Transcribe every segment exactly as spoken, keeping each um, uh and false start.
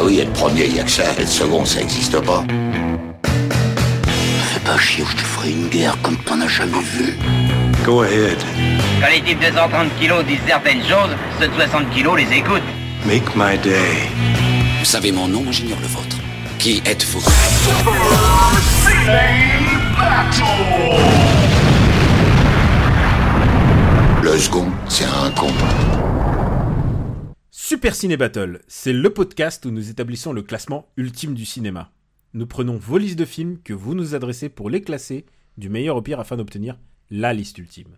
oui, être premier, il y a que ça. Être second, ça existe pas. Fais pas chier ou je te ferai une guerre comme t'en as jamais vu. Go ahead. Quand les types de cent trente kilos disent certaines choses, ceux de soixante kilos les écoutent. Make my day. Vous savez mon nom, j'ignore le vôtre. Qui êtes-vous? Le second, c'est un con. Super Ciné Battle, c'est le podcast où nous établissons le classement ultime du cinéma. Nous prenons vos listes de films que vous nous adressez pour les classer du meilleur au pire afin d'obtenir la liste ultime.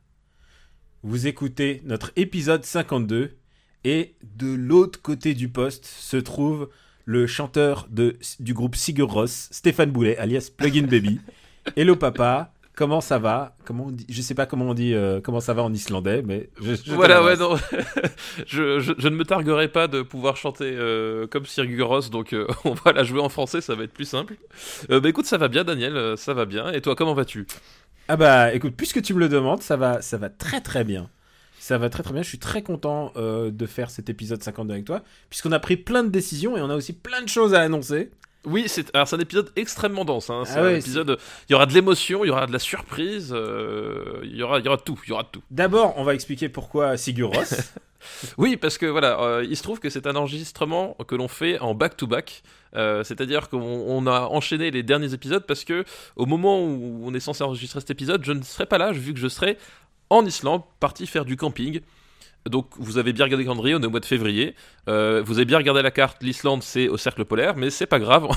Vous écoutez notre épisode cinquante-deux et de l'autre côté du poste se trouve le chanteur de, du groupe Sigur Rós, Stéphane Boulet, alias Plugin Baby. Hello papa, comment ça va? Comment on dit? Je sais pas comment on dit euh, comment ça va en islandais, mais je, je voilà, ouais, non. je, je, je ne me targuerai pas de pouvoir chanter euh, comme Sigur Rós, donc euh, on va la jouer en français, ça va être plus simple. Euh, bah écoute, ça va bien, Daniel, ça va bien. Et toi, comment vas-tu? Ah bah écoute, puisque tu me le demandes, ça va, ça va très très bien. Ça va très très bien, je suis très content euh, de faire cet épisode cinquante-deux avec toi, puisqu'on a pris plein de décisions et on a aussi plein de choses à annoncer. Oui, c'est, alors c'est un épisode extrêmement dense, hein. C'est ah ouais, un épisode, il y aura de l'émotion, il y aura de la surprise, euh, il y aura, il y aura tout, il y aura tout. D'abord, on va expliquer pourquoi Sigur Rós. Oui, parce que voilà, euh, il se trouve que c'est un enregistrement que l'on fait en back-to-back. Euh, c'est-à-dire qu'on on a enchaîné les derniers épisodes parce que au moment où on est censé enregistrer cet épisode, je ne serai pas là, vu que je serai en Islande, parti faire du camping. Donc vous avez bien regardé le calendrier, on est au mois de février. Euh, vous avez bien regardé la carte, l'Islande c'est au cercle polaire, mais c'est pas grave.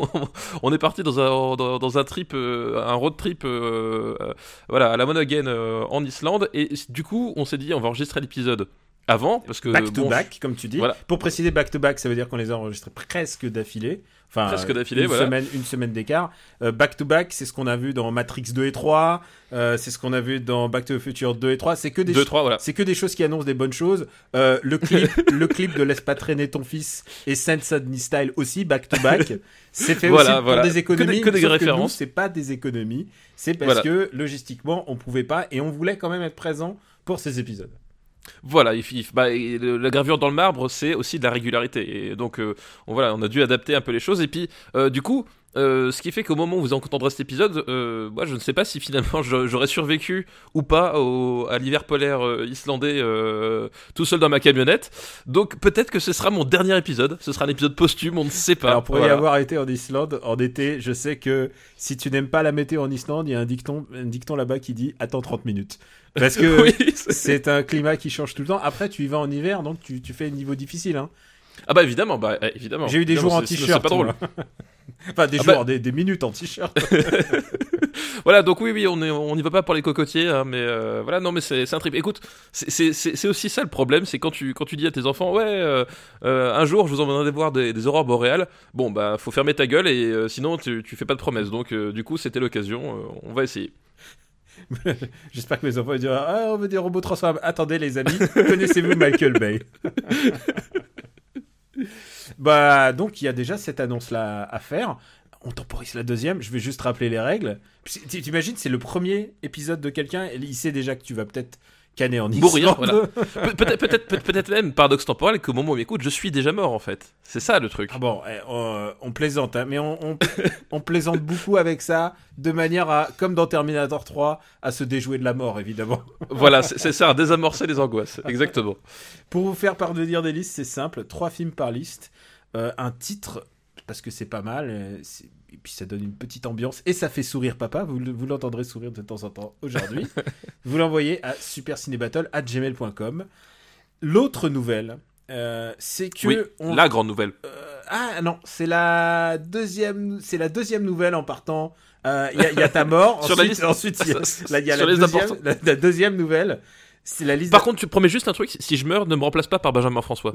On est parti dans un dans, dans un trip, euh, un road trip, euh, euh, voilà, à la Monaghan euh, en Islande. Et du coup, on s'est dit on va enregistrer l'épisode avant, parce que back to bon, back, comme tu dis. Voilà. Pour préciser, back to back, ça veut dire qu'on les a enregistrés presque d'affilée. Enfin, presque d'affilée, une voilà. Semaine, une semaine d'écart. Euh, back to back, c'est ce qu'on a vu dans Matrix deux et trois. Euh, c'est ce qu'on a vu dans Back to the Future deux et trois. C'est que des, deux, ch- trois, voilà. c'est que des choses qui annoncent des bonnes choses. Euh, le clip, le clip de Laisse pas traîner ton fils et Saint Sudney Style aussi, back to back. C'est fait voilà, aussi voilà. pour des économies. Que des, que des sauf références. Que nous, c'est pas des économies. C'est parce voilà. que logistiquement, on pouvait pas et on voulait quand même être présent pour ces épisodes. Voilà, il, il, bah, le, la gravure dans le marbre, c'est aussi de la régularité. Et donc, euh, on, voilà, on a dû adapter un peu les choses. Et puis, euh, du coup, euh, ce qui fait qu'au moment où vous entendrez cet épisode, euh, moi, je ne sais pas si finalement j'aurais survécu ou pas au, à l'hiver polaire euh, islandais euh, tout seul dans ma camionnette. Donc, peut-être que ce sera mon dernier épisode. Ce sera un épisode posthume, on ne sait pas. Alors, pour voilà. y avoir été en Islande en été, je sais que si tu n'aimes pas la météo en Islande, il y a un dicton, un dicton là-bas qui dit « Attends trente minutes ». Parce que oui, c'est... c'est un climat qui change tout le temps. Après, tu y vas en hiver, donc tu, tu fais un niveau difficile. Hein. Ah bah évidemment, bah évidemment. J'ai eu des évidemment, jours en c'est, t-shirt. C'est pas drôle. Enfin, des ah jours, bah... des, des minutes en t-shirt. Voilà, donc oui, oui, on est, on n'y va pas pour les cocotiers, hein, mais euh, voilà, non, mais c'est, c'est un trip. Écoute, c'est, c'est, c'est, c'est aussi ça le problème, c'est quand tu, quand tu dis à tes enfants, ouais, euh, euh, un jour je vous emmènerai voir des, des aurores boréales. Bon, bah, faut fermer ta gueule et euh, sinon tu, tu fais pas de promesses. Donc, euh, du coup, c'était l'occasion. Euh, on va essayer. J'espère que mes enfants vont dire ah, on veut des robots transformables. Attendez, les amis, connaissez-vous Michael Bay? Bah, donc il y a déjà cette annonce-là à faire. On temporise la deuxième. Je vais juste rappeler les règles. T'imagines, c'est le premier épisode de quelqu'un. Et il sait déjà que tu vas peut-être canner en Islande. Mourir, voilà. Pe- peut-être, peut-être, peut- peut-être même, paradoxe temporel, qu'au moment où on m'écoute, je suis déjà mort, en fait. C'est ça, le truc. Ah bon, eh, on, on plaisante, hein, mais on, on, on plaisante beaucoup avec ça, de manière à, comme dans Terminator trois, à se déjouer de la mort, évidemment. Voilà, c'est, c'est ça, à désamorcer les angoisses. Exactement. Pour vous faire parvenir des listes, c'est simple. Trois films par liste. Euh, un titre, parce que c'est pas mal, c'est... et puis ça donne une petite ambiance, et ça fait sourire papa, vous, vous l'entendrez sourire de temps en temps aujourd'hui. Vous l'envoyez à supercinébattle arobase gmail point com. L'autre nouvelle, euh, c'est que... Oui, on... la grande nouvelle. Euh, ah non, c'est la deuxième, c'est la deuxième nouvelle en partant. Il euh, y, y a ta mort, sur ensuite, la liste... ensuite il y a, là, y a sur la, les deuxième, la, la deuxième nouvelle. C'est la liste Par de... contre, tu promets juste un truc, si je meurs, ne me remplace pas par Benjamin François.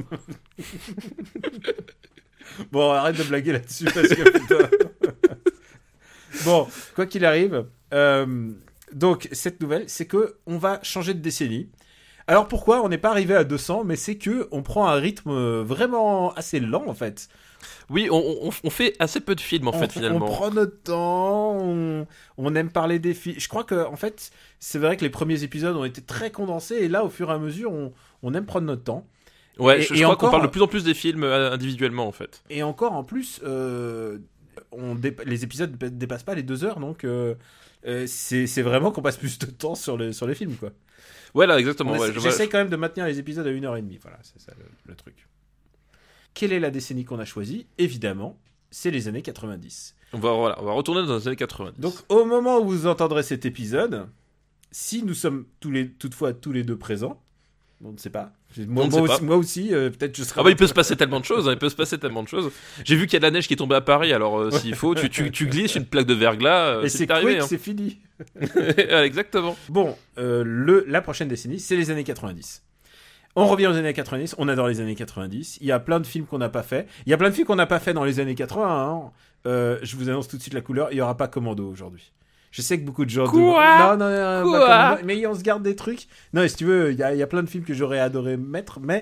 Bon, arrête de blaguer là-dessus parce que putain. Bon, quoi qu'il arrive, euh, donc cette nouvelle, c'est que on va changer de décennie. Alors pourquoi on n'est pas arrivé à deux cents, mais c'est que on prend un rythme vraiment assez lent en fait. Oui, on, on, on fait assez peu de films en on, fait finalement. On prend notre temps, on, on aime parler des films. Je crois que en fait, c'est vrai que les premiers épisodes ont été très condensés et là, au fur et à mesure, on, on aime prendre notre temps. Ouais, Et- je, et je crois encore, qu'on parle de plus en plus des films euh, individuellement en fait. Et encore, en plus, euh, on dépa- les épisodes ne dépassent pas les deux heures, donc euh, euh, c'est c'est vraiment qu'on passe plus de temps sur, le, sur les films, quoi. Voilà, exactement. On essaie- Ouais, je- J'essaie quand même de maintenir les épisodes à une heure et demie, voilà, c'est ça le, le truc. Quelle est la décennie qu'on a choisie ? Évidemment, c'est les années quatre-vingt-dix. On va, voilà, on va retourner dans les années quatre-vingt-dix. Donc, au moment où vous entendrez cet épisode, si nous sommes tous les, toutefois tous les deux présents, on ne sait pas. Moi, On ne moi sait aussi, pas. moi aussi, euh, peut-être je serai. Ah bah il peut se passer tellement de choses, hein, il peut se passer tellement de choses. J'ai vu qu'il y a de la neige qui est tombée à Paris, alors euh, s'il faut, tu, tu, tu glisses une plaque de verglas, euh, Et c'est c'est arrivé. quick, Hein. c'est fini. Ouais, exactement. Bon, euh, le, la prochaine décennie, c'est les années quatre-vingt-dix. On revient aux années quatre-vingt-dix, on adore les années quatre-vingt-dix. Il y a plein de films qu'on n'a pas fait. Il y a plein de films qu'on n'a pas fait dans les années quatre-vingts. Hein. Euh, je vous annonce tout de suite la couleur, il n'y aura pas Commando aujourd'hui. Je sais que beaucoup de gens... Quoi Non, non, non, Quoi pas Commando, mais on se garde des trucs. Non, si tu veux, il y a, il y a plein de films que j'aurais adoré mettre, mais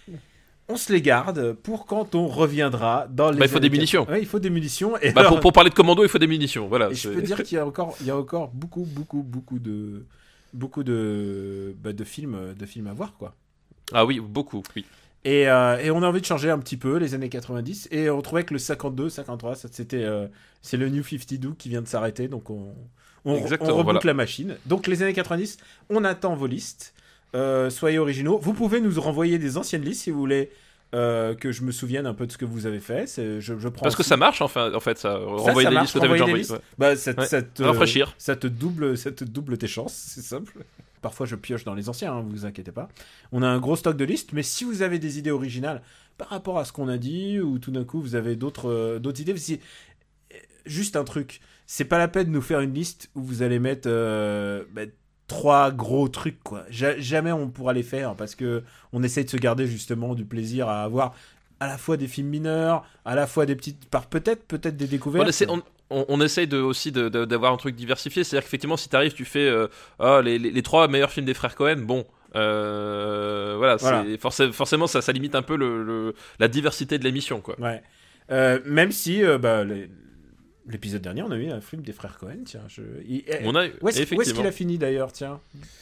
on se les garde pour quand on reviendra dans les Bah, il faut années des munitions. quatre-vingts. Ouais, il faut des munitions. Et Bah, alors- pour, pour parler de Commando, il faut des munitions, voilà. et je c'est- peux dire qu'il y a encore, il y a encore beaucoup, beaucoup, beaucoup de, beaucoup de, bah, de films, de films à voir, quoi. Ah oui, beaucoup, oui. Et, euh, et on a envie de changer un petit peu les années quatre-vingt-dix. Et on trouvait que le cinquante-deux, cinquante-trois, ça, c'était, euh, c'est le New cinquante-deux qui vient de s'arrêter, donc on, on, Exactement, on reboucle voilà. la machine. Donc les années quatre-vingt-dix, on attend vos listes. Euh, soyez originaux. Vous pouvez nous renvoyer des anciennes listes si vous voulez. Euh, que je me souvienne un peu de ce que vous avez fait. C'est, je, je prends Parce que aussi. ça marche, enfin, en fait, ça. Ça, renvoyer ça des marche, listes que t'avais renvoyer déjà des envoyées. listes. Bah, ça, te- Ouais. ça te, Rafraîchir. Ça te double, ça te double tes chances, c'est simple. Parfois, je pioche dans les anciens, hein, vous inquiétez pas. On a un gros stock de listes, mais si vous avez des idées originales par rapport à ce qu'on a dit, ou tout d'un coup vous avez d'autres, euh, d'autres idées, si... juste un truc, c'est pas la peine de nous faire une liste où vous allez mettre euh, bah, trois gros trucs, quoi. Ja- jamais on pourra les faire parce que on essaye de se garder justement du plaisir à avoir à la fois des films mineurs, à la fois des petites, par peut-être, peut-être des découvertes. On essaie, on, on, on essaye de, aussi de, de, d'avoir un truc diversifié. C'est-à-dire qu'effectivement, si t'arrives, tu fais euh, ah, les, les, les trois meilleurs films des frères Cohen, bon. Euh, voilà, Voilà. C'est, forcément, forcément ça, ça limite un peu le, le, la diversité de l'émission, quoi. Ouais. Euh, même si, euh, bah, les- l'épisode dernier, on a eu un film des frères Cohen, tiens. Je... il- eh, On a, Où est-ce, où est-ce effectivement. qu'il a fini d'ailleurs, tiens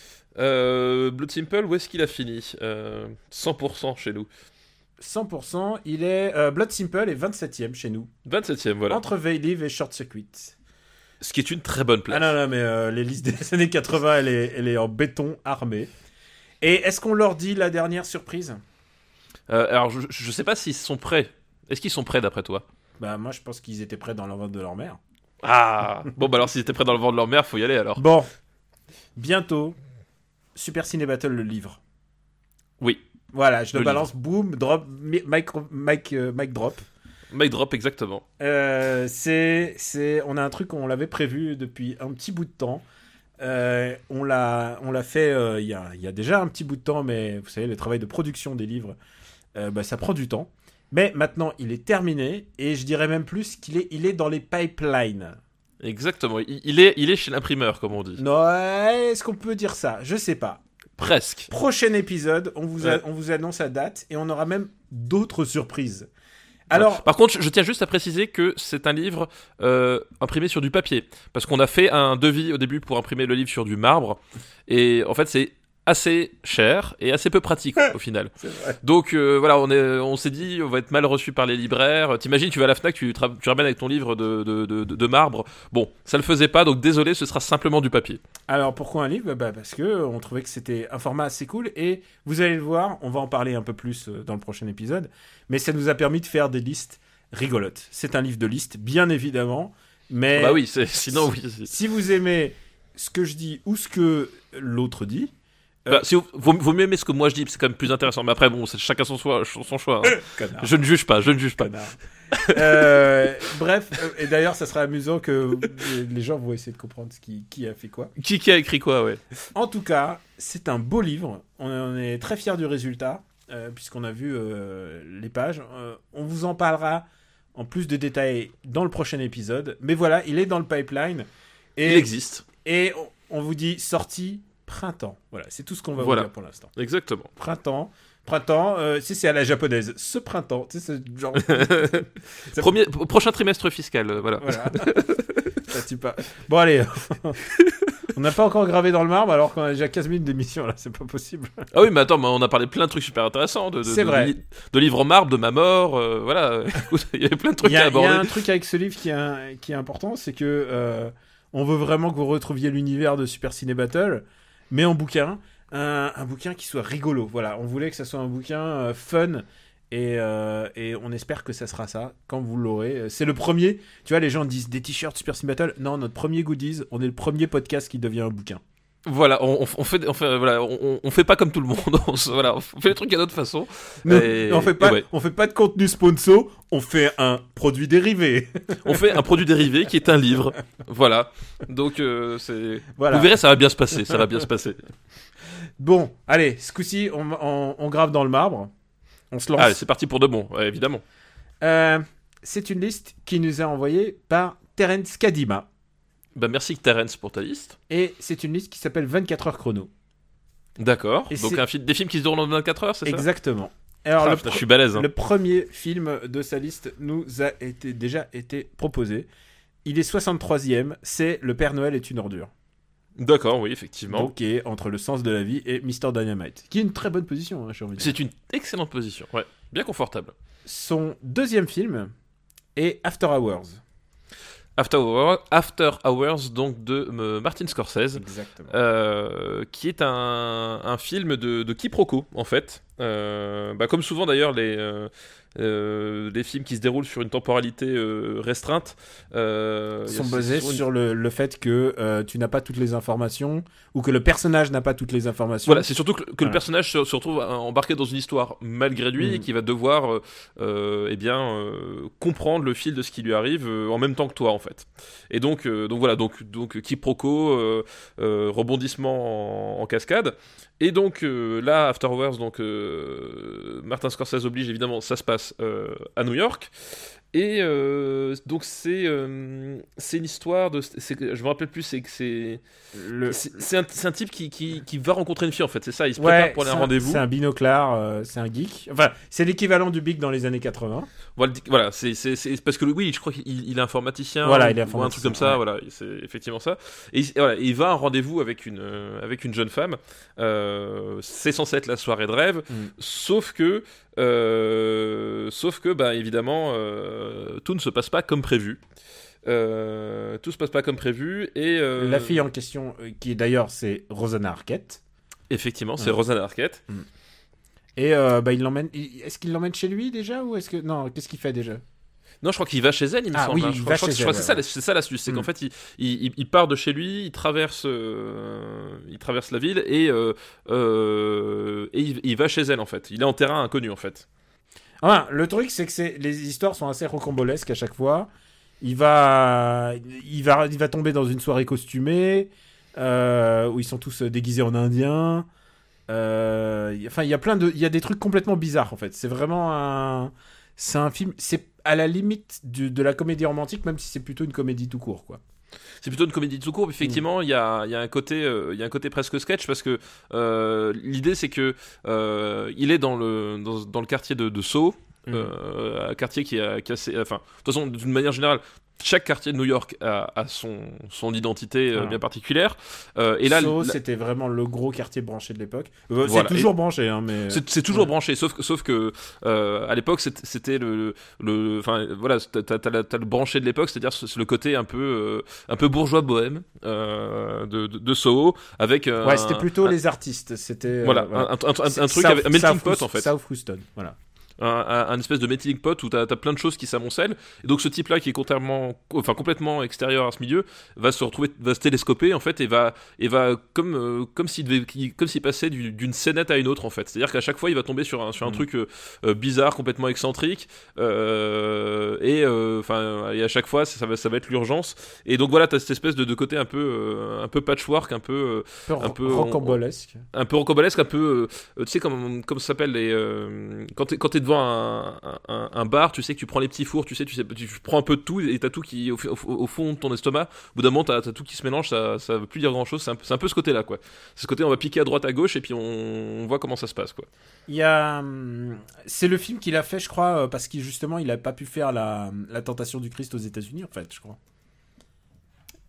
Euh, Blood Simple, où est-ce qu'il a fini euh, cent pour cent chez nous. cent pour cent, il est... euh, Blood Simple est vingt-septième chez nous. vingt-septième, voilà. Entre Veilive et Short Circuit. Ce qui est une très bonne place. Ah non, non, mais euh, les listes des années quatre-vingts, elle est, elle est en béton armé. Et est-ce qu'on leur dit la dernière surprise ? Euh, alors, je, je sais pas s'ils sont prêts. Est-ce qu'ils sont prêts d'après toi ? Bah moi, je pense qu'ils étaient prêts dans l'envol de leur mère. Ah Bon, bah alors, s'ils étaient prêts dans le vent de leur mère, faut y aller alors. Bon, bientôt, Super Ciné Battle, le livre. Oui. Voilà, je le, Le balance, boum, drop, mi- mic, mic, euh, mic drop. Mic drop, exactement. Euh, c'est, c'est, on a un truc, on l'avait prévu depuis un petit bout de temps. Euh, on l'a, on l'a fait euh, il y, a, il y a déjà un petit bout de temps, mais vous savez, le travail de production des livres, euh, bah, ça prend du temps. Mais maintenant, il est terminé, et je dirais même plus qu'il est, il est dans les pipelines. Exactement. Il, il est, il est chez l'imprimeur, comme on dit. Non, est-ce qu'on peut dire ça ? Je sais pas. Presque. Prochain épisode, on vous, a- Ouais. on vous annonce la date, et on aura même d'autres surprises. Alors, Par contre, je tiens juste à préciser que c'est un livre euh, imprimé sur du papier. Parce qu'on a fait un devis au début pour imprimer le livre sur du marbre. Et en fait, c'est assez cher et assez peu pratique au final. c'est vrai. Donc euh, voilà, on, est, on s'est dit, on va être mal reçu par les libraires. T'imagines, tu vas à la Fnac, tu, tra- tu ramènes avec ton livre de, de, de, de marbre. Bon, ça le faisait pas, donc désolé, ce sera simplement du papier. Alors pourquoi un livre ? Bah parce que on trouvait que c'était un format assez cool et vous allez le voir, on va en parler un peu plus euh, dans le prochain épisode, mais ça nous a permis de faire des listes rigolotes. C'est un livre de listes, bien évidemment, mais Bah oui, c'est, sinon oui. c'est- si vous aimez ce que je dis ou ce que l'autre dit, euh, Bah, si vous, vaut, vaut mieux aimer ce que moi je dis, c'est quand même plus intéressant. Mais après, bon, c'est chacun son choix. Son choix hein. connard, Je ne juge pas, je ne juge pas. connard. Euh, bref, euh, et d'ailleurs ça sera amusant que les gens vont essayer de comprendre ce qui, qui a fait quoi. Qui, qui a écrit quoi, ouais. En tout cas, c'est un beau livre. On on est très fiers du résultat, euh, puisqu'on a vu euh, les pages. Euh, on vous en parlera en plus de détails dans le prochain épisode. Mais voilà, il est dans le pipeline. Et, Il existe. et on, on vous dit sortie printemps. Voilà, c'est tout ce qu'on va Voilà. vous dire pour l'instant. Exactement. Printemps. Printemps, euh, si c'est à la japonaise, ce printemps, tu sais, c'est genre... Ça- Premier, prochain trimestre fiscal, euh, voilà. Voilà. Ça tue pas. Bon, allez, On n'a pas encore gravé dans le marbre alors qu'on a déjà quinze minutes d'émission là, c'est pas possible. Ah oui, mais attends, mais on a parlé plein de trucs super intéressants, de, de, C'est de, vrai. de, li- de livres en marbre, de ma mort, euh, voilà. Écoute, il y avait plein de trucs Il y, a- à il y aborder. a un truc avec ce livre qui est, un- qui est important, c'est que euh, on veut vraiment que vous retrouviez l'univers de Super Ciné Battle, mais en bouquin, un, un bouquin qui soit rigolo. Voilà, on voulait que ça soit un bouquin euh, fun. Et, euh, et on espère que ça sera ça quand vous l'aurez. C'est le premier. Tu vois, les gens disent des t-shirts Super Ciné Battle. Non, notre premier goodies, on est le premier podcast qui devient un bouquin. Voilà, on, on fait, on fait, voilà, on, on fait pas comme tout le monde. On, se- voilà, on fait les trucs à notre façon. Nous, Et- on fait pas, et ouais. on fait pas de contenu sponsor. On fait un produit dérivé. On fait un produit dérivé qui est un livre. Voilà. Donc, euh, c'est. Voilà. Vous verrez, ça va bien se passer. Ça va bien se passer. Bon, allez, ce coup-ci, on, on, on grave dans le marbre. On se lance. Allez, c'est parti pour de bon, ouais, évidemment. Euh, c'est une liste qui nous est envoyée par Terence Kadima. Bah, merci Terence pour ta liste. Et c'est une liste qui s'appelle vingt-quatre heures chrono. D'accord. Et Donc, c'est- un film, des films qui se déroulent en vingt-quatre heures, c'est ça? Exactement. Alors, Ah, le, putain, pre- je suis balèze. Hein. le premier film de sa liste nous a été, déjà été proposé. Il est soixante-troisième. C'est Le Père Noël est une ordure. D'accord, oui, effectivement. Donc, qui est entre Le Sens de la vie et mister Dynamite. Qui est une très bonne position, hein, j'ai envie de dire. C'est une excellente position. Ouais, bien confortable. Son deuxième film est After Hours. After Hours, After Hours donc de euh, Martin Scorsese. Exactement. Euh, qui est un, un film de, de quiproquo en fait. Euh, bah, comme souvent d'ailleurs les, euh, euh, les films qui se déroulent sur une temporalité euh, restreinte euh, sont il y a- basés sur une- sur le, le fait que euh, tu n'as pas toutes les informations ou que le personnage n'a pas toutes les informations. Voilà, c'est surtout que, que Voilà. le personnage se, se retrouve embarqué dans une histoire malgré lui Mhm. et qui va devoir euh, euh, eh bien, euh, comprendre le fil de ce qui lui arrive euh, en même temps que toi en fait. Et donc, euh, donc voilà, donc, donc quiproquo, euh, euh, rebondissement en, en cascade. Et donc euh, là, After Hours, donc, euh, Martin Scorsese oblige évidemment, ça se passe euh, à New York. Et euh, donc c'est euh, c'est une histoire de, c'est que- je me rappelle plus, c'est que c'est Le- c'est c'est un, c'est un type qui, qui, qui va rencontrer une fille en fait, c'est ça, il se Ouais, prépare pour aller à c'est un rendez-vous. C'est un binoclard, euh, c'est un geek. Enfin, c'est l'équivalent du geek dans les années quatre-vingts. Voilà, voilà, c'est c'est- c'est- parce que oui, je crois qu'il il est informaticien, Voilà, il est ou un truc informaticien, comme ça, ouais. voilà, c'est effectivement ça. Et, il- et voilà, il va à un rendez-vous avec une euh, avec une jeune femme. Euh, c'est censé être la soirée de rêve, Mm. sauf que euh, sauf que bah évidemment euh, tout ne se passe pas comme prévu. Euh, tout se passe pas comme prévu et euh, La fille en question, euh, qui d'ailleurs c'est Rosanna Arquette. effectivement, c'est Ouais. Rosanna Arquette. Et euh, bah, il l'emmène. il- Est-ce qu'il l'emmène chez lui déjà ou est-ce que non Qu'est-ce qu'il fait déjà? Non, je crois qu'il va chez elle, il me Ah semble. oui, hein. il Je va crois, je crois chez que- je crois que elle, c'est ça, ouais. la- c'est ça l'astuce, c'est Mm. qu'en fait, il, il, il- il part de chez lui, il traverse, euh, il traverse la ville et, euh, euh, et il, il va chez elle en fait. Il est en terrain inconnu en fait. Enfin, le truc, c'est que c'est... les histoires sont assez rocambolesques à chaque fois. Il va, il va, il va tomber dans une soirée costumée euh, où ils sont tous déguisés en indiens. Euh, y- Enfin, il y a plein de, il y a des trucs complètement bizarres en fait. C'est vraiment un, c'est un film. C'est à la limite du- de la comédie romantique, même si c'est plutôt une comédie tout court, quoi. C'est plutôt une comédie tout court, mais effectivement, il y, a, il y a un côté, euh, il y a un côté presque sketch parce que euh, l'idée c'est que euh, il est dans le dans, dans le quartier de, de Soho. Mm. Euh, un quartier qui a, qui a assez- enfin, de toute façon, d'une manière générale, chaque quartier de New York a, a son, son identité euh, Ah. bien particulière. Euh, et là, Soho, la- c'était vraiment le gros quartier branché de l'époque. Euh, Voilà. C'est toujours branché, hein, mais. c'est, c'est toujours Ouais. branché, sauf, que- sauf que euh, à l'époque c'était, c'était le, le, enfin voilà, t'as, t'as, t'as la- t'as le branché de l'époque, c'est-à-dire c'est le côté un peu, euh, un peu bourgeois bohème euh, de, de, de Soho, avec euh, Ouais, un- c'était plutôt un- les artistes. C'était. euh, voilà, voilà. Un, un- un- un C'est truc South- avec un melting South pot Houston- en fait. South Houston, voilà. un, un- un espèce de melting pot où t'as as plein de choses qui s'amoncellent. Et donc ce type-là, qui est contrairement, enfin complètement extérieur à ce milieu, va se retrouver, va se télescoper en fait, et va, et va comme, euh, comme s'il devait, qui- comme s'il passait du- d'une scénette à une autre en fait. C'est-à-dire qu'à chaque fois, il va tomber sur un, sur un Mm. truc euh, euh, bizarre, complètement excentrique, euh, et euh, enfin, et à chaque fois, ça va, ça va être l'urgence. Et donc voilà, t'as cette espèce de, de côté un peu, euh, un peu patchwork, un peu. euh, Un peu, peu- rocambolesque. un peu rocambolesque, un peu, euh, tu sais, comme, comme ça s'appelle, les, euh, quand t'es, quand t'es devant un, un, un bar, tu sais que tu prends les petits fours, tu sais, tu sais, tu prends un peu de tout et t'as tout qui, au, au, au fond de ton estomac, au bout d'un moment, t'as, t'as tout qui se mélange, ça, ça veut plus dire grand chose, c'est un, peu- c'est un peu ce côté-là, quoi. C'est ce côté, on va piquer à droite, à gauche, et puis on, on voit comment ça se passe, quoi. Il y a, hum, c'est le film qu'il a fait, je crois, euh, parce qu'il justement, il a pas pu faire la, la Tentation du Christ aux États-Unis, en fait, je crois.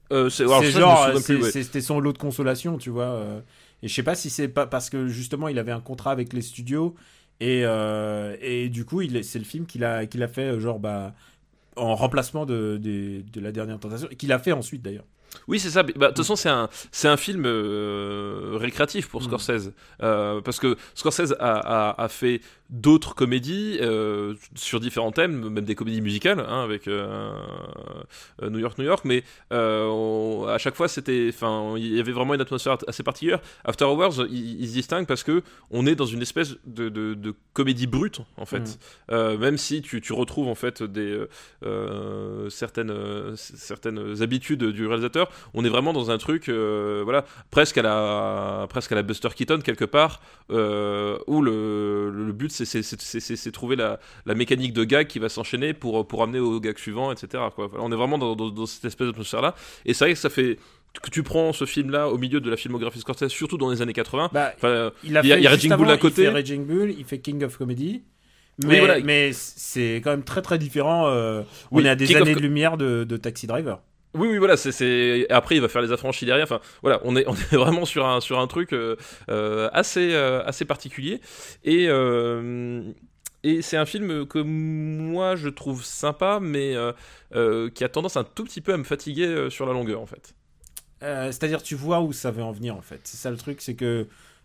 Euh, c'est alors, c'est ça, genre, je me souviens c'est- plus, ouais. c'est- c'était son lot de consolation, tu vois. euh, et je sais pas si c'est pas parce que justement il avait un contrat avec les studios et euh, et du coup il est- c'est le film qu'il a qu'il a fait euh, genre bah en remplacement de de, de la dernière tentation et qu'il a fait ensuite d'ailleurs. Oui, c'est ça. Bah, de toute façon, c'est un, c'est un film euh, récréatif pour Scorsese. Euh, parce que Scorsese a, a, a fait d'autres comédies euh, sur différents thèmes, même des comédies musicales, hein, avec euh, euh, New York, New York. Mais euh, on- à chaque fois, c'était, enfin, il y avait vraiment une atmosphère assez particulière. After Hours, il, il se distingue parce que on est dans une espèce de, de, de comédie brute, en fait. Mm. Euh, même si tu, tu retrouves en fait des euh, certaines euh, certaines habitudes du réalisateur, on est vraiment dans un truc euh, voilà presque à la presque à la Buster Keaton quelque part euh, où le, le but c'est c'est c'est c'est, c'est trouver la, la mécanique de gag qui va s'enchaîner pour pour amener au gag suivant, etc., quoi. Voilà, on est vraiment dans, dans, dans cette espèce d'atmosphère là, et c'est vrai que ça fait que tu prends ce film là au milieu de la filmographie de Scorsese, surtout dans les années quatre-vingts. Bah, Enfin, il a il y a- fait il y a juste Raging Bull avant, à côté. Il fait Raging Bull, il fait King of Comedy. Oui, Mais, voilà. mais c'est quand même très très différent. euh, on Oui, est à des King of années Co- de lumière de, de Taxi Driver. Oui, oui, voilà, c'est, c'est... Après, il va faire les affranchis derrière. Enfin, voilà, on est, on est vraiment sur un, sur un truc euh, euh, assez, euh, assez particulier. Et, euh, et c'est un film que moi, je trouve sympa, mais euh, euh, qui a tendance un tout petit peu à me fatiguer euh, sur la longueur, en fait. Euh, c'est-à-dire, tu vois où ça veut en venir en fait. C'est ça le truc, c'est que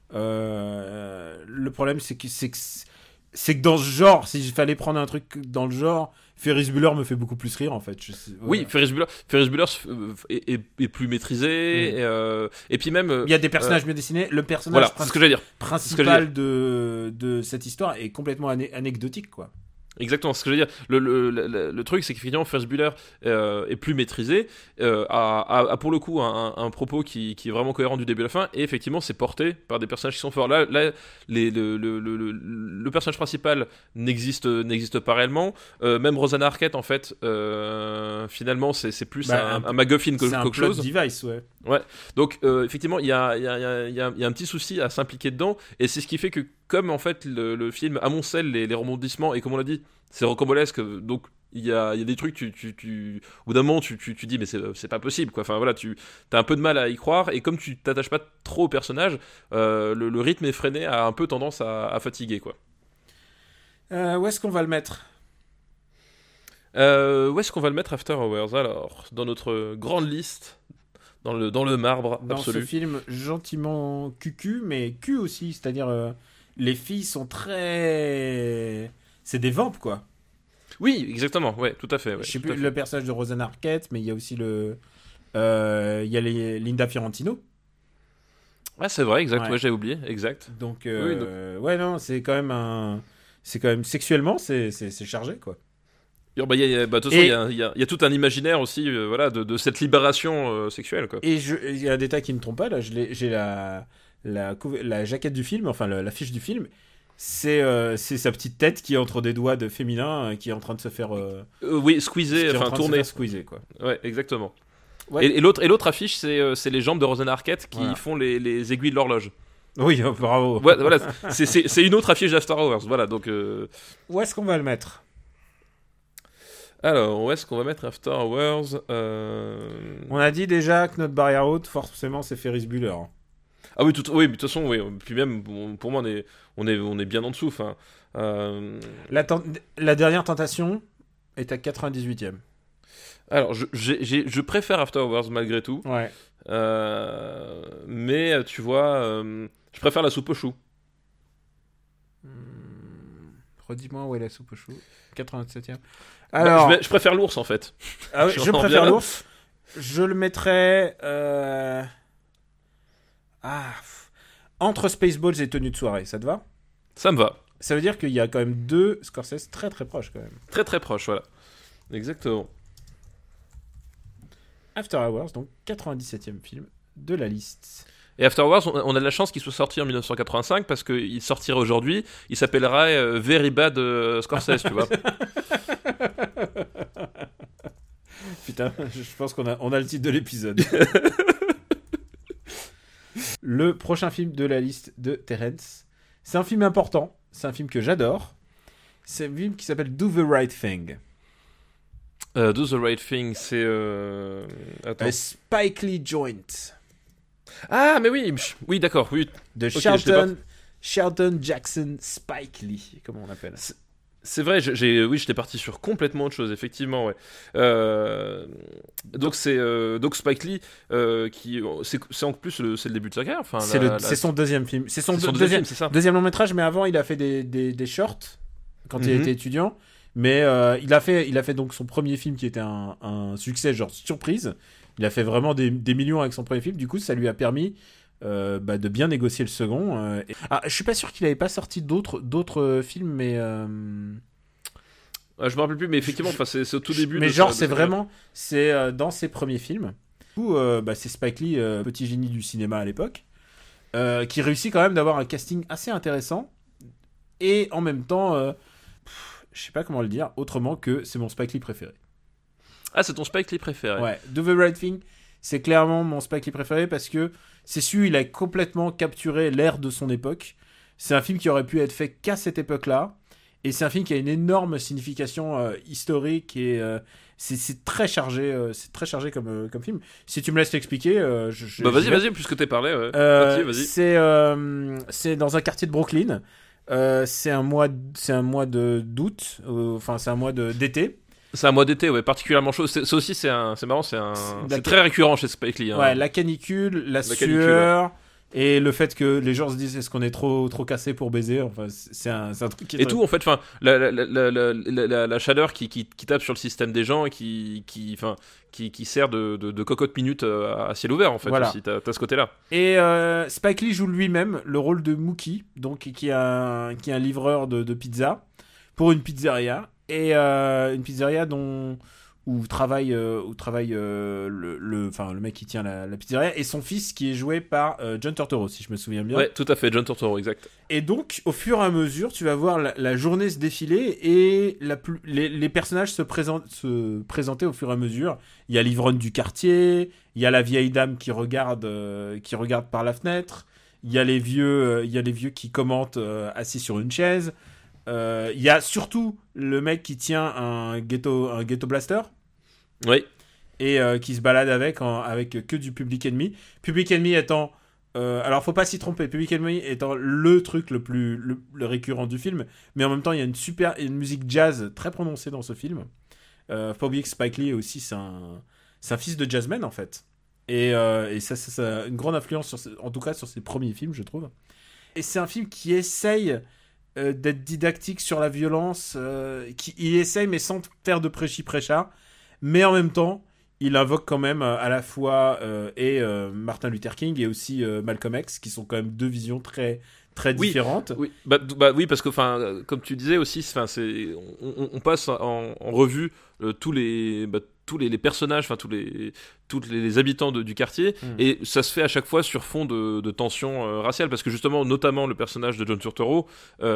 euh, le problème, c'est que c'est que c'est que dans ce genre, s'il fallait prendre un truc dans le genre, Ferris Bueller me fait beaucoup plus rire en fait. Je sais- voilà. Oui, Ferris Bueller, Ferris Bueller euh, est, est, est plus maîtrisé. Mm. Et, euh, et puis même... Il y a des personnages mieux dessinés. Le personnage Voilà, c'est princi- ce que j'allais dire. principal de, de cette histoire est complètement ané- anecdotique quoi. Exactement, ce que je veux dire. Le, le, le, le truc, c'est qu'effectivement, Ferris Bueller euh, est plus maîtrisé, euh, a, a, a pour le coup un, un, un propos qui, qui est vraiment cohérent du début à la fin, et effectivement, c'est porté par des personnages qui sont forts. Là, là les, le, le, le, le, le personnage principal n'existe, n'existe pas réellement. Euh, même Rosanna Arquette, en fait, euh, finalement, c'est, c'est plus Bah, un, un- un MacGuffin que, C'est un qu'autre plot chose. device, ouais. Ouais. Donc euh, effectivement, il y a, il y, a, il y, a, il y a- il y a un petit souci à s'impliquer dedans, et c'est ce qui fait que comme en fait le, le film amoncelle les, les rebondissements, et comme on l'a dit, c'est rocambolesque, donc il y a, il y a des trucs, tu, tu, tu, au bout d'un moment, tu, tu, tu dis mais c'est, c'est pas possible quoi. Enfin voilà, tu as un peu de mal à y croire, et comme tu t'attaches pas trop au personnage, euh, le, le rythme effréné a un peu tendance à, à fatiguer quoi. Euh, où est-ce qu'on va le mettre? Euh, où est-ce qu'on va le mettre After Hours? Alors, dans notre grande liste, dans le, dans le marbre Dans absolu. ce film gentiment cucu, mais cul aussi, c'est-à-dire euh, les filles sont très... C'est des vampes, quoi. Oui, exactement, ouais, tout à fait. Ouais, Je sais tout à plus fait. le personnage de Rosanna Arquette, mais il y a aussi le... euh, Il y a les... Linda Fiorentino. Ah, c'est vrai, exact, Ouais. ouais, j'avais oublié, exact. Donc, euh, Oui, donc- ouais, non, c'est quand même un... C'est quand même... Sexuellement, c'est, c'est, c'est chargé, quoi. Et, bah, y a- y a- bah, de toute façon, Et- il y a, y a- y a tout un imaginaire aussi euh, voilà, de, de cette libération euh, sexuelle. Quoi. Et je- il y a un détail qui ne trompe pas, là, je l'ai- j'ai la, la, couv- la jaquette du film, enfin le- l'affiche du film, c'est euh, c'est sa petite tête qui est entre des doigts de féminin, euh, qui est en train de se faire, euh, Euh, oui, qui squeezer, est en enfin train de se tourner. faire squeezer, quoi. Ouais, exactement. Ouais. Et, et l'autre, et l'autre affiche, c'est, euh, c'est les jambes de Rosanna Arquette qui Voilà. font les, les aiguilles de l'horloge. Oui, oh, bravo. Ouais, voilà, c'est, c'est, c'est une autre affiche d'After Hours. Voilà, donc. euh, Où est-ce qu'on va le mettre? Alors, où est-ce qu'on va mettre After Hours euh... On a dit déjà que notre barrière haute, forcément, c'est Ferris Bueller. Ah oui, tout, oui, mais de toute façon, oui. Puis même, bon, pour moi, on est, on est, on est bien en dessous. Enfin, euh, La, ten- la dernière tentation est à quatre-vingt-dix-huitième. Alors, je, j'ai, j'ai- je préfère After Hours malgré tout. Ouais. Euh, mais tu vois, euh, je préfère la soupe aux choux. Hmm, redis-moi où est la soupe aux choux. quatre-vingt-septième. Bah, Alors, je, vais- je préfère l'ours en fait. ah oui, je je reviens préfère là. l'ours. Je le mettrais euh... ah, pff. entre Spaceballs et Tenue de soirée. Ça te va? Ça me va. Ça veut dire qu'il y a quand même deux Scorsese très très proches quand même. Très très proche, voilà. Exactement. After Hours, donc quatre-vingt-dix-septième film de la liste. Et After Hours, on, on a de la chance qu'il soit sorti en dix-neuf cent quatre-vingt-cinq parce qu'il sortirait aujourd'hui, il s'appellerait euh, Very Bad euh, Scorsese, tu vois. Putain, je pense qu'on a, on a le titre de l'épisode. Le prochain film de la liste de Terrence, c'est un film important, c'est un film que j'adore. C'est un film qui s'appelle Do the Right Thing. Euh, Do the Right Thing, c'est... Euh... Attends. Euh, Spike Lee Joint. Ah, mais oui, oui, d'accord, oui. De okay, Shelton, Shelton Jackson Spike Lee, comment on appelle. C'est, c'est vrai, j'ai, oui, j'étais parti sur complètement autre chose, effectivement, ouais. Euh, donc c'est euh, donc Spike Lee euh, qui c'est, c'est en plus le, c'est le début de sa carrière. Enfin, c'est, la, le, la... c'est son deuxième film. C'est son, c'est son deux, deuxième, deuxième, c'est ça. deuxième long métrage, mais avant il a fait des, des, des shorts quand mm-hmm. il était étudiant. Mais euh, il a fait il a fait donc son premier film qui était un, un succès genre surprise. Il a fait vraiment des, des millions avec son premier film. Du coup, ça lui a permis euh, bah, de bien négocier le second. Euh, et... Ah, je suis pas sûr qu'il avait pas sorti d'autres d'autres films, mais euh... ah, je me rappelle plus, mais effectivement, je... c'est, c'est au tout début. Mais de genre, ça, c'est de... vraiment c'est euh, dans ses premiers films. Du coup, euh, bah, c'est Spike Lee, euh, petit génie du cinéma à l'époque, euh, qui réussit quand même d'avoir un casting assez intéressant et en même temps, euh, pff, je sais pas comment le dire autrement que c'est mon Spike Lee préféré. Ah, c'est ton Spike Lee préféré. Ouais, Do the Right Thing, c'est clairement mon Spike Lee préféré parce que c'est celui il a complètement capturé l'ère de son époque. C'est un film qui aurait pu être fait qu'à cette époque-là. Et c'est un film qui a une énorme signification euh, historique et euh, c'est, c'est très chargé, euh, c'est très chargé comme, euh, comme film. Si tu me laisses t'expliquer, euh, je, je, bah vas-y, je vas-y, puisque t'es parlé. Ouais. Euh, vas-y, vas-y. C'est, euh, c'est dans un quartier de Brooklyn. Euh, c'est un mois, c'est un mois de d'août. Euh, enfin, c'est un mois de d'été. C'est un mois d'été, ouais, particulièrement chaud. C'est, c'est aussi, c'est un, c'est marrant, c'est un, c'est, c'est très récurrent chez Spike Lee. Hein. Ouais, la canicule, la, la sueur, canicule, ouais. Et le fait que les gens se disent est-ce qu'on est trop trop cassé pour baiser. Enfin, c'est un, c'est un truc qui est et très... tout en fait. Enfin, la, la, la, la, la, la chaleur qui, qui, qui tape sur le système des gens et qui, qui, enfin, qui, qui sert de, de, de cocotte minute à ciel ouvert en fait. Voilà. Aussi, t'as, t'as ce côté-là. Et euh, Spike Lee joue lui-même le rôle de Mookie, donc qui est un, qui est un livreur de, de pizza pour une pizzeria et euh, une pizzeria dont où travaille, euh, où travaille euh, le, le, enfin, le mec qui tient la, la pizzeria et son fils qui est joué par euh, John Turturro, si je me souviens bien. Ouais, tout à fait, John Turturro, exact. Et donc, au fur et à mesure, tu vas voir la, la journée se défiler et la plus, les, les personnages se, présentent, se présenter au fur et à mesure. Il y a l'ivrogne du quartier, il y a la vieille dame qui regarde, euh, qui regarde par la fenêtre, il y a les vieux, euh, il y a les vieux qui commentent euh, assis sur une chaise. Euh, il y a surtout le mec qui tient un ghetto, un ghetto blaster. Oui. Et euh, qui se balade avec, en, avec que du Public Enemy. Public Enemy étant... Euh, alors, faut pas s'y tromper. Public Enemy étant le truc le plus le, le récurrent du film. Mais en même temps, il y a une super une musique jazz très prononcée dans ce film. Euh, faut pas oublier que Spike Lee aussi, c'est un, c'est un fils de jazzman, en fait. Et, euh, et ça, ça, ça a une grande influence, sur, en tout cas, sur ses premiers films, je trouve. Et c'est un film qui essaye... Euh, d'être didactique sur la violence, euh, qui il essaye mais sans faire de prêchi-prêcha, mais en même temps il invoque quand même euh, à la fois euh, et euh, Martin Luther King et aussi euh, Malcolm X, qui sont quand même deux visions très très oui, différentes. Oui, bah, bah oui, parce que enfin, comme tu disais aussi, enfin c'est, on, on passe en, en revue euh, tous les bah, tous les, les personnages, enfin tous les tous les, les habitants de, du quartier, mmh. et ça se fait à chaque fois sur fond de, de tensions euh, raciales, parce que justement, notamment le personnage de John Turturro,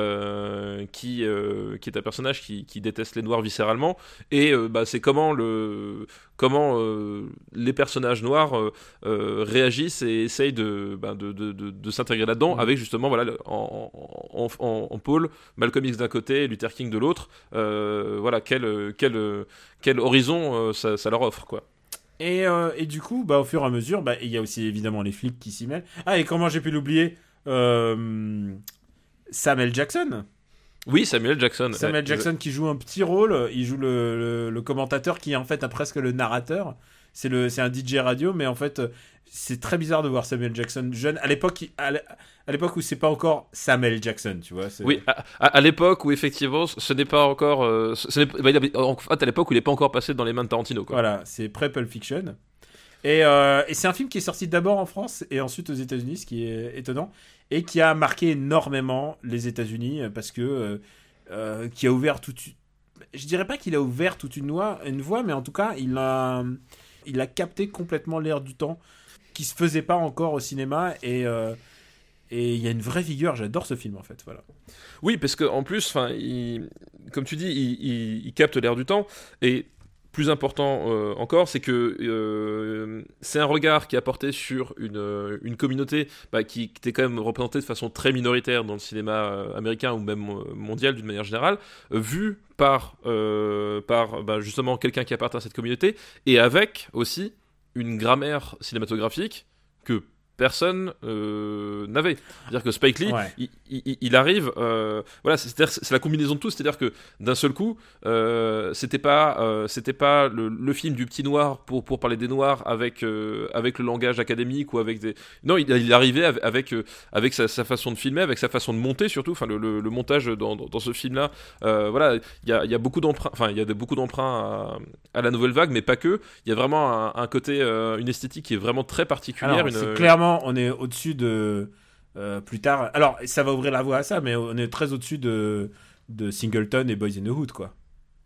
euh, qui euh, qui est un personnage qui, qui déteste les noirs viscéralement, et euh, bah c'est comment le comment euh, les personnages noirs euh, euh, réagissent et essayent de bah, de, de, de de s'intégrer là-dedans, mmh. avec justement voilà en en, en en pôle Malcolm X d'un côté et Luther King de l'autre, euh, voilà quel quel quel horizon euh, ça, ça leur offre, quoi. Et, euh, et du coup, bah, au fur et à mesure, bah, il y a aussi évidemment les flics qui s'y mêlent. Ah, et comment j'ai pu l'oublier, euh, Samuel Jackson. Oui, Samuel Jackson. Samuel ouais, Jackson qui joue un petit rôle. Il joue le, le, le commentateur qui est en fait presque le narrateur. C'est, le, c'est un D J radio, mais en fait, c'est très bizarre de voir Samuel Jackson jeune. À l'époque, à l'époque où c'est pas encore Samuel Jackson, tu vois. C'est... Oui, à, à l'époque où effectivement, ce n'est pas encore. Euh, ce n'est, bah, il a, en fait, à l'époque où il n'est pas encore passé dans les mains de Tarantino, quoi. Voilà, c'est pré-Pulp Fiction. Et, euh, et c'est un film qui est sorti d'abord en France et ensuite aux États-Unis, ce qui est étonnant, et qui a marqué énormément les États-Unis parce que euh, euh, qui a ouvert toute. Je dirais pas qu'il a ouvert toute une voie, une voie, mais en tout cas, il a. Il a capté complètement l'air du temps qui se faisait pas encore au cinéma, et euh, et il y a une vraie vigueur. J'adore ce film en fait, voilà. Oui, parce que en plus, enfin, comme tu dis, il, il, il capte l'air du temps, et plus important euh, encore, c'est que euh, c'est un regard qui est apporté sur une, euh, une communauté bah, qui, qui était quand même représentée de façon très minoritaire dans le cinéma euh, américain ou même euh, mondial d'une manière générale, euh, vu par, euh, par bah, justement quelqu'un qui appartient à cette communauté, et avec aussi une grammaire cinématographique que personne euh, n'avait. C'est-à-dire que Spike Lee, ouais. il, il, il arrive, euh, voilà, c'est, c'est-à-dire, c'est la combinaison de tout. C'est-à-dire que d'un seul coup, euh, c'était pas, euh, c'était pas le, le film du petit noir pour pour parler des noirs avec euh, avec le langage académique ou avec des. Non, il, il arrivait avec avec, euh, avec sa, sa façon de filmer, avec sa façon de monter surtout. Enfin, le, le, le montage dans, dans, dans ce film-là, euh, voilà, il y a il y a beaucoup d'emprunts. Enfin, il y a de, beaucoup d'emprunts à, à la nouvelle vague, mais pas que. Il y a vraiment un, un côté, euh, une esthétique qui est vraiment très particulière. Alors, une, c'est clairement on est au-dessus de euh, plus tard. Alors, ça va ouvrir la voie à ça, mais on est très au-dessus de, de Singleton et Boys in the Hood, quoi.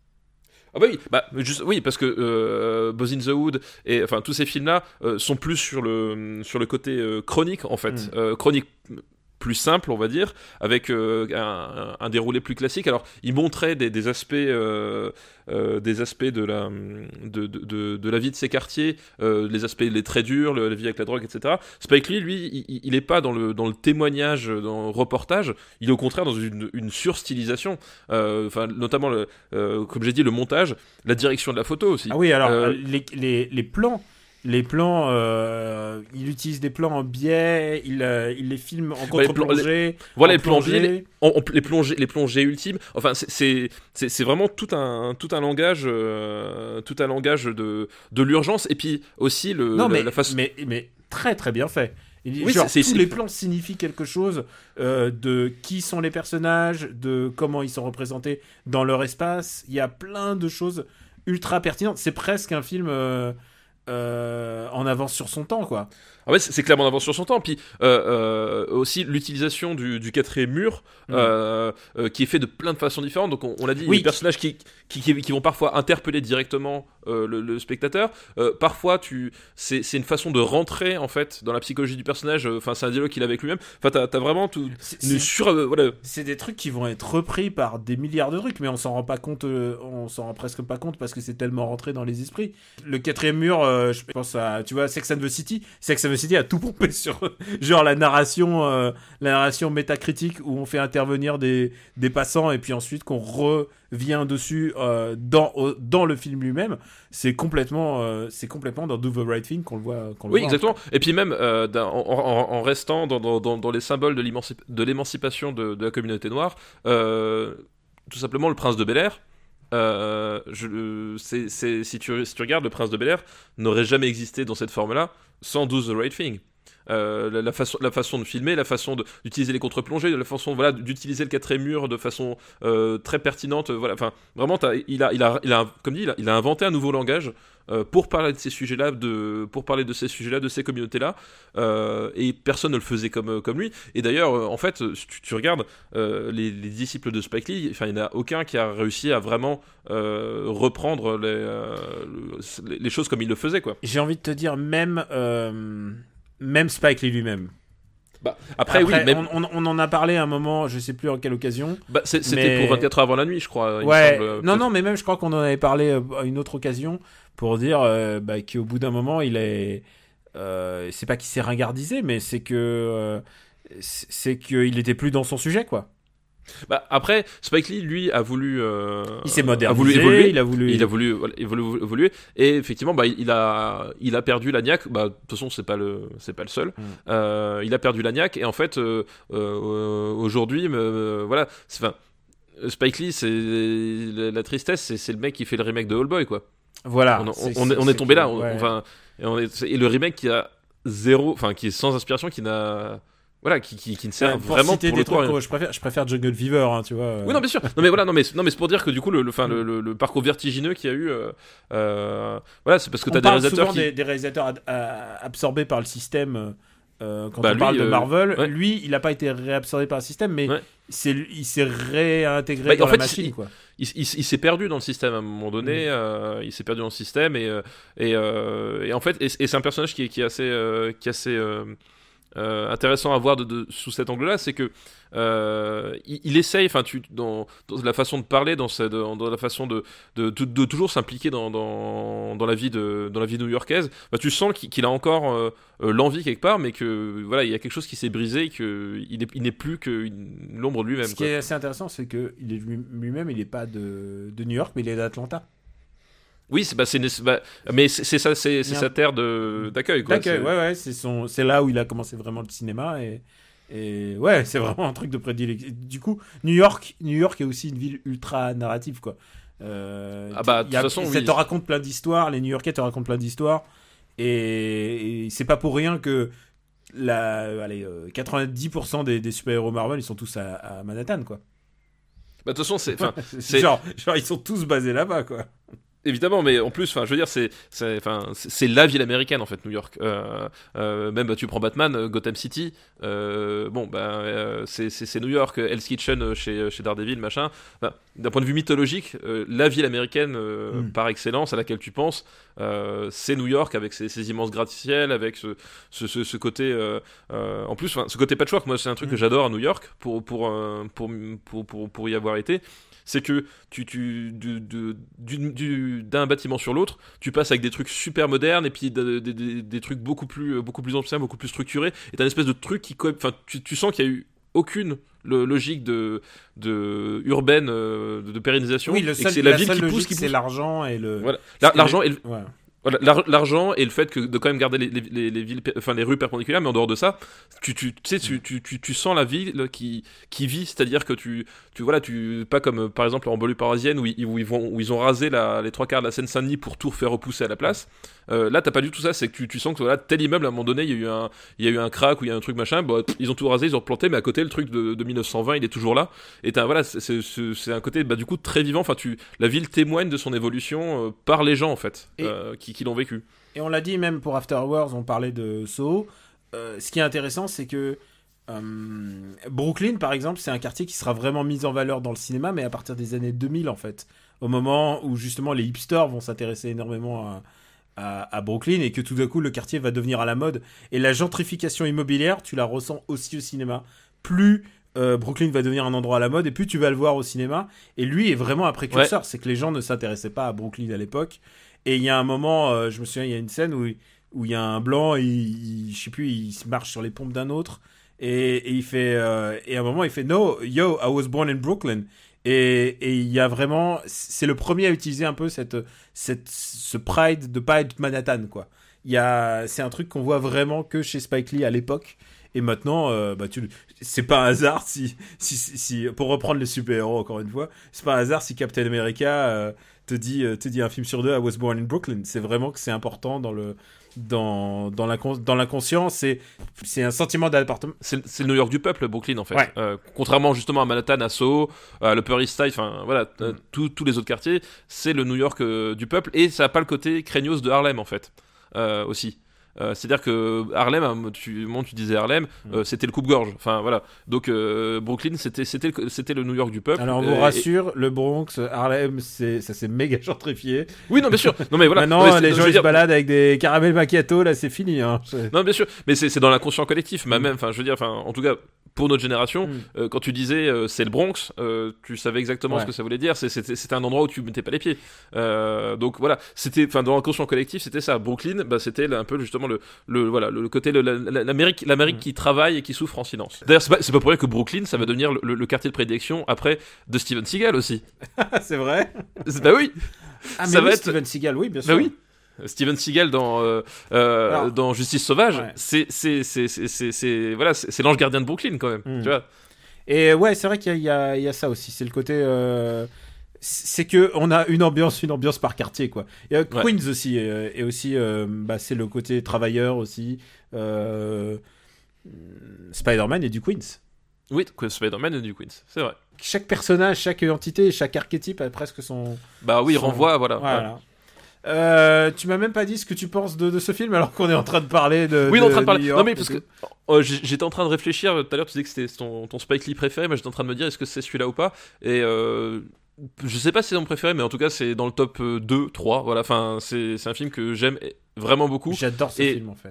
Ah bah oui, bah juste oui parce que euh, Boys in the Hood et enfin tous ces films-là euh, sont plus sur le sur le côté euh, chronique en fait, mm. euh, chronique plus simple, on va dire, avec euh, un, un déroulé plus classique. Alors, il montrait des, des aspects, euh, euh, des aspects de la, de, de, de, de la vie de ces quartiers, euh, les aspects, les traits durs, le, la vie avec la drogue, et cetera. Spike Lee, lui, il, il est pas dans le, dans le témoignage, dans le reportage. Il est au contraire dans une, une surstylisation. Euh, enfin, notamment, le, euh, comme j'ai dit, le montage, la direction de la photo aussi. Ah oui, alors euh, les, les, les plans. Les plans, euh, il utilise des plans en biais, il, euh, il les filme en contre-plongée. Voilà les plans biais, les, en, en, les plongées, les plongées ultimes. Enfin, c'est, c'est, c'est, c'est vraiment tout un, tout un langage, euh, tout un langage de, de l'urgence et puis aussi le. Non, la, mais, la façon. Mais, mais très très bien fait. Il, oui, genre, c'est, tous c'est, les c'est... plans signifient quelque chose euh, de qui sont les personnages, de comment ils sont représentés dans leur espace. Il y a plein de choses ultra pertinentes. C'est presque un film. Euh, Euh, en avance sur son temps, quoi. Ah ouais, c'est, c'est clairement en avance sur son temps. Puis euh, euh, aussi l'utilisation du, du quatrième mur, mmh. euh, euh, qui est fait de plein de façons différentes. Donc on, on l'a dit, oui. Il y a des personnages qui, qui, qui, qui vont parfois interpeller directement euh, le, le spectateur. Euh, parfois, tu, c'est, c'est une façon de rentrer en fait dans la psychologie du personnage. Enfin, c'est un dialogue qu'il a avec lui-même. Enfin, t'as, t'as vraiment tout. C'est, une c'est, sur, euh, voilà. C'est des trucs qui vont être repris par des milliards de trucs, mais on s'en rend pas compte. Euh, on s'en rend presque pas compte parce que c'est tellement rentré dans les esprits. Le quatrième mur, euh, je pense à, tu vois, Sex and the City. Sex and the City a tout pompé sur genre la narration, euh, la narration métacritique où on fait intervenir des des passants et puis ensuite qu'on revient dessus euh, dans au, dans le film lui-même. C'est complètement, euh, c'est complètement dans Do the Right Thing qu'on le voit. Qu'on le oui, voit, exactement. Et puis même euh, en, en, en restant dans, dans, dans les symboles de, l'émancip- de l'émancipation de, de la communauté noire, euh, tout simplement le Prince de Bel-Air. Euh, je, c'est, c'est, si, tu, si tu regardes, le Prince de Bel-Air n'aurait jamais existé dans cette forme-là sans Do the Right Thing. Euh, la, la, façon, la façon de filmer, la façon de, d'utiliser les contre-plongées, la façon voilà, d'utiliser le quatrième mur de façon euh, très pertinente. Voilà, enfin, vraiment, il a, il a, il a, comme dit, il a, il a inventé un nouveau langage euh, pour parler de ces sujets-là, de, pour parler de ces sujets-là, de ces communautés-là, euh, et personne ne le faisait comme, comme lui. Et d'ailleurs, euh, en fait, si tu, tu regardes euh, les, les disciples de Spike Lee, enfin, il n'y en a aucun qui a réussi à vraiment euh, reprendre les, euh, les, les choses comme il le faisait, quoi. J'ai envie de te dire, même. Euh... Même Spike Lee lui-même. Bah, après, après, oui, même... on, on, on en a parlé à un moment, je sais plus en quelle occasion. Bah, c'est, c'était mais... pour vingt-quatre heures avant la nuit, je crois. Il ouais. me semble, non, non, mais même, je crois qu'on en avait parlé à une autre occasion pour dire euh, bah, qu'au bout d'un moment, il est. Euh, c'est pas qu'il s'est ringardisé, mais c'est que. Euh, c'est qu'il était plus dans son sujet, quoi. Bah après Spike Lee lui a voulu euh, il s'est modernisé, a voulu évoluer, il a voulu il a voulu voilà, évoluer, évoluer et effectivement bah il a il a perdu la niaque. Bah de toute façon c'est pas le c'est pas le seul. Mm. Euh, il a perdu la niaque et en fait euh, euh, aujourd'hui euh, voilà enfin Spike Lee c'est la, la tristesse c'est, c'est le mec qui fait le remake de Oldboy quoi. Voilà. On, on, c'est, on, c'est, on est tombé c'est là. que, ouais. on, enfin et, on est, et le remake qui a zéro enfin qui est sans inspiration qui n'a Voilà, qui, qui, qui ne sert pour vraiment citer pour des le trucs, je préfère, je préfère Jungle Fever, hein, tu vois. Oui, non, bien sûr. Non, mais voilà, non, mais, non, mais c'est pour dire que du coup, le, le, fin, le, le, le parcours vertigineux qu'il y a eu, euh, euh, voilà, c'est parce que tu as des réalisateurs souvent qui... des, des réalisateurs ad, à, absorbés par le système. Euh, quand bah, on lui, parle de euh, Marvel, ouais. lui, il n'a pas été réabsorbé par le système, mais ouais. c'est, il s'est réintégré bah, dans en la fait, machine, il, quoi. Il, il, il s'est perdu dans le système à un moment donné. Mmh. Euh, il s'est perdu dans le système et, et, euh, et en fait, et, et c'est un personnage qui est, qui est assez, euh, qui est assez. Euh, euh, intéressant à voir de, de, sous cet angle-là, c'est que euh, il, il essaye, enfin, tu dans, dans la façon de parler, dans, cette, dans, dans la façon de, de, de, de toujours s'impliquer dans, dans, dans la vie de dans la vie new-yorkaise, bah, tu sens qu'il, qu'il a encore euh, l'envie quelque part, mais que voilà, il y a quelque chose qui s'est brisé, et que il, est, il n'est plus que une, l'ombre de lui-même. Ce quoi. qui est assez intéressant, c'est que il est lui-même, il n'est pas de, de New York, mais il est d'Atlanta. Oui, c'est, bah, c'est, bah, mais c'est, c'est ça, c'est, c'est a... sa terre de, d'accueil, quoi. D'accueil, c'est... ouais, ouais, c'est son, c'est là où il a commencé vraiment le cinéma et, et ouais, c'est vraiment un truc de prédilection. Du coup, New York, New York est aussi une ville ultra narrative, quoi. Euh, ah bah, de toute façon, ça oui. te raconte plein d'histoires, les New-Yorkais te racontent plein d'histoires et, et c'est pas pour rien que la, allez, euh, quatre-vingt-dix pour cent des, des super-héros Marvel, ils sont tous à, à Manhattan, quoi. Bah, de toute façon, c'est, c'est, c'est... Genre, genre, ils sont tous basés là-bas, quoi. Évidemment, mais en plus, enfin, je veux dire, c'est, c'est, enfin, c'est, c'est la ville américaine en fait, New York. Euh, euh, même, bah, tu prends Batman, Gotham City. Euh, bon, bah, euh, c'est, c'est, c'est New York, Hell's Kitchen chez, chez Daredevil, machin. Enfin, d'un point de vue mythologique, euh, la ville américaine euh, mm. par excellence à laquelle tu penses, euh, c'est New York avec ses, ses immenses gratte-ciel, avec ce, ce, ce, ce côté, euh, euh, en plus, ce côté patchwork. Moi, c'est un truc mm. que j'adore à New York pour pour euh, pour, pour, pour, pour y avoir été. C'est que tu, tu, du, du, du, du, d'un bâtiment sur l'autre, tu passes avec des trucs super modernes et puis des, des, des, des trucs beaucoup plus, beaucoup plus anciens, beaucoup plus structurés. Et t'as une espèce de truc qui, enfin, tu, tu sens qu'il y a eu aucune le, logique de, de urbaine de, de pérennisation. Oui, le seul, et que c'est la, la ville seule qui logique, pousse, qui pousse. C'est l'argent et le. Voilà. La, l'argent les... et le. Ouais. Voilà, l'ar- l'argent et le fait que de quand même garder les, les, les villes, enfin les rues perpendiculaires, mais en dehors de ça, tu, tu, tu sais, tu, tu, tu, tu sens la ville qui, qui vit, c'est-à-dire que tu, tu, voilà, tu, pas comme par exemple en banlieue parisienne où ils, où ils vont, où ils ont rasé la, les trois quarts de la Seine-Saint-Denis pour tout refaire repousser à la place. Euh, là, t'as pas du tout ça, c'est que tu, tu sens que voilà, tel immeuble à un moment donné, il y a eu un, il y a eu un crack ou il y a un truc machin, bah, ils ont tout rasé, ils ont replanté, mais à côté le truc de, de dix-neuf cent vingt, il est toujours là. Et t'as, voilà, c'est, c'est, c'est un côté, bah, du coup, très vivant. Enfin, tu, la ville témoigne de son évolution euh, par les gens en fait, et, euh, qui, qui l'ont vécu. Et on l'a dit même pour After Wars, on parlait de Soho. Euh, ce qui est intéressant, c'est que euh, Brooklyn, par exemple, c'est un quartier qui sera vraiment mis en valeur dans le cinéma, mais à partir des années deux mille en fait, au moment où justement les hipsters vont s'intéresser énormément à À, à Brooklyn et que tout d'un coup le quartier va devenir à la mode et la gentrification immobilière tu la ressens aussi au cinéma. Plus euh, Brooklyn va devenir un endroit à la mode et plus tu vas le voir au cinéma et lui est vraiment un précurseur. Ouais. C'est que les gens ne s'intéressaient pas à Brooklyn à l'époque et il y a un moment euh, je me souviens il y a une scène où où il y a un blanc et il, il, je sais plus il marche sur les pompes d'un autre et, et il fait euh, et à un moment il fait no yo I was born in Brooklyn. Et et il y a vraiment, c'est le premier à utiliser un peu cette cette ce pride de pas être Manhattan quoi. Il y a, c'est un truc qu'on voit vraiment que chez Spike Lee à l'époque. Et maintenant, euh, bah tu, c'est pas un hasard si, si si si pour reprendre les super-héros encore une fois, c'est pas un hasard si Captain America euh, te dit te dit un film sur deux I was born in Brooklyn. C'est vraiment que c'est important dans le dans dans la dans l'inconscient, c'est c'est un sentiment d'appartement. C'est, c'est le New York du peuple, Brooklyn en fait. Ouais. Euh, contrairement justement à Manhattan, à Soho, à l'Upper East Side, enfin voilà, mm. euh, tous tous les autres quartiers, c'est le New York euh, du peuple et ça a pas le côté craignos de Harlem en fait euh, aussi. Euh, c'est-à-dire que Harlem, tu, bon, tu disais Harlem, euh, mmh. c'était le coupe-gorge. Enfin voilà. Donc euh, Brooklyn, c'était c'était le, c'était le New York du peuple. Alors on vous euh, rassure, et... le Bronx, Harlem, c'est ça s'est méga gentrifié. Oui non bien sûr. Non mais voilà. Maintenant non, mais les gens ils dire... se baladent avec des caramels macchiato, là c'est fini. Hein. C'est... Non bien sûr. Mais c'est c'est dans l'inconscient collectif. Mmh. Même, enfin je veux dire, enfin en tout cas. Pour notre génération, mmh. euh, quand tu disais euh, c'est le Bronx, euh, tu savais exactement ouais. ce que ça voulait dire. C'est, c'était, c'était un endroit où tu mettais pas les pieds. Euh, donc voilà, c'était, enfin dans l'inconscient collectif, c'était ça. Brooklyn, bah c'était un peu justement le, le voilà, le, le côté le, la, la, l'Amérique, l'Amérique mmh. qui travaille et qui souffre en silence. D'ailleurs, c'est pas, c'est pas pour rien que Brooklyn, ça va devenir le, le, le quartier de prédilection après de Steven Seagal aussi. C'est vrai. C'est, bah oui. Ah mais ça oui, va être... Steven Seagal, oui bien sûr. Bah oui. Steven Seagal dans euh, euh, Alors, dans Justice Sauvage, ouais. c'est, c'est c'est c'est c'est c'est voilà, c'est, c'est l'ange gardien de Brooklyn quand même. Mmh. Tu vois. Et ouais, c'est vrai qu'il y a, il y a, il y a ça aussi. C'est le côté, euh, c'est que on a une ambiance, une ambiance par quartier, quoi. Il y a ouais. Queens aussi, et, et aussi, euh, bah, c'est le côté travailleur aussi. Euh, Spider-Man est du Queens. Oui, Spider-Man est du Queens, c'est vrai. Chaque personnage, chaque entité, chaque archétype a presque son. Bah oui, son... renvoie, voilà. Voilà. Ouais. Euh, tu m'as même pas dit ce que tu penses de, de ce film alors qu'on est en train de parler de. Oui, de, on est en train de parler. York, non mais parce que oh, j'étais en train de réfléchir tout à l'heure. Tu disais que c'était ton, ton Spike Lee préféré, mais j'étais en train de me dire est-ce que c'est celui-là ou pas. Et euh, je sais pas si c'est mon préféré, mais en tout cas c'est dans le top deux, trois. Voilà, enfin c'est c'est un film que j'aime vraiment beaucoup. J'adore ce et... film en fait.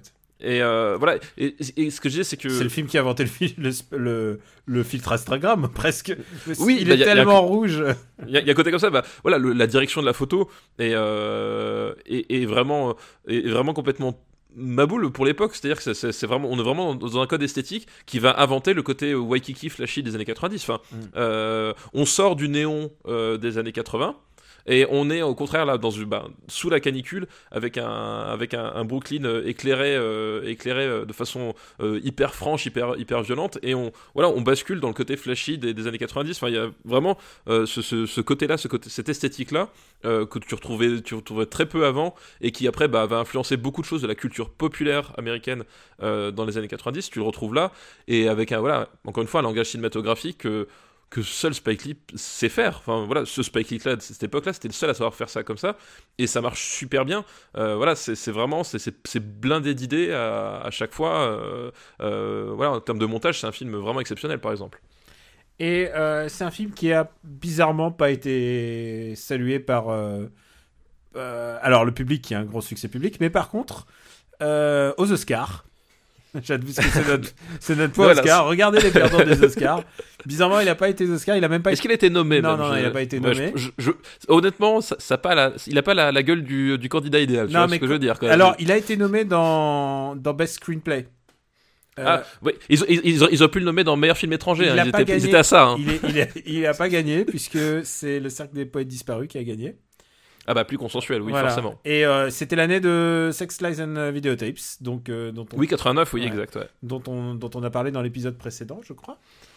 Et euh, voilà. Et, et ce que je disais, c'est que c'est le film qui a inventé le, fil- le, le, le filtre Instagram presque. Oui, il bah, est y a- tellement y a- rouge. Il y, a- il y a côté comme ça, bah, voilà, le- la direction de la photo est, euh, est, est vraiment, est vraiment complètement maboule pour l'époque. C'est-à-dire que c'est, c'est, c'est vraiment, on est vraiment dans un code esthétique qui va inventer le côté Waikiki flashy des années quatre-vingt-dix. Enfin, Mm. euh, on sort du néon euh, des années quatre-vingts. Et on est au contraire là dans une, bah, sous la canicule avec un avec un, un Brooklyn euh, éclairé euh, éclairé euh, de façon euh, hyper franche, hyper hyper violente, et on voilà on bascule dans le côté flashy des, des années quatre-vingt-dix. Enfin il y a vraiment euh, ce, ce, ce côté là, ce côté, cette esthétique là euh, que tu retrouvais tu retrouvais très peu avant et qui après bah, va influencer beaucoup de choses de la culture populaire américaine euh, dans les années quatre-vingt-dix. Tu le retrouves là et avec un voilà encore une fois un langage cinématographique euh, que seul Spike Lee sait faire. Enfin voilà, ce Spike Lee là de cette époque-là, c'était le seul à savoir faire ça comme ça, et ça marche super bien. Euh, voilà, c'est, c'est vraiment, c'est, c'est, c'est blindé d'idées à, à chaque fois. Euh, euh, voilà, en termes de montage, c'est un film vraiment exceptionnel, par exemple. Et euh, c'est un film qui a bizarrement pas été salué par euh, euh, alors le public, qui a un gros succès public, mais par contre euh, aux Oscars. J'admets que c'est notre, c'est notre point Voilà, Oscar. c'est- Regardez les perdants des Oscars. Bizarrement, il a pas été aux Oscars. Il a même pas. Est-ce qu'il a été nommé Non, même, non, je- il a pas été Ouais, nommé. je- je- je- honnêtement, ça, ça a pas la, il a pas la, la gueule du, du candidat idéal. Tu Non, vois mais ce que co- je veux dire. Quand même. Alors, il a été nommé dans dans Best Screenplay. Euh, Ah, ouais, ils, ils, ils, ils auraient pu le nommer dans meilleur film étranger. Il hein, a Ils, pas étaient, ils gagné. étaient à ça. Hein. il, est, il, est- il a pas gagné puisque c'est le Cercle des Poètes Disparus qui a gagné. Ah bah plus consensuel, oui, Voilà. forcément. Et euh, c'était l'année de Sex, Lies and Videotapes, donc euh, dont on Oui, quatre-vingt-neuf, oui, Ouais. exact. Ouais. dont on, dont on a parlé dans l'épisode précédent, je crois.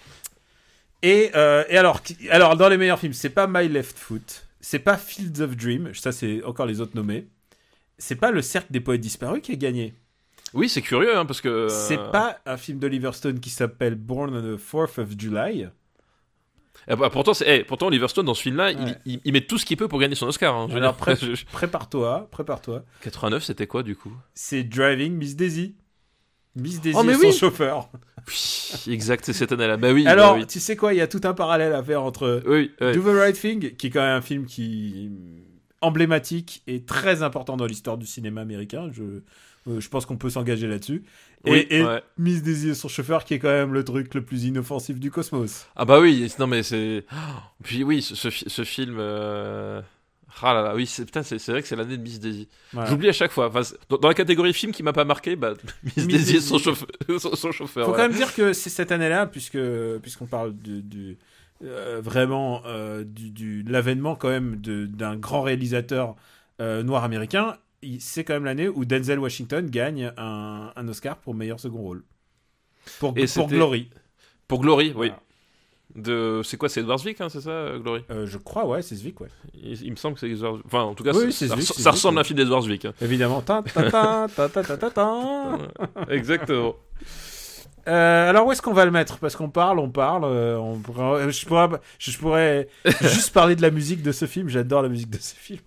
Et, euh, et alors, qui- alors, dans les meilleurs films, c'est pas My Left Foot, c'est pas Fields of Dream, ça c'est encore les autres nommés, c'est pas Le Cercle des Poètes Disparus qui a gagné, Oui, c'est curieux, hein, parce que. euh, c'est pas un film d'Oliver Stone qui s'appelle Born on the fourth of July. Ah bah, pourtant, c'est, eh, pourtant, Oliver Stone dans ce film-là, Ouais. il, il, il met tout ce qu'il peut pour gagner son Oscar. Hein, je veux Alors, dire. pré- Je- je- prépare-toi, prépare-toi, quatre-vingt-neuf, c'était quoi du coup? c'est Driving Miss Daisy. Miss Daisy Oh, mais et son oui. chauffeur. Oui, exact, c'est cette année-là. Bah oui. Alors, bah oui. tu sais quoi, il y a tout un parallèle à faire entre Oui, ouais. Do the Right Thing, qui est quand même un film qui emblématique et très important dans l'histoire du cinéma américain. Je, euh, je pense qu'on peut s'engager là-dessus. Et, Oui, et ouais. Miss Daisy et son chauffeur, qui est quand même le truc le plus inoffensif du cosmos. Ah bah oui, non mais c'est. Puis oui, ce, ce, fi- ce film. euh, Ah là là, oui, c'est, putain, c'est, c'est vrai que c'est l'année de Miss Daisy. Voilà. J'oublie à chaque fois. Enfin, c'est- dans, dans la catégorie film qui m'a pas marqué, bah, Miss, Miss Daisy et Daisy. son chauffeur. son, son chauffeur Faut voilà. quand même dire que c'est cette année-là, puisque puisqu'on parle du, du euh, vraiment euh, du, du de l'avènement quand même de, d'un grand réalisateur euh, noir américain. il- C'est quand même l'année où Denzel Washington gagne un, un Oscar pour meilleur second rôle. Pour, Et pour c'était- Glory. Pour Glory, oui. Voilà. De... C'est quoi, c'est Edward Zwick, hein, c'est ça, euh, Glory? Euh, je crois, ouais, c'est Zwick, ouais. il, il me semble que c'est Edward. Enfin, en tout cas, Oui, c'est- c'est ça, Zwick, ça c'est Zwick, ressemble à un ouais. film d'Edward Zwick. Hein. Évidemment. Ta, ta, ta, ta, ta, ta, ta, ta. Exactement. Euh, alors où est-ce qu'on va le mettre? Parce qu'on parle, on parle. euh, on pourra- je, pourrais, je pourrais juste parler de la musique de ce film. J'adore la musique de ce film.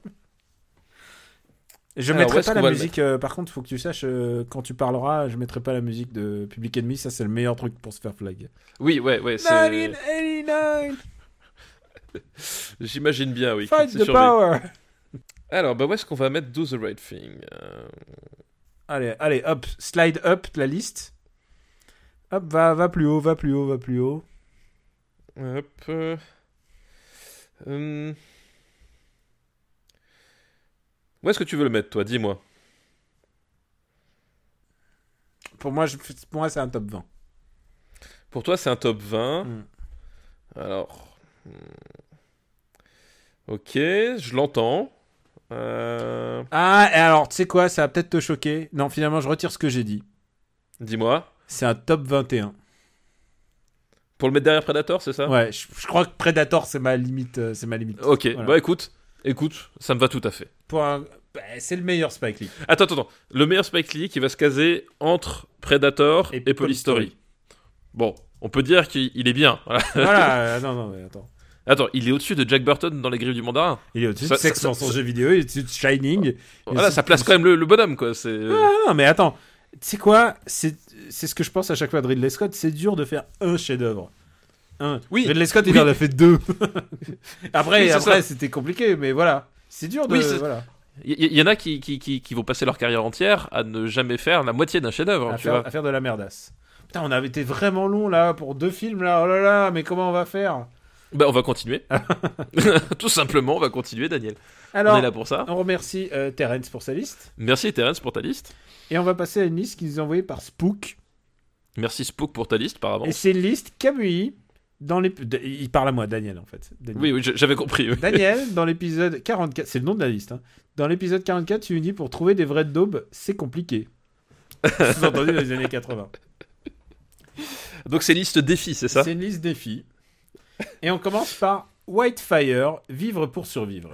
Je Alors, où mettrai est-ce pas qu'on la va le musique. euh, par contre, faut que tu saches euh, quand tu parleras, je mettrai pas la musique de Public Enemy. Ça, c'est le meilleur truc pour se faire flag. Oui, ouais, ouais. C'est... dix-neuf quatre-vingt-dix-neuf, J'imagine bien, oui. fight c'est the survécu. power. Alors, bah, où est-ce qu'on va mettre Do the Right Thing? Euh, Allez, allez, hop, slide up la liste. Hop, va, va plus haut, va plus haut, va plus haut. Hop. euh, hum. Où est-ce que tu veux le mettre, toi? Dis-moi. Pour moi, je, pour moi, c'est un top vingt. Pour toi, c'est un top vingt. Mm. Alors. hum. Ok, je l'entends. Euh, Ah, et alors, tu sais quoi, ça va peut-être te choquer. Non, finalement, je retire ce que j'ai dit. Dis-moi. C'est un top vingt et un. Pour le mettre derrière Predator, c'est ça? Ouais, je, je crois que Predator, c'est ma limite. euh, c'est ma limite. Ok, Voilà. bah écoute, écoute, ça me va tout à fait. Pour un- bah, c'est le meilleur Spike Lee. Attends, attends, attends. Le meilleur Spike Lee qui va se caser entre Predator et, Et Police Story. Story. Bon, on peut dire qu'il il est bien. Voilà. Voilà, euh, non, non, mais attends. Attends, il est au-dessus de Jack Burton dans Les Griffes du Mandarin. Il est au-dessus Ça- de Sex ça- dans son jeu vidéo, il est au-dessus de Shining. Voilà, ça place quand même le, le bonhomme, quoi. C'est... Ah, non, mais attends. Tu sais quoi, c'est, c'est ce que je pense à chaque fois de Ridley Scott, c'est dur de faire un chef-d'œuvre. Un. Oui. Ridley Scott, il Oui. en a fait deux. après, Oui, c'est après ça. c'était compliqué, mais voilà. C'est dur de. Oui, c'est- voilà. Il y, y en a qui, qui, qui, qui vont passer leur carrière entière à ne jamais faire la moitié d'un chef-d'œuvre. À, tu faire, vois. à faire de la merdasse. Putain, on avait été vraiment long là pour deux films là. Oh là là, mais comment on va faire? Bah, on va continuer. Tout simplement, on va continuer, Daniel. Alors, on est là pour ça. On remercie euh, Terence pour sa liste. Merci, Terence, pour ta liste. Et on va passer à une liste qui nous est envoyée par Spook. Merci, Spook, pour ta liste, par avance. Et c'est une liste Kamui. Dans l'ép... Il parle à moi, Daniel, en fait. Daniel. Oui, oui, j'avais compris. Oui. Daniel, dans l'épisode quarante-quatre, c'est le nom de la liste. Hein. Dans l'épisode quarante-quatre, tu lui dis pour trouver des vrais daubes, c'est compliqué. Sous-entendu dans les années quatre-vingts. Donc c'est liste défi, c'est ça? C'est une liste défi. Et on commence par Whitefire, vivre pour survivre.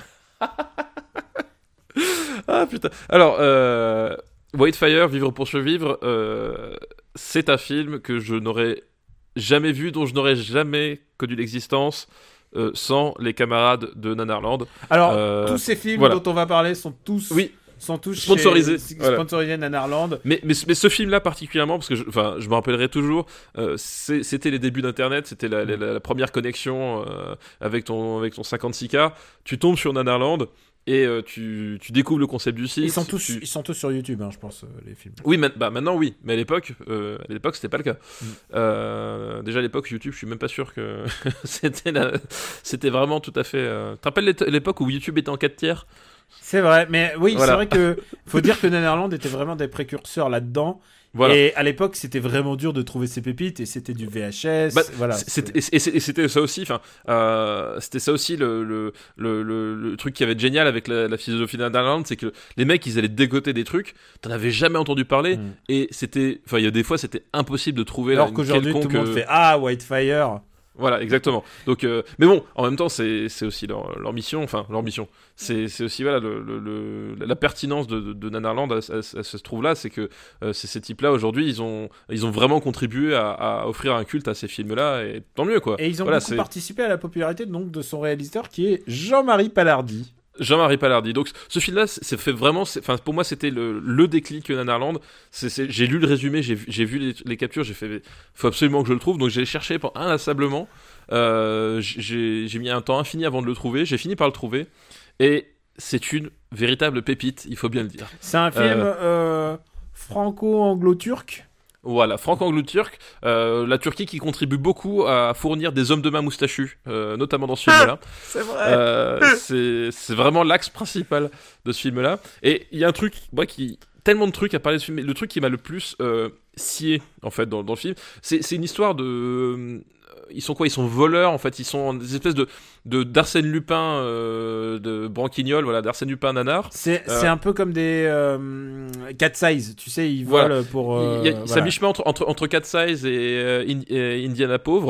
Ah putain. Alors, euh, Whitefire, vivre pour survivre, euh, c'est un film que je n'aurais jamais vu, dont je n'aurais jamais connu l'existence euh, sans les camarades de Nanarland. Alors, euh, tous ces films voilà. dont on va parler sont tous, oui. sont tous sponsorisés, chez... voilà. sponsorisés Nanarland. Mais, mais, mais ce film-là particulièrement, parce que je, enfin, je me rappellerai toujours, euh, c'est, c'était les débuts d'Internet, c'était la, la, la première connexion euh, avec, ton, avec ton cinquante-six K. Tu tombes sur Nanarland. Et euh, tu, tu découvres le concept du site. Ils sont tous, tu... ils sont tous sur YouTube, hein, je pense, euh, les films. Oui, ma- bah, maintenant oui, mais à l'époque, euh, à l'époque c'était pas le cas. Mm. Euh, déjà à l'époque, YouTube, je suis même pas sûr que c'était, la... c'était vraiment tout à fait. Euh... Tu te rappelles l'é- l'époque où YouTube était en quatre tiers? C'est vrai, mais oui, Voilà. c'est vrai que faut dire que Nanarland était vraiment des précurseurs là-dedans. Voilà. Et à l'époque, c'était vraiment dur de trouver ces pépites et c'était du V H S. Bah, voilà. C'était, et, et c'était ça aussi, enfin, euh, c'était ça aussi le, le, le, le, le truc qui avait de génial avec la, la philosophie d'Underland, c'est que les mecs, ils allaient dégoter des trucs, t'en avais jamais entendu parler, Mm. et c'était, enfin, il y a des fois, c'était impossible de trouver. Alors une qu'aujourd'hui, tout quelconque, le monde fait Ah, Whitefire. Voilà, exactement. Donc, euh, mais bon, en même temps, c'est, c'est aussi leur, leur mission. Enfin, leur mission. C'est, c'est aussi voilà le, le, le, la pertinence de, de, de Nanarland à, à, à se trouve là, c'est que euh, c'est ces types-là aujourd'hui, ils ont, ils ont vraiment contribué à, à offrir un culte à ces films-là, et tant mieux quoi. Et ils ont voilà, beaucoup c'est... participé à la popularité donc de son réalisateur qui est Jean-Marie Palardi. Jean-Marie Palardi. Donc ce film-là, c'est fait vraiment. Enfin, pour moi, c'était le, le déclic Nanarland. C'est, c'est, j'ai lu le résumé, j'ai, j'ai vu les, les captures, j'ai fait. Faut absolument que je le trouve. Donc j'ai cherché inlassablement. Euh, j'ai, j'ai mis un temps infini avant de le trouver. J'ai fini par le trouver. Et c'est une véritable pépite, il faut bien le dire. C'est un film Euh... euh, franco-anglo-turc. Voilà, franco-anglo-turc, euh, la Turquie qui contribue beaucoup à fournir des hommes de main moustachus, euh, notamment dans ce film-là. Ah, c'est vrai. Euh, c'est, c'est vraiment l'axe principal de ce film-là. Et il y a un truc, moi, qui... Tellement de trucs à parler de ce film, mais le truc qui m'a le plus euh, scié, en fait, dans, dans le film, c'est, c'est une histoire de... Euh, ils sont quoi? Ils sont voleurs, en fait, ils sont des espèces de, de d'Arsène Lupin, euh, de branquignol, voilà, d'Arsène Lupin nanar. C'est, euh, c'est un peu comme des euh, Cat Size, tu sais, ils voilà. volent pour... Euh, il y a, voilà. C'est à mi-chemin entre, entre, entre Cat Size et, euh, In, et Indiana Pauvre,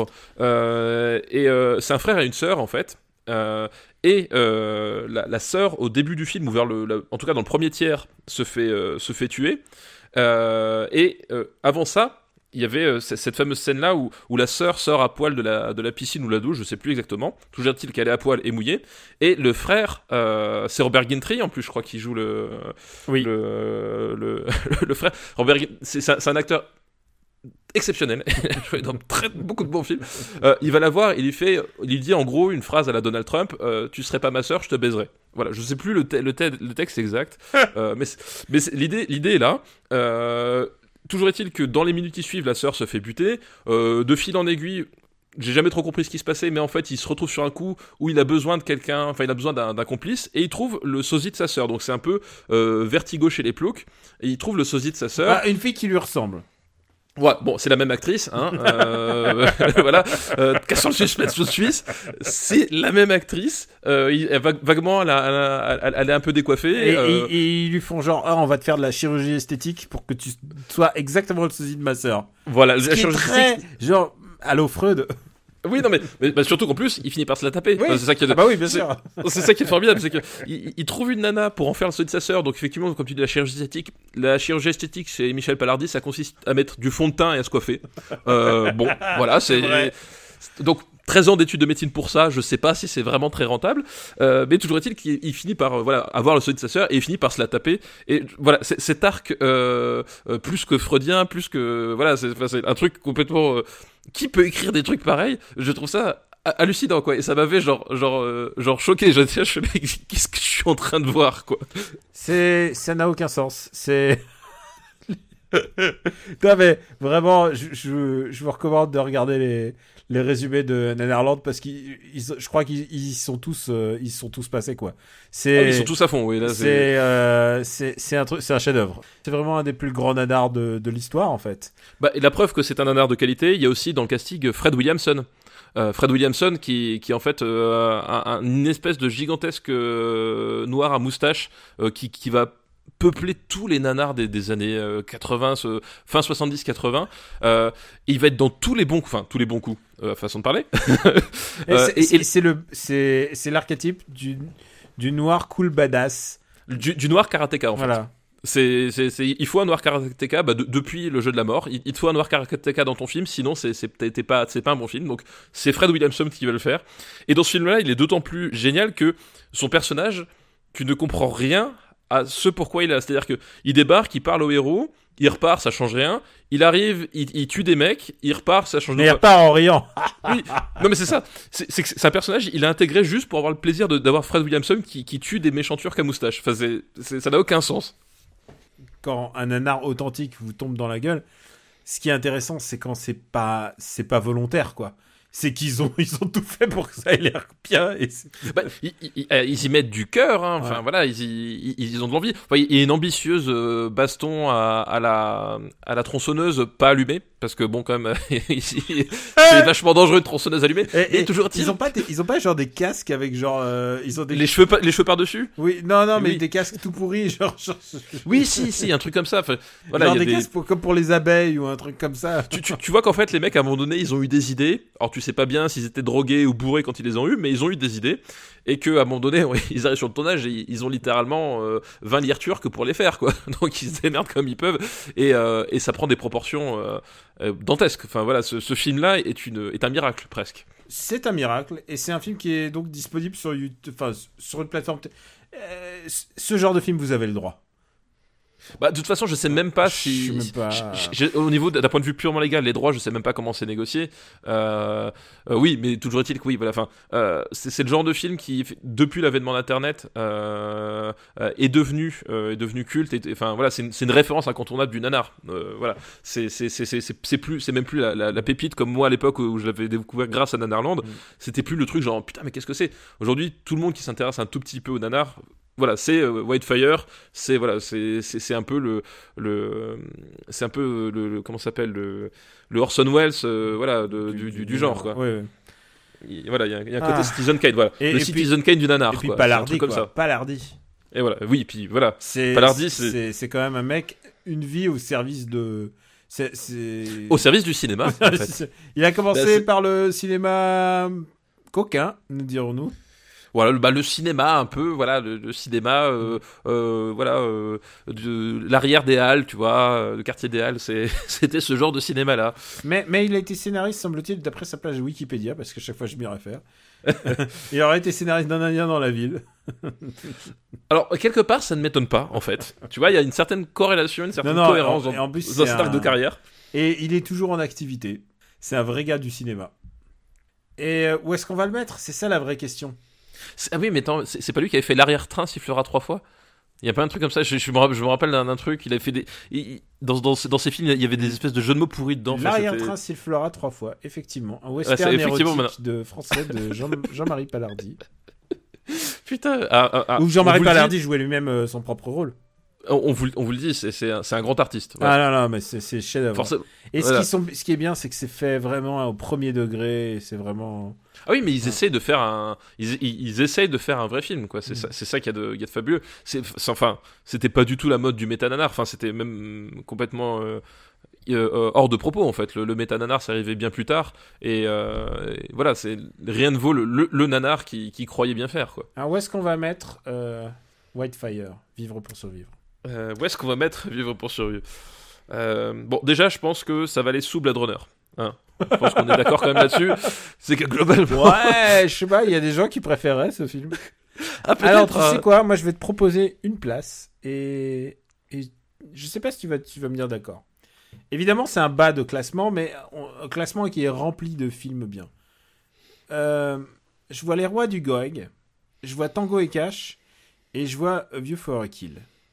euh, et euh, c'est un frère et une sœur, en fait. Euh, et euh, la, la sœur au début du film ou vers le, la, en tout cas dans le premier tiers se fait euh, se fait tuer euh, et euh, avant ça il y avait euh, c- cette fameuse scène là où, où la sœur sort à poil de la, de la piscine ou la douche, je sais plus exactement, toujours est-il qu'elle est à poil et mouillée, et le frère euh, c'est Robert Guintry en plus je crois qui joue le oui. le, le, le frère Robert Guintry, c'est, c'est, un, c'est un acteur exceptionnel, il a joué dans très, beaucoup de bons films. Euh, il va la voir, il lui fait, il lui dit en gros une phrase à la Donald Trump, euh, tu serais pas ma sœur, je te baiserais. Voilà, je sais plus le, te- le, te- le texte exact, euh, mais, c'est, mais c'est, l'idée, l'idée est là. Euh, toujours est-il que dans les minutes qui suivent, la sœur se fait buter, euh, de fil en aiguille. J'ai jamais trop compris ce qui se passait, mais en fait, il se retrouve sur un coup où il a besoin de quelqu'un, enfin, il a besoin d'un, d'un complice, et il trouve le sosie de sa sœur. Donc c'est un peu euh, Vertigo chez les ploucs, et il trouve le sosie de sa sœur. Ah, une fille qui lui ressemble. Ouais, bon, c'est la même actrice, hein. Euh, voilà, euh, cassons le suspense tout de suite. C'est la même actrice. Euh, il, elle, vaguement, elle, a, elle, a, elle, elle est un peu décoiffée. Et, euh... et, et ils lui font genre, ah, on va te faire de la chirurgie esthétique pour que tu sois exactement le sosie de ma sœur. Voilà, Ce la qui chirurgie est très, esthétique. genre, allô Freud. Oui, non, mais, mais bah, surtout qu'en plus, il finit par se la taper. Oui. Enfin, c'est ça qui est de... Ah bah oui, bien sûr. C'est, c'est ça qui est formidable, c'est que il, il trouve une nana pour en faire le sosie de sa sœur. Donc effectivement, comme tu dis, la chirurgie esthétique, la chirurgie esthétique chez Michel Palardi, ça consiste à mettre du fond de teint et à se coiffer. Euh, bon, voilà, c'est, c'est donc treize ans d'études de médecine pour ça. Je sais pas si c'est vraiment très rentable, euh, mais toujours est-il qu'il il finit par euh, voilà avoir le sosie de sa sœur et il finit par se la taper. Et voilà, c'est, cet arc euh, euh, plus que freudien, plus que voilà, c'est, c'est un truc complètement. Euh, qui peut écrire des trucs pareils? Je trouve ça hallucinant quoi, et ça m'avait genre genre euh, genre choqué. Je disais, je fais, mais qu'est-ce que je suis en train de voir quoi? C'est, ça n'a aucun sens. C'est. Non mais vraiment, je, je, je vous recommande de regarder les, les résumés de Nanarland parce qu'ils, ils, je crois qu'ils ils sont tous, euh, ils sont tous passés quoi. C'est, ah, ils sont tous à fond, oui. Là, c'est, c'est, euh, c'est, c'est un truc, c'est un chef-d'œuvre. C'est vraiment un des plus grands nanars de, de l'histoire en fait. Bah, et la preuve que c'est un nanar de qualité, il y a aussi dans le casting Fred Williamson. Euh, Fred Williamson qui, qui est en fait euh, un, un, une espèce de gigantesque euh, noir à moustache euh, qui, qui va peupler tous les nanars des, des années euh, quatre-vingts, ce, fin soixante-dix quatre-vingts. Euh, il va être dans tous les bons, enfin tous les bons coups, euh, façon de parler. et, euh, c'est, et, c'est, et c'est le, c'est, c'est l'archétype du, du noir cool badass. Du, du noir karatéka en voilà. fait. C'est, c'est, c'est, il faut un noir karatéka bah, de, depuis le jeu de la mort. Il, il te faut un noir karatéka dans ton film, sinon c'est, c'est, t'es pas, c'est pas un bon film. Donc c'est Fred Williamson qui va le faire. Et dans ce film-là, il est d'autant plus génial que son personnage, tu ne comprends rien à ce pourquoi il est là. C'est-à-dire que il débarque, il parle au héros, il repart, ça change rien. Il arrive, il, il tue des mecs, il repart, ça change rien. Mais il repart en riant. Oui, non mais c'est ça. C'est, c'est, c'est un personnage, il a intégré juste pour avoir le plaisir de, d'avoir Fred Williamson qui, qui tue des méchants turcs à moustache. Enfin, c'est, c'est, ça n'a aucun sens. Quand un nanar authentique vous tombe dans la gueule, ce qui est intéressant, c'est quand c'est pas, c'est pas volontaire, quoi. C'est qu'ils ont, ils ont tout fait pour que ça ait l'air bien. Et bah, ils, ils, ils y mettent du cœur, hein. Enfin ouais. Voilà, ils, ils, ils ont de l'envie. Enfin, il y a une ambitieuse euh, baston à, à la, à la tronçonneuse pas allumée, parce que bon, quand même, ici, c'est vachement dangereux une tronçonneuse allumée. Et, et toujours ils ont pas, des, ils ont pas genre des casques avec genre, euh, ils ont des les cheveux, les cheveux par dessus. Oui, non, non, mais oui. Des casques tout pourris, genre. genre... Oui, si, si, un truc comme ça. Enfin, voilà, genre y a des, des casques pour, comme pour les abeilles ou un truc comme ça. Tu, tu, tu vois qu'en fait, les mecs à un moment donné, ils ont eu des idées. Alors tu sais pas bien s'ils étaient drogués ou bourrés quand ils les ont eu, mais ils ont eu des idées. Et qu'à un moment donné, ouais, ils arrivent sur le tournage et ils ont littéralement euh, vingt lyres turques pour les faire, quoi. Donc ils se démerdent comme ils peuvent. Et, euh, et ça prend des proportions euh, euh, dantesques. Enfin voilà, ce, ce film-là est, une, est un miracle, presque. C'est un miracle. Et c'est un film qui est donc disponible sur YouTube, enfin, sur une plateforme. Euh, ce genre de film, vous avez le droit. Bah, de toute façon, je sais même pas si. Même pas... je, je, au niveau d'un point de vue purement légal, les droits, je sais même pas comment c'est négocié. Euh, euh, oui, mais toujours est-il que oui, voilà. Enfin, euh, c'est, c'est le genre de film qui, depuis l'avènement d'Internet, euh, euh, est devenu, euh, est devenu culte. Et, enfin, voilà, c'est une, c'est une référence incontournable du nanar. Euh, voilà, c'est, c'est, c'est, c'est, c'est, c'est plus, c'est même plus la, la, la pépite comme moi à l'époque où je l'avais découvert grâce à Nanarland. Mm. C'était plus le truc genre putain, mais qu'est-ce que c'est ? Aujourd'hui, tout le monde qui s'intéresse un tout petit peu au nanar. Voilà, c'est euh, Whitefire, c'est voilà, c'est c'est c'est un peu le le c'est un peu le, le comment ça s'appelle le le Orson Welles euh, voilà de, du, du, du genre quoi. Ouais, ouais. Il, voilà, il y a, il y a un côté ah. Citizen Kane, voilà, et, le et Citizen puis, Kane du nanar et puis quoi. Palardy comme quoi. ça. Palardy. Et voilà, oui, puis voilà. C'est Palardy, c'est... c'est c'est quand même un mec, une vie au service de c'est c'est au service du cinéma. En fait. Il a commencé bah, par le cinéma coquin, nous dirons-nous. Voilà, le, bah, le cinéma un peu, voilà, le, le cinéma, euh, euh, voilà, euh, de l'arrière des Halles, tu vois, le quartier des Halles, c'est, c'était ce genre de cinéma-là. Mais, mais il a été scénariste, semble-t-il, d'après sa page Wikipédia, parce que chaque fois je m'y réfère. Il aurait été scénariste d'un Indien dans la ville. Alors, quelque part, ça ne m'étonne pas, en fait. Tu vois, il y a une certaine corrélation, une certaine non, non, cohérence en, dans, en plus, dans cet arc un... de carrière. Et il est toujours en activité. C'est un vrai gars du cinéma. Et où est-ce qu'on va le mettre ? C'est ça la vraie question. C'est, ah oui, mais attends, c'est, c'est pas lui qui avait fait l'arrière-train sifflera trois fois ? Il y a pas un truc comme ça, je, je, me, rappelle, je me rappelle d'un, d'un truc, il avait fait des... Il, dans, dans, dans ses films, il y avait des espèces de jeux de mots pourris dedans. L'arrière-train enfin, sifflera trois fois, effectivement. Un western ah, érotique maintenant. de français de Jean, Jean-Marie Palardy. Putain ah, ah, ah, Ou Jean-Marie Palardy jouait lui-même euh, son propre rôle. On, on, vous, on vous le dit, c'est, c'est, un, c'est un grand artiste. Ouais. Ah non, non, mais c'est, c'est chef-d'œuvre. Forcément. Et voilà. ce, qui sont, ce qui est bien, c'est que c'est fait vraiment au premier degré, et c'est vraiment... Ah oui, mais ils ah. essayent de faire un, ils, ils, ils essayent de faire un vrai film, quoi. C'est mm. ça, c'est ça qu'il y a de, il y a de fabuleux. C'est, c'est, enfin, c'était pas du tout la mode du méta-nanar. Enfin, c'était même complètement euh, euh, hors de propos en fait. Le, le méta-nanar, ça arrivait bien plus tard. Et, euh, et voilà, c'est rien ne vaut le, le, le nanar qui, qui croyait bien faire, quoi. Alors où est-ce qu'on va mettre euh, Whitefire, Vivre pour survivre? Euh, où est-ce qu'on va mettre Vivre pour survivre? euh, Bon, déjà, je pense que ça va aller sous Blade Runner. Hein. Je pense qu'on est d'accord quand même là-dessus. C'est que globalement. Ouais, je sais pas, il y a des gens qui préféraient ce film. Ah, alors, tu euh... sais quoi, moi je vais te proposer une place et, et je sais pas si tu vas, tu vas me dire d'accord. Évidemment, c'est un bas de classement, mais un classement qui est rempli de films bien. Euh, je vois Les Rois du Goeg, je vois Tango et Cash et je vois A View for a Kill.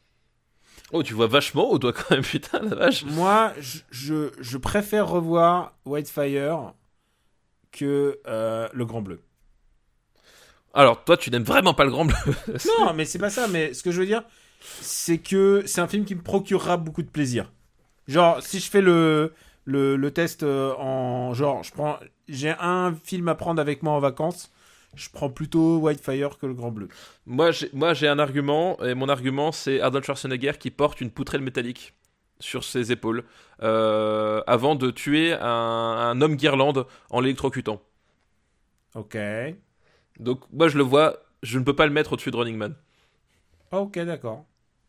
Oh, tu vois vachement haut, toi, quand même, putain, la vache. Moi, je, je, je préfère revoir Whitefire que euh, Le Grand Bleu. Alors, toi, tu n'aimes vraiment pas Le Grand Bleu. Non, mais c'est pas ça. Mais ce que je veux dire, c'est que c'est un film qui me procurera beaucoup de plaisir. Genre, si je fais le, le, le test euh, en... Genre, je prends, j'ai un film à prendre avec moi en vacances, je prends plutôt Whitefire que Le Grand Bleu. Moi, j'ai, moi, j'ai un argument, et mon argument, c'est Arnold Schwarzenegger qui porte une poutrelle métallique sur ses épaules euh, avant de tuer un, un homme guirlande en l'électrocutant. Ok. Donc, moi, je le vois, je ne peux pas le mettre au-dessus de Running Man. Ok, d'accord.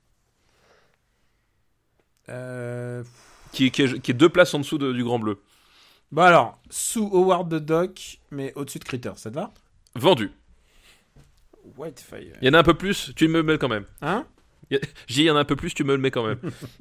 Euh... Qui, qui, est, qui est deux places en dessous de, du Grand Bleu. Bon alors, sous Howard the Duck, mais au-dessus de Critter, ça te va? Vendu. Whitefire. Il y en a un peu plus, tu me le mets quand même. Hein? Il y a... J'ai dit, il y en a un peu plus, tu me le mets quand même.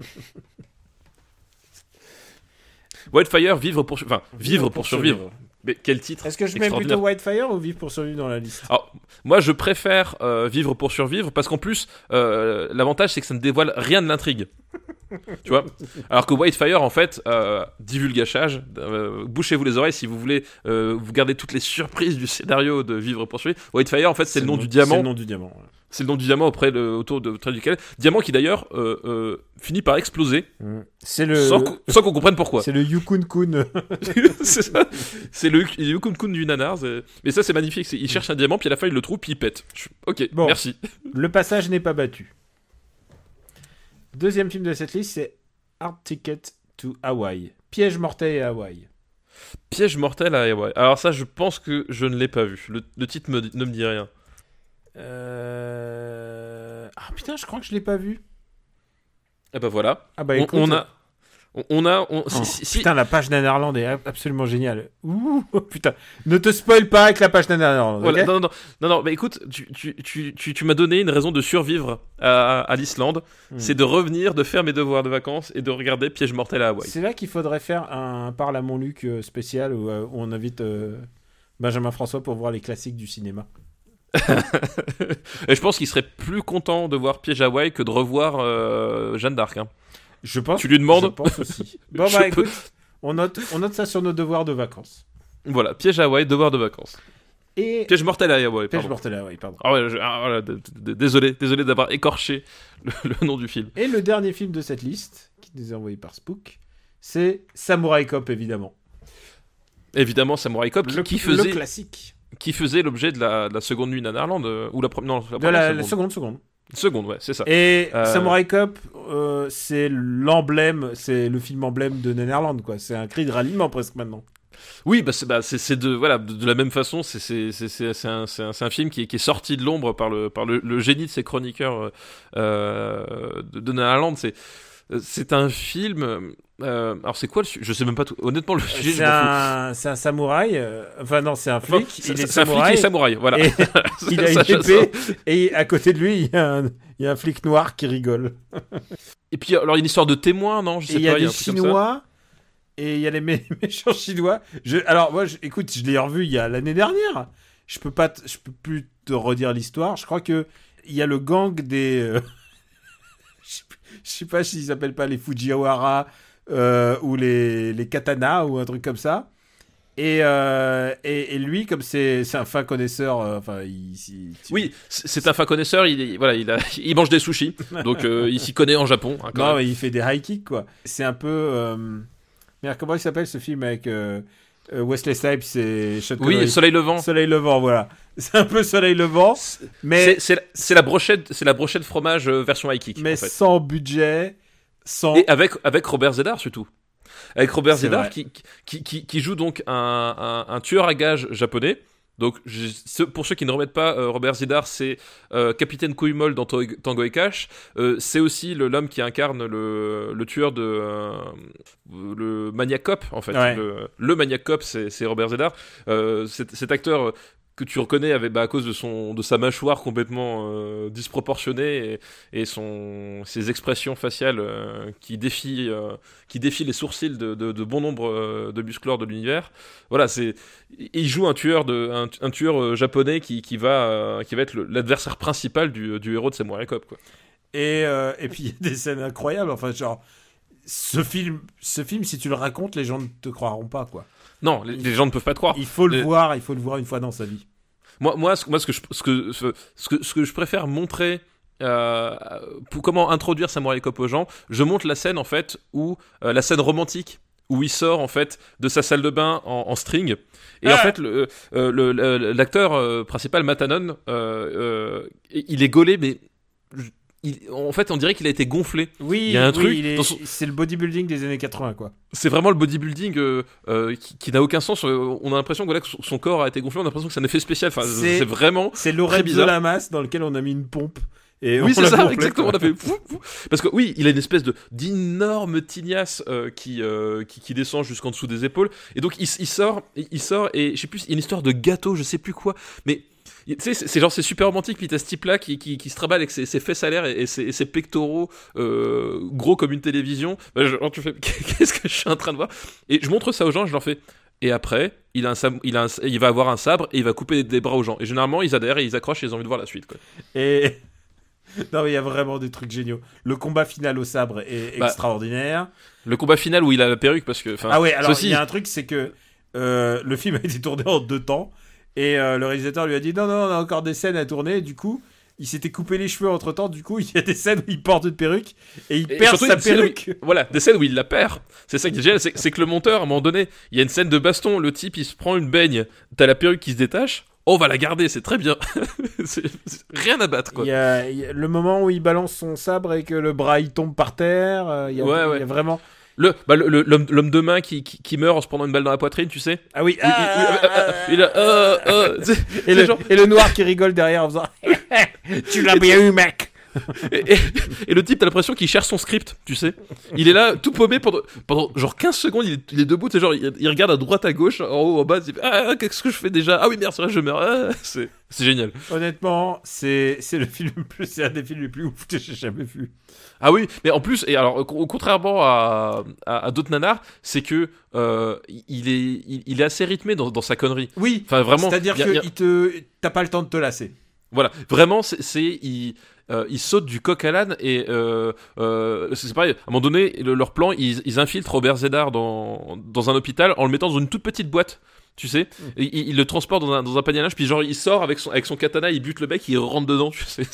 Whitefire, vivre pour, enfin, vivre, vivre pour, pour survivre. survivre. Mais quel titre? Est-ce que je mets plutôt Whitefire ou Vivre pour survivre dans la liste? Alors, moi, je préfère euh, Vivre pour survivre parce qu'en plus, euh, l'avantage, c'est que ça ne dévoile rien de l'intrigue. Tu vois? Alors que Whitefire, en fait, euh, divulgachage, euh, bouchez-vous les oreilles si vous voulez euh, vous garder toutes les surprises du scénario de Vivre pour survivre. Whitefire, en fait, c'est, c'est le nom, nom du diamant. C'est le nom du diamant. Ouais. C'est le nom du diamant auprès de, autour de auprès duquel diamant qui d'ailleurs euh, euh, finit par exploser. Mmh. C'est le sans, qu'on, sans qu'on comprenne pourquoi. C'est le Yukon Kun. C'est ça. C'est le Yukon Kun du nanar. C'est... Mais ça c'est magnifique. C'est... Il cherche un diamant puis à la fin il le trouve puis il pète. Je... Ok. Bon, merci. Le passage n'est pas battu. Deuxième film de cette liste, c'est Hard Ticket to Hawaii. Piège mortel à Hawaï. Piège mortel à Hawaï. Alors ça, je pense que je ne l'ai pas vu. Le, le titre me, ne me dit rien. Euh... Ah putain, je crois que je l'ai pas vu. Et ben voilà. Ah bah écoute, on, on a, on, on a, on, oh, si, si, putain, la page Nanarland est absolument géniale. Ouh, oh, putain, ne te spoil pas avec la page Nanarland. Voilà, okay non, non, non, non, mais écoute, tu, tu, tu, tu, tu m'as donné une raison de survivre à, à l'Islande, hmm. c'est de revenir, de faire mes devoirs de vacances et de regarder Piège mortel à Hawaï. C'est là qu'il faudrait faire un Parle à Montluc spécial où, où on invite euh, Benjamin François pour voir les classiques du cinéma. Et je pense qu'il serait plus content de voir Piège à Hawaï que de revoir euh, Jeanne d'Arc. Hein. Je pense. Tu lui demandes. Je pense aussi. Bon bah écoute, on note, on note ça sur nos devoirs de vacances. Voilà, Piège à Hawaï, devoirs de vacances. Et Piège mortel à Hawaï. Piège mortel à Hawaï, pardon. Ah ouais, je, ah, voilà, d- d- désolé, désolé d'avoir écorché le, le nom du film. Et le dernier film de cette liste, qui nous est envoyé par Spook, c'est Samurai Cop, évidemment. Évidemment, Samurai Cop, qui, le, qui faisait le classique. Qui faisait l'objet de la, de la seconde nuit Nanarland euh, ou la, pre- non, la de la, seconde. la seconde seconde seconde ouais c'est ça. Et euh... Samurai Cop euh, c'est l'emblème, c'est le film emblème de Nanarland, quoi. C'est un cri de ralliement presque maintenant. Oui, bah c'est, bah c'est, c'est de voilà de, de la même façon, c'est c'est c'est c'est, c'est, un, c'est, un, c'est un film qui est, qui est sorti de l'ombre par le par le, le génie de ses chroniqueurs euh, de, de Nanarland. C'est c'est un film. Euh, alors c'est quoi le sujet? Je sais même pas tout. Honnêtement, le sujet. C'est, je un, c'est un samouraï. Euh, enfin non, c'est un flic. Enfin, il c'est, est c'est samouraï, un flic et samouraï. Voilà. Et il a une épée et à côté de lui, il y a un, il y a un flic noir qui rigole. Et puis alors il y a une histoire de témoin, non? Je sais et il pas. Il y a des Chinois. Et il y a les mé- méchants chinois. Je, alors moi, je, écoute, je l'ai revu il y a l'année dernière. Je peux pas, t- je peux plus te redire l'histoire. Je crois que il y a le gang des. Euh, je, je sais pas s'ils s'appellent pas les Fujiwara euh, ou les les Katana ou un truc comme ça. Et, euh, et, et lui, comme c'est, c'est un fin connaisseur, euh, enfin, il, il, tu... oui, c'est, c'est un fin connaisseur. Il, voilà, il, a, il mange des sushis, donc euh, il s'y connaît en Japon. Hein, non, mais il fait des high kicks, quoi. C'est un peu. Euh... Mais comment il s'appelle ce film avec euh, Wesley Snipes et Sean Connery? Oui, Soleil Levant. Soleil Levant, voilà. C'est un peu Soleil Levant, mais c'est, c'est, c'est la brochette, c'est la brochette fromage version high kick. Mais en fait. sans budget, sans. Et avec avec Robert Zedar surtout. Avec Robert c'est Zedar qui, qui qui qui joue donc un un, un tueur à gages japonais. Donc, je, pour ceux qui ne remettent pas, euh, Robert Zedar, c'est euh, Capitaine Couille-Molle dans Tango et Cash. Euh, c'est aussi le, l'homme qui incarne le, le tueur de... Euh, le Maniac Cop, en fait. Ouais. Le, le Maniac Cop, c'est, c'est Robert Zedar. Euh, cet, cet acteur que tu reconnais avec, bah, à cause de, son, de sa mâchoire complètement euh, disproportionnée et, et son, ses expressions faciales euh, qui, défient, euh, qui défient les sourcils de, de, de bon nombre euh, de muscleurs de l'univers. Voilà, c'est, il joue un tueur, de, un, un tueur euh, japonais qui, qui, va, euh, qui va être le, l'adversaire principal du, du héros de Samurai Cop, quoi. Et, euh, et puis il y a des scènes incroyables. Enfin, genre, ce film, ce film, si tu le racontes, les gens ne te croiront pas, quoi. Non, les, les gens ne peuvent pas te croire. Il faut le les... voir, il faut le voir une fois dans sa vie. Moi, moi, ce, moi, ce que je, ce que, ce, ce que, ce que je préfère montrer. Euh, pour comment introduire Samurai Cop aux gens, je montre la scène en fait où euh, la scène romantique où il sort en fait de sa salle de bain en, en string et ah. en fait le, euh, le, le, l'acteur euh, principal Matt Hannon euh, euh, il est gaulé mais il, en fait on dirait qu'il a été gonflé. Oui, il y a un oui, truc il est, son... c'est le bodybuilding des années quatre-vingts quoi. C'est vraiment le bodybuilding euh, euh, qui, qui n'a aucun sens. On a l'impression que, voilà, que son corps a été gonflé, on a l'impression que c'est un effet spécial. Enfin, c'est, c'est vraiment c'est Lorenzo Lamas dans lequel on a mis une pompe. Et oui, c'est ça, gonflé, exactement. Quoi. On a fait fou, fou. Parce que oui, il a une espèce de d'énorme tignasse euh, qui, euh, qui qui descend jusqu'en dessous des épaules. Et donc il, il sort, il sort et je sais plus, il y a une histoire de gâteau, je sais plus quoi. Mais tu sais, c'est, c'est genre c'est super romantique. Puis t'as ce type-là qui, qui qui se traballe avec ses, ses fesses à l'air et, et, ses, et ses pectoraux euh, gros comme une télévision. Bah, genre, tu fais, qu'est-ce que je suis en train de voir? Et je montre ça aux gens, je leur fais. Et après, il, a un sab- il, a un, il va avoir un sabre et il va couper des, des bras aux gens. Et généralement, ils adhèrent et ils accrochent et ils ont envie de voir la suite. Quoi. Et non, mais il y a vraiment des trucs géniaux. Le combat final au sabre est bah, extraordinaire. Le combat final où il a la perruque, parce que. Ah ouais, alors il y a un truc, c'est que euh, le film a été tourné en deux temps. Et euh, le réalisateur lui a dit non, non, on a encore des scènes à tourner. Et du coup, il s'était coupé les cheveux entre temps. Du coup, il y a des scènes où il porte une perruque et il et perd sa perruque. Où, voilà, des scènes où il la perd. C'est ça qui est génial. C'est, c'est que le monteur, à un moment donné, il y a une scène de baston. Le type, il se prend une baigne. T'as la perruque qui se détache. Oh, on va la garder, c'est très bien. c'est, c'est rien à battre, quoi. Il y, a, il y a le moment où il balance son sabre et que le bras il tombe par terre. Euh, il y a, ouais, il ouais. y a vraiment. Le, bah, le, le, l'homme, l'homme de main qui, qui, qui meurt en se prenant une balle dans la poitrine, tu sais. Ah oui. oui ah, il, il, il, il, il, euh, euh, c'est, et, c'est le, genre... et le noir qui rigole derrière en faisant tu l'as bien eu, mec. et, et, et le type, t'as l'impression qu'il cherche son script, tu sais. Il est là, tout paumé pendant, pendant genre quinze secondes, il est, il est debout, tu sais, genre, il, il regarde à droite, à gauche, en haut, en bas, il dit, ah, qu'est-ce que je fais déjà? Ah oui, merde, c'est vrai, je meurs. Ah, c'est, c'est génial. Honnêtement, c'est, c'est le film plus, c'est un des films les plus ouf que j'ai jamais vu. Ah oui, mais en plus, et alors, contrairement à, à, à d'autres nanars, c'est que, euh, il est, il, il est assez rythmé dans, dans sa connerie. Oui. Enfin, vraiment. C'est-à-dire que il te, t'as pas le temps de te lasser. Voilà, vraiment, c'est, c'est il, euh, ils sautent du coq à l'âne et euh, euh, c'est pareil. À un moment donné, le, leur plan, ils, ils infiltrent Robert Zedar dans dans un hôpital en le mettant dans une toute petite boîte, tu sais. Et ils, ils le transportent dans un dans un panier à linge, puis genre il sort avec son avec son katana, il bute le mec, il rentre dedans, tu sais.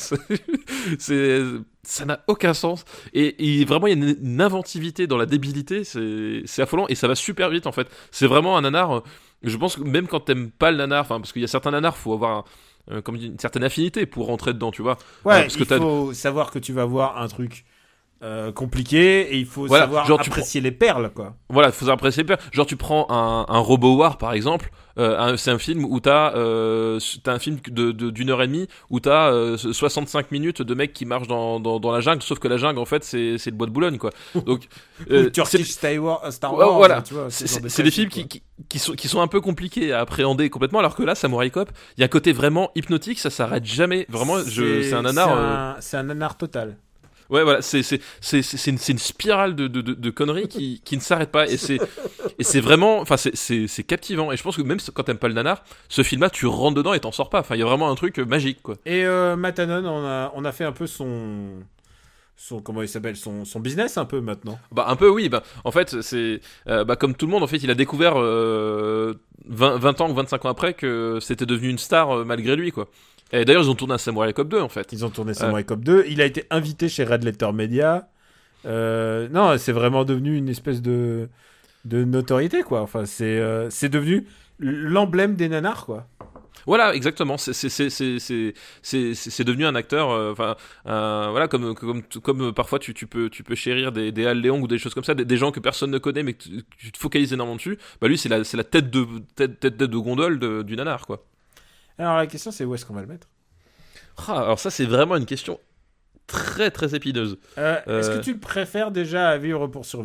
C'est, ça n'a aucun sens. Et, et vraiment, il y a une, une inventivité dans la débilité, c'est c'est affolant et ça va super vite en fait. C'est vraiment un nanar. Je pense que même quand t'aimes pas le nanar, enfin parce qu'il y a certains nanars, faut avoir un, Euh, comme une certaine affinité pour rentrer dedans, tu vois. Ouais, euh, parce il que faut savoir que tu vas voir un truc euh, compliqué et il faut voilà, savoir genre, apprécier prends... les perles, quoi. Voilà, il faut savoir apprécier les perles. Genre, tu prends un, un Robo War, par exemple, euh, un, c'est un film où t'as, euh, t'as un film de, de, d'une heure et demie où t'as euh, soixante-cinq minutes de mecs qui marchent dans, dans, dans la jungle, sauf que la jungle, en fait, c'est, c'est le bois de Boulogne, quoi. Donc, euh, Turkish Star Wars, Star Wars, voilà. Tu vois, c'est, c'est, c'est des films qui, qui, qui, sont, qui sont un peu compliqués à appréhender complètement, alors que là, Samurai Cop, il y a un côté vraiment hypnotique, ça s'arrête jamais. Vraiment, je, c'est un nanar. C'est un, euh... c'est un nanar total. Ouais, voilà, c'est c'est c'est c'est une, c'est une spirale de de de, de conneries qui qui ne s'arrête pas et c'est et c'est vraiment, enfin c'est c'est c'est captivant et je pense que même quand t'aimes pas le nanar, ce film-là, tu rentres dedans et t'en sors pas. Enfin, il y a vraiment un truc magique, quoi. Et euh, Matt Hannon, on a on a fait un peu son son comment il s'appelle son son business un peu maintenant. Bah un peu oui, bah en fait c'est euh, bah comme tout le monde en fait, il a découvert euh, vingt, vingt ans ou vingt-cinq ans après que c'était devenu une star euh, malgré lui, quoi. Et d'ailleurs, ils ont tourné un Samurai Cop deux, en fait. Ils ont tourné Samurai euh... Cop deux. Il a été invité chez Red Letter Media. Euh, non, c'est vraiment devenu une espèce de, de notoriété, quoi. Enfin, c'est, euh, c'est devenu l'emblème des nanars, quoi. Voilà, exactement. C'est c'est c'est c'est c'est c'est, c'est devenu un acteur. Enfin, euh, voilà, comme comme comme parfois tu tu peux tu peux chérir des des Al Leong ou des choses comme ça, des, des gens que personne ne connaît mais que tu, tu te focalises énormément dessus. Bah lui, c'est la c'est la tête de tête tête de gondole de, du nanar, quoi. Alors la question c'est où est-ce qu'on va le mettre ? Ah, alors ça c'est vraiment une question très très épineuse. Euh, euh... Est-ce que tu le préfères déjà à Vivre pour survivre ?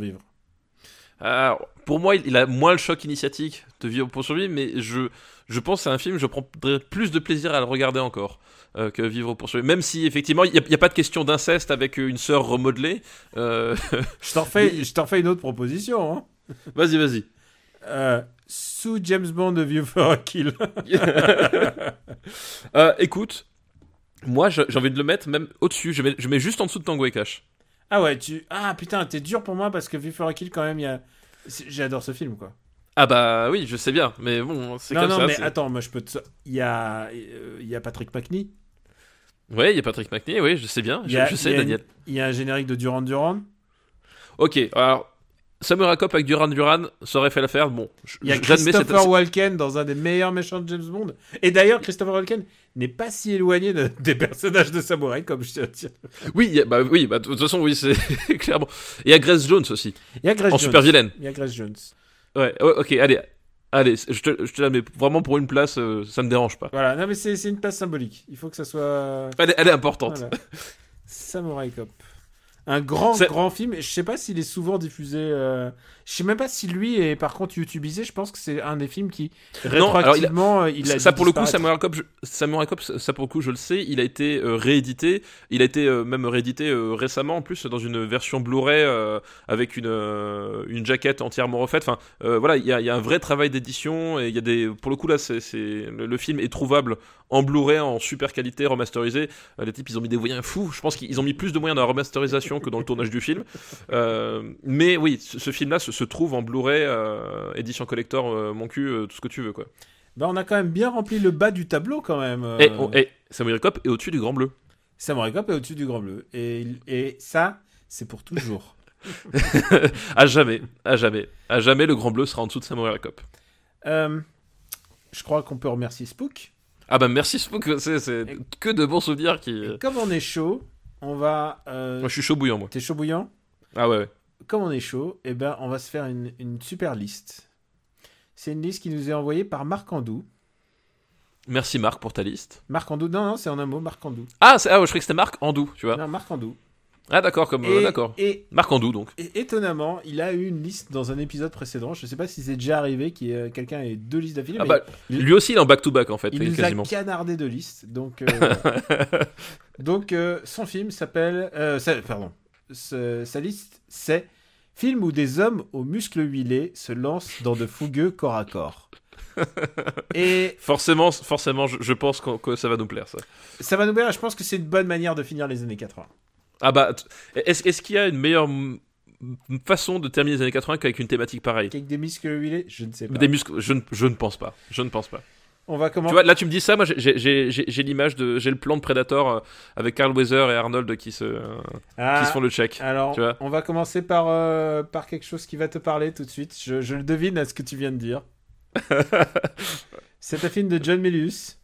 Alors, pour moi, il a moins le choc initiatique de Vivre pour survivre, mais je je pense que c'est un film, je prendrais plus de plaisir à le regarder encore euh, que Vivre pour survivre. Même si effectivement il y, y a pas de question d'inceste avec une sœur remodelée. Euh... je t'en fais mais... je t'en fais une autre proposition. Hein. Vas-y vas-y. Euh, sous James Bond de View for a Kill. euh, écoute, Moi, je- j'ai envie de le mettre même au-dessus. Je mets, je mets juste en dessous de Tango et Cash. Ah ouais, tu... Ah putain, t'es dur pour moi parce que Before I Kill, quand même, il y a... c'est- j'adore ce film, quoi. Ah bah oui, je sais bien, mais bon, c'est Non, comme non, ça. mais c'est- attends, moi je peux te... Il y a, euh, il y a Patrick McNee. Ouais, il y a Patrick McNee, oui, je sais bien. Il Je, y a- je il sais, y a Daniel. une- Il y a un générique de Duran Duran. Ok, alors Samurai Cop avec Duran Duran, ça aurait fait l'affaire. Bon, j- Il y a j'admets cette. Christopher Walken dans un des meilleurs méchants de James Bond. Et d'ailleurs, Christopher Walken n'est pas si éloigné de- des personnages de Samouraï, comme je te le dis. Oui, il y a- bah oui, bah de toute façon, oui, c'est clairement. Et il y a Grace Jones aussi, Il y a Grace en Jones. super vilaine. Il y a Grace Jones. Ouais, ouais, ok, allez, allez, je te, je te la mets vraiment pour une place, euh, ça me dérange pas. Voilà, non mais c'est c'est une place symbolique. Il faut que ça soit... Elle est, elle est importante. Voilà. Samurai Cop. Un grand, C'est- grand film. Je sais pas s'il est souvent diffusé. euh, Je sais même pas si lui est par contre YouTubisé. Je pense que c'est un des films qui Non, alors, il a- rétroactivement il a, ça dû pour le coup, disparaître. Samurai Cop, je, Samurai Cop, ça pour le coup, je le sais, il a été euh, réédité. Il a été euh, même réédité euh, récemment en plus dans une version Blu-ray euh, avec une euh, une jaquette entièrement refaite. Enfin, euh, voilà, il y a, il y a un vrai travail d'édition et il y a des, pour le coup là, c'est, c'est le, le film est trouvable en Blu-ray en super qualité remasterisé. Euh, les types, ils ont mis des moyens fous. Je pense qu'ils ont mis plus de moyens dans la remasterisation que dans le tournage du film. Euh, mais oui, ce, ce film-là se, se trouve en Blu-ray, euh, édition collector, euh, mon cul, euh, tout ce que tu veux quoi. Bah, on a quand même bien rempli le bas du tableau quand même. euh. Et, on- et Samurai Cop est au-dessus du Grand Bleu. Samurai Cop est au-dessus du Grand Bleu. Et, et ça, c'est pour toujours. À jamais, à jamais, à jamais, le Grand Bleu sera en dessous de Samurai Cop. Euh, je crois qu'on peut remercier Spook. Ah bah merci Spook, c'est, c'est que de bons souvenirs qui. Et comme on est chaud, on va. euh, Moi je suis chaud bouillant moi. T'es chaud bouillant? Ah ouais. ouais. Comme on est chaud, eh ben, on va se faire une, une super liste. C'est une liste qui nous est envoyée par Marc Andou. Merci Marc pour ta liste. Marc Andou, non, non, c'est en un mot, Marc Andou. Ah, c'est, ah ouais, je croyais que c'était Marc Andou, tu vois. Non, Marc Andou. Ah d'accord, comme euh, Et, d'accord. et, Marc Andou donc. et étonnamment, il a eu une liste dans un épisode précédent. Je sais pas si c'est déjà arrivé que euh, quelqu'un ait deux listes d'affilée. Ah mais bah, il- lui aussi il est en back to back en fait, il oui, nous quasiment. a canardé de listes. Donc, euh, donc euh, son film s'appelle. euh, sa- pardon. Ce- sa liste, c'est film où des hommes aux muscles huilés se lancent dans de fougueux corps à corps. Et Forcément, forcément, je, je pense qu'on- que ça va nous plaire ça. ça va nous plaire. Je pense que c'est une bonne manière de finir les années quatre-vingts. Ah bah, t- est-ce, est-ce qu'il y a une meilleure m- m- façon de terminer les années quatre-vingts qu'avec une thématique pareille? Avec des muscles huilés, je ne sais pas. Des muscles, je ne, je ne pense pas. Je ne pense pas. On va Tu commencer. vois, là tu me dis ça, moi j'ai, j'ai, j'ai, j'ai l'image de, j'ai le plan de Predator euh, avec Carl Weathers et Arnold qui se, euh, Ah, qui se font le check. alors, tu vois. on va commencer par, euh, par quelque chose qui va te parler tout de suite. Je, je le devine à ce que tu viens de dire. C'est un film de John Milius.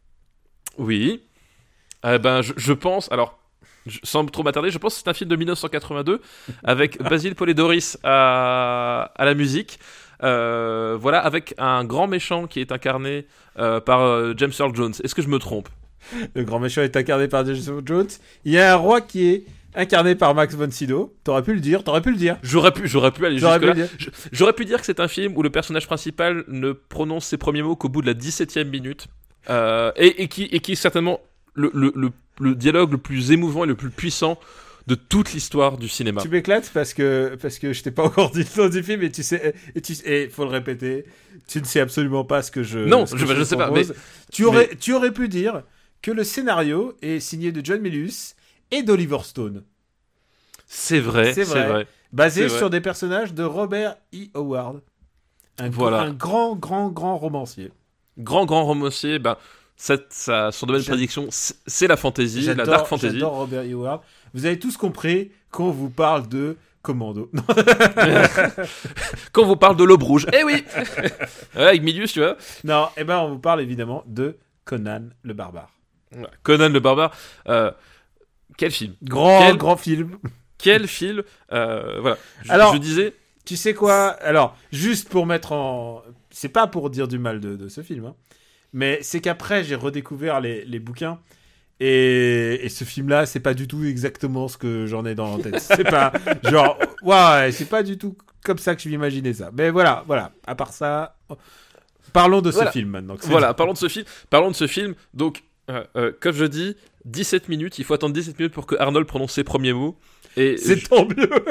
Oui. Eh ben, je, je pense, alors, je- sans trop m'attarder, je pense que c'est un film de dix-neuf cent quatre-vingt-deux avec Basil Polidoris à, à la musique. Euh, voilà, avec un grand méchant qui est incarné euh, par euh, James Earl Jones. Est-ce que je me trompe? Le grand méchant est incarné par James Jones. Il y a un roi qui est incarné par Max von Sydow. T'aurais pu le dire, t'aurais pu le dire. J'aurais pu, j'aurais pu aller J'aurais pu jusque-là. le dire. Je- J'aurais pu dire que c'est un film où le personnage principal ne prononce ses premiers mots qu'au bout de la dix-septième minute. Euh, et, et, qui, et qui est certainement le, le, le, le dialogue le plus émouvant et le plus puissant de toute l'histoire du cinéma. Tu m'éclates parce que, parce que je t'ai pas encore dit le nom du film et tu sais, et tu et faut le répéter, tu ne sais absolument pas ce que je. Non, ce que je- je te sais pas, propose. mais- Tu aurais, tu aurais pu dire que le scénario est signé de John Milius et d'Oliver Stone, C'est vrai, C'est c'est vrai. vrai. basé C'est vrai. sur des personnages de Robert E. Howard, un, Voilà. un grand, grand, grand romancier. Grand, grand romancier, ben, ça, ça, son domaine de J'ad- prédiction, c'est c'est la fantasy, la J'adore, dark fantasy. j'adore Robert E. Howard. Vous avez tous compris quand on vous parle de Commando. Non, Quand on vous parle de l'aube rouge, eh oui Ouais, avec Milius, tu vois. non, eh ben on vous parle évidemment de Conan le barbare. Conan le barbare, euh, quel film Grand, Quel- grand film. Quel film euh, Voilà, je, Alors- je disais... Tu sais quoi? Alors, juste pour mettre en... C'est pas pour dire du mal de, de ce film, hein. Mais c'est qu'après, j'ai redécouvert les, les bouquins. Et, et ce film-là, c'est pas du tout exactement ce que j'en ai dans la tête. C'est pas genre... Ouais, c'est pas du tout comme ça que je m'imaginais ça. Mais voilà, voilà. À part ça... Parlons de ce Voilà. film maintenant. que c'est- Voilà, parlons de ce film. Parlons de ce film. Donc, euh, euh, comme je dis, dix-sept minutes. Il faut attendre dix-sept minutes pour que Arnold prononce ses premiers mots. Et C'est je- tant mieux.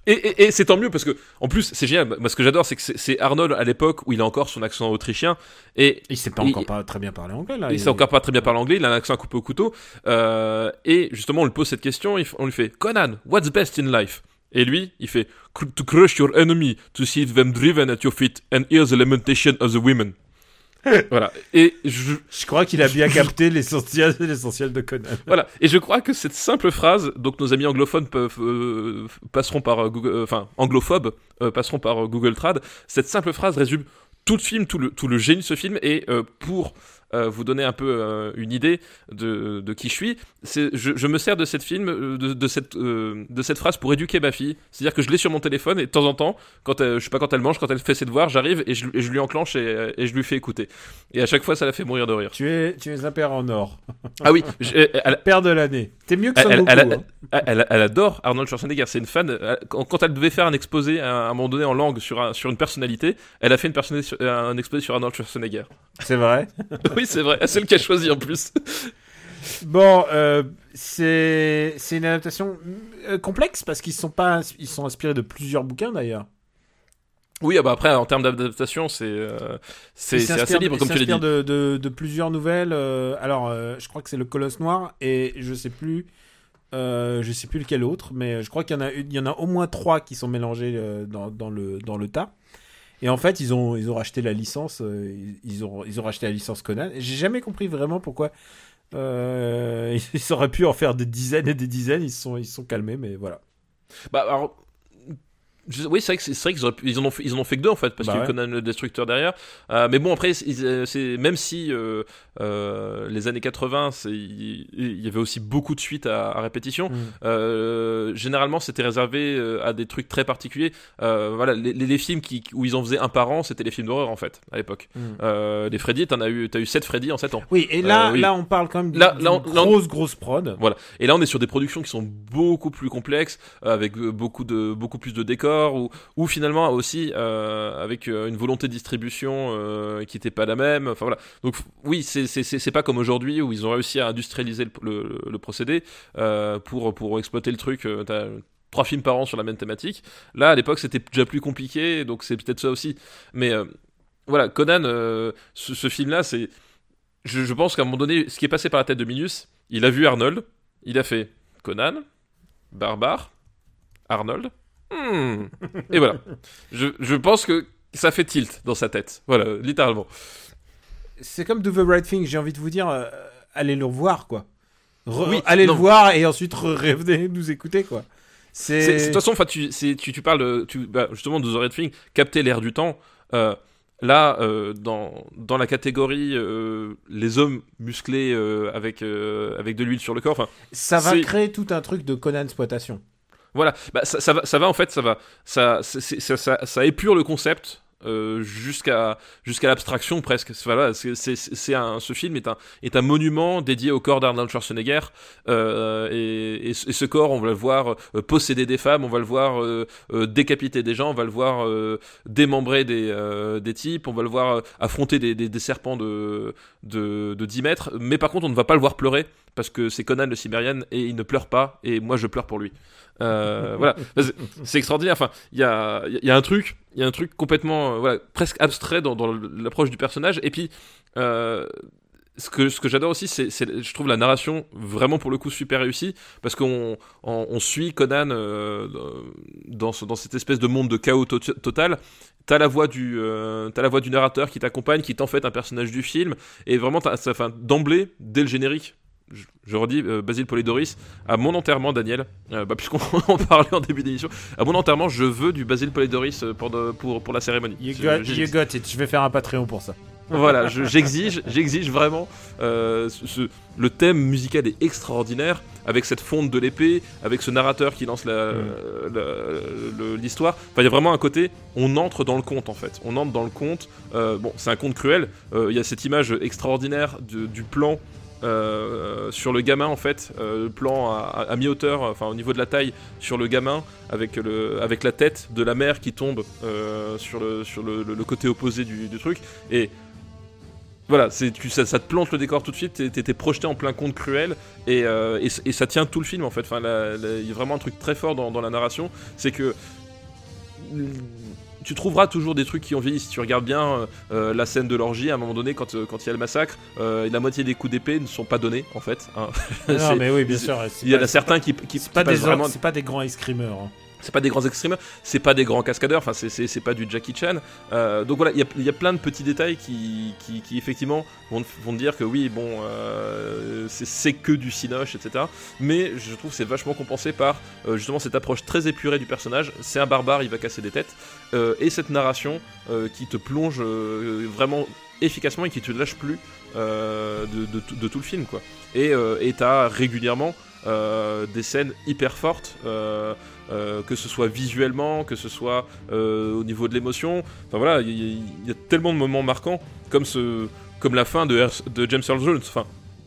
Et, et, et c'est tant mieux parce que, en plus, c'est génial. Moi, ce que j'adore, c'est que c'est, c'est Arnold à l'époque où il a encore son accent autrichien. Et il sait pas et, encore pas très bien parler anglais, là. Il, il sait encore pas très bien parler anglais. Il a un accent à couper au couteau. Euh, et justement, on lui pose cette question. On lui fait Conan, what's best in life? Et lui, il fait to crush your enemy, to see them driven at your feet, and hear the lamentation of the women. Voilà. Et je, je crois qu'il a bien capté l'essentiel, l'essentiel de Conan. Voilà. Et je crois que cette simple phrase, donc nos amis anglophones peuvent, euh, passeront par euh, Google, euh, enfin anglophobes euh, passeront par euh, Google Trad. Cette simple phrase résume tout le film, tout le tout le génie de ce film. Et euh, pour euh, vous donner un peu euh, une idée de, de qui je suis, c'est, je, je me sers de cette film, euh, de, de cette euh, de cette phrase pour éduquer ma fille. C'est-à-dire que je l'ai sur mon téléphone et de temps en temps, quand elle, je sais pas quand elle mange, quand elle fait ses devoirs, j'arrive et je, et je lui enclenche et, et je lui fais écouter. Et à chaque fois, ça la fait mourir de rire. Tu es tu es un père en or. Ah oui, je, elle, père de l'année. T'es mieux que Son elle, Goku. elle, hein. elle, elle, elle adore Arnold Schwarzenegger. C'est une fan. Quand, quand elle devait faire un exposé à un moment donné en langue sur un, sur une personnalité, elle a fait une personnalité, un exposé sur Arnold Schwarzenegger. C'est vrai. Oui, c'est vrai. C'est le qu'elle a choisi en plus. Bon, euh, c'est c'est une adaptation euh, complexe parce qu'ils sont pas ils sont inspirés de plusieurs bouquins d'ailleurs. Oui, ah bah après en termes d'adaptation, c'est euh, c'est, c'est assez libre comme tu l'as dit. De, de de plusieurs nouvelles. Euh, alors, euh, je crois que c'est le Colosse Noir et je sais plus. Euh, je sais plus lequel autre, mais je crois qu'il y en a il y en a au moins trois qui sont mélangés euh, dans dans le dans le tas. Et en fait, ils ont ils ont racheté la licence, euh, ils ont ils ont racheté la licence Conan. J'ai jamais compris vraiment pourquoi euh, ils auraient pu en faire des dizaines et des dizaines. Ils se sont ils se sont calmés, mais voilà. Bah alors. Je, oui, c'est vrai que c'est, c'est vrai qu'ils auraient pu, ils en ont fait, ils en ont fait que deux en fait parce bah qu'il y a ouais. eu Conan le Destructeur derrière. Euh, mais bon après, c'est, c'est même si euh, euh, les années quatre-vingts, c'est, il, il y avait aussi beaucoup de suites à, à répétition. Mm. Euh, généralement, c'était réservé à des trucs très particuliers. Euh, voilà, les, les, les films qui, où ils en faisaient un par an, c'était les films d'horreur en fait à l'époque. Mm. Euh, les Freddy, t'en as eu, t'as eu sept Freddy en sept ans. Oui, et là, euh, oui. là, on parle quand même là, d'une là, on, grosse, là, on... grosse prod. Voilà. Et là, on est sur des productions qui sont beaucoup plus complexes, avec beaucoup de, beaucoup plus de décors, ou, ou finalement aussi euh, avec euh, une volonté de distribution euh, qui n'était pas la même. Enfin voilà. Donc oui, c'est c'est c'est, c'est pas comme aujourd'hui où ils ont réussi à industrialiser le, le, le procédé euh, pour pour exploiter le truc. Euh, t'as trois films par an sur la même thématique. Là, à l'époque, c'était déjà plus compliqué, donc c'est peut-être ça aussi. Mais euh, voilà, Conan, euh, ce, ce film-là, c'est, je, je pense qu'à un moment donné, ce qui est passé par la tête de Minus, il a vu Arnold, il a fait Conan, Barbare, Arnold. Hmm. Et voilà. Je, je pense que ça fait tilt dans sa tête. Voilà, littéralement. C'est comme Do the Right Thing, j'ai envie de vous dire, euh, allez le revoir, quoi. Re- oui, allez non. le voir et ensuite revenez nous écouter, quoi. C'est... C'est, c'est, de toute façon, tu, c'est, tu, tu parles de, tu, bah, justement de The Right Thing, capter l'air du temps. Euh, là, euh, dans, dans la catégorie euh, les hommes musclés euh, avec, euh, avec de l'huile sur le corps, ça va c'est... créer tout un truc de Conan exploitation. Voilà, bah, ça, ça, va, ça va en fait, ça va, ça, c'est, c'est, ça, ça, ça épure le concept euh, jusqu'à, jusqu'à l'abstraction presque. Voilà, c'est, c'est, c'est un, ce film est un, est un monument dédié au corps d'Arnold Schwarzenegger euh, et, et, et ce corps, on va le voir euh, posséder des femmes, on va le voir euh, euh, décapiter des gens, on va le voir euh, démembrer des, euh, des types, on va le voir euh, affronter des, des, des serpents de, de, de dix mètres, mais par contre on ne va pas le voir pleurer parce que c'est Conan le Cimmerian et il ne pleure pas et moi je pleure pour lui. Euh, voilà, c'est, c'est extraordinaire. Enfin, il y a, il y a un truc, il y a un truc complètement, euh, voilà, presque abstrait dans, dans l'approche du personnage. Et puis, euh, ce que ce que j'adore aussi, c'est, c'est, je trouve la narration vraiment pour le coup super réussie parce qu'on on, on suit Conan euh, dans ce, dans cette espèce de monde de chaos to- total. T'as la voix du, euh, t'as la voix du narrateur qui t'accompagne, qui est en fait un personnage du film. Et vraiment, t'as, ça, enfin, d'emblée, dès le générique. Je, je redis, euh, Basil Polidoris, à mon enterrement, Daniel, euh, bah, puisqu'on en parlait en début d'émission, à mon enterrement, je veux du Basil Polidoris pour, de, pour, pour la cérémonie. You got, you got it, je vais faire un Patreon pour ça. Voilà, je, j'exige, j'exige vraiment. Euh, ce, le thème musical est extraordinaire, avec cette fonte de l'épée, avec ce narrateur qui lance la, mm. la, la, l'histoire. Enfin, il y a vraiment un côté, on entre dans le conte en fait. On entre dans le conte. Euh, bon, c'est un conte cruel. Il euh, y a cette image extraordinaire de, du plan. Euh, sur le gamin en fait, euh, le plan à, à, à mi-hauteur, enfin au niveau de la taille, sur le gamin avec, le, avec la tête de la mère qui tombe euh, sur, le, sur le, le, le côté opposé du, du truc. Et Voilà, c'est, tu, ça, ça te plante le décor tout de suite, t'es, t'es projeté en plein conte cruel, et, euh, et, et ça tient tout le film en fait. Enfin, il y a vraiment un truc très fort dans, dans la narration, c'est que tu trouveras toujours des trucs qui ont vieilli. Si tu regardes bien euh, la scène de l'orgie, à un moment donné, quand il quand y a le massacre, euh, la moitié des coups d'épée ne sont pas donnés en fait. Hein. Non, mais oui, bien sûr. Il y en a certains qui, qui, c'est pas, qui des vraiment... c'est pas des grands escrimeurs. Hein. C'est pas des grands escrimeurs, c'est pas des grands cascadeurs, enfin c'est, c'est, c'est pas du Jackie Chan. Euh, donc voilà, il y, y a plein de petits détails qui, qui, qui effectivement vont, vont te dire que oui, bon, euh, c'est, c'est que du cinoche, et cetera. Mais je trouve que c'est vachement compensé par euh, justement cette approche très épurée du personnage. C'est un barbare, il va casser des têtes. Euh, et cette narration euh, qui te plonge euh, vraiment efficacement et qui te lâche plus euh, de, de, de, de tout le film, quoi. Et euh, et t'as régulièrement euh, des scènes hyper fortes. Euh, Euh, que ce soit visuellement, que ce soit euh, au niveau de l'émotion. Enfin voilà, il y, y a tellement de moments marquants, comme, ce, comme la fin de, de James Earl Jones. Enfin,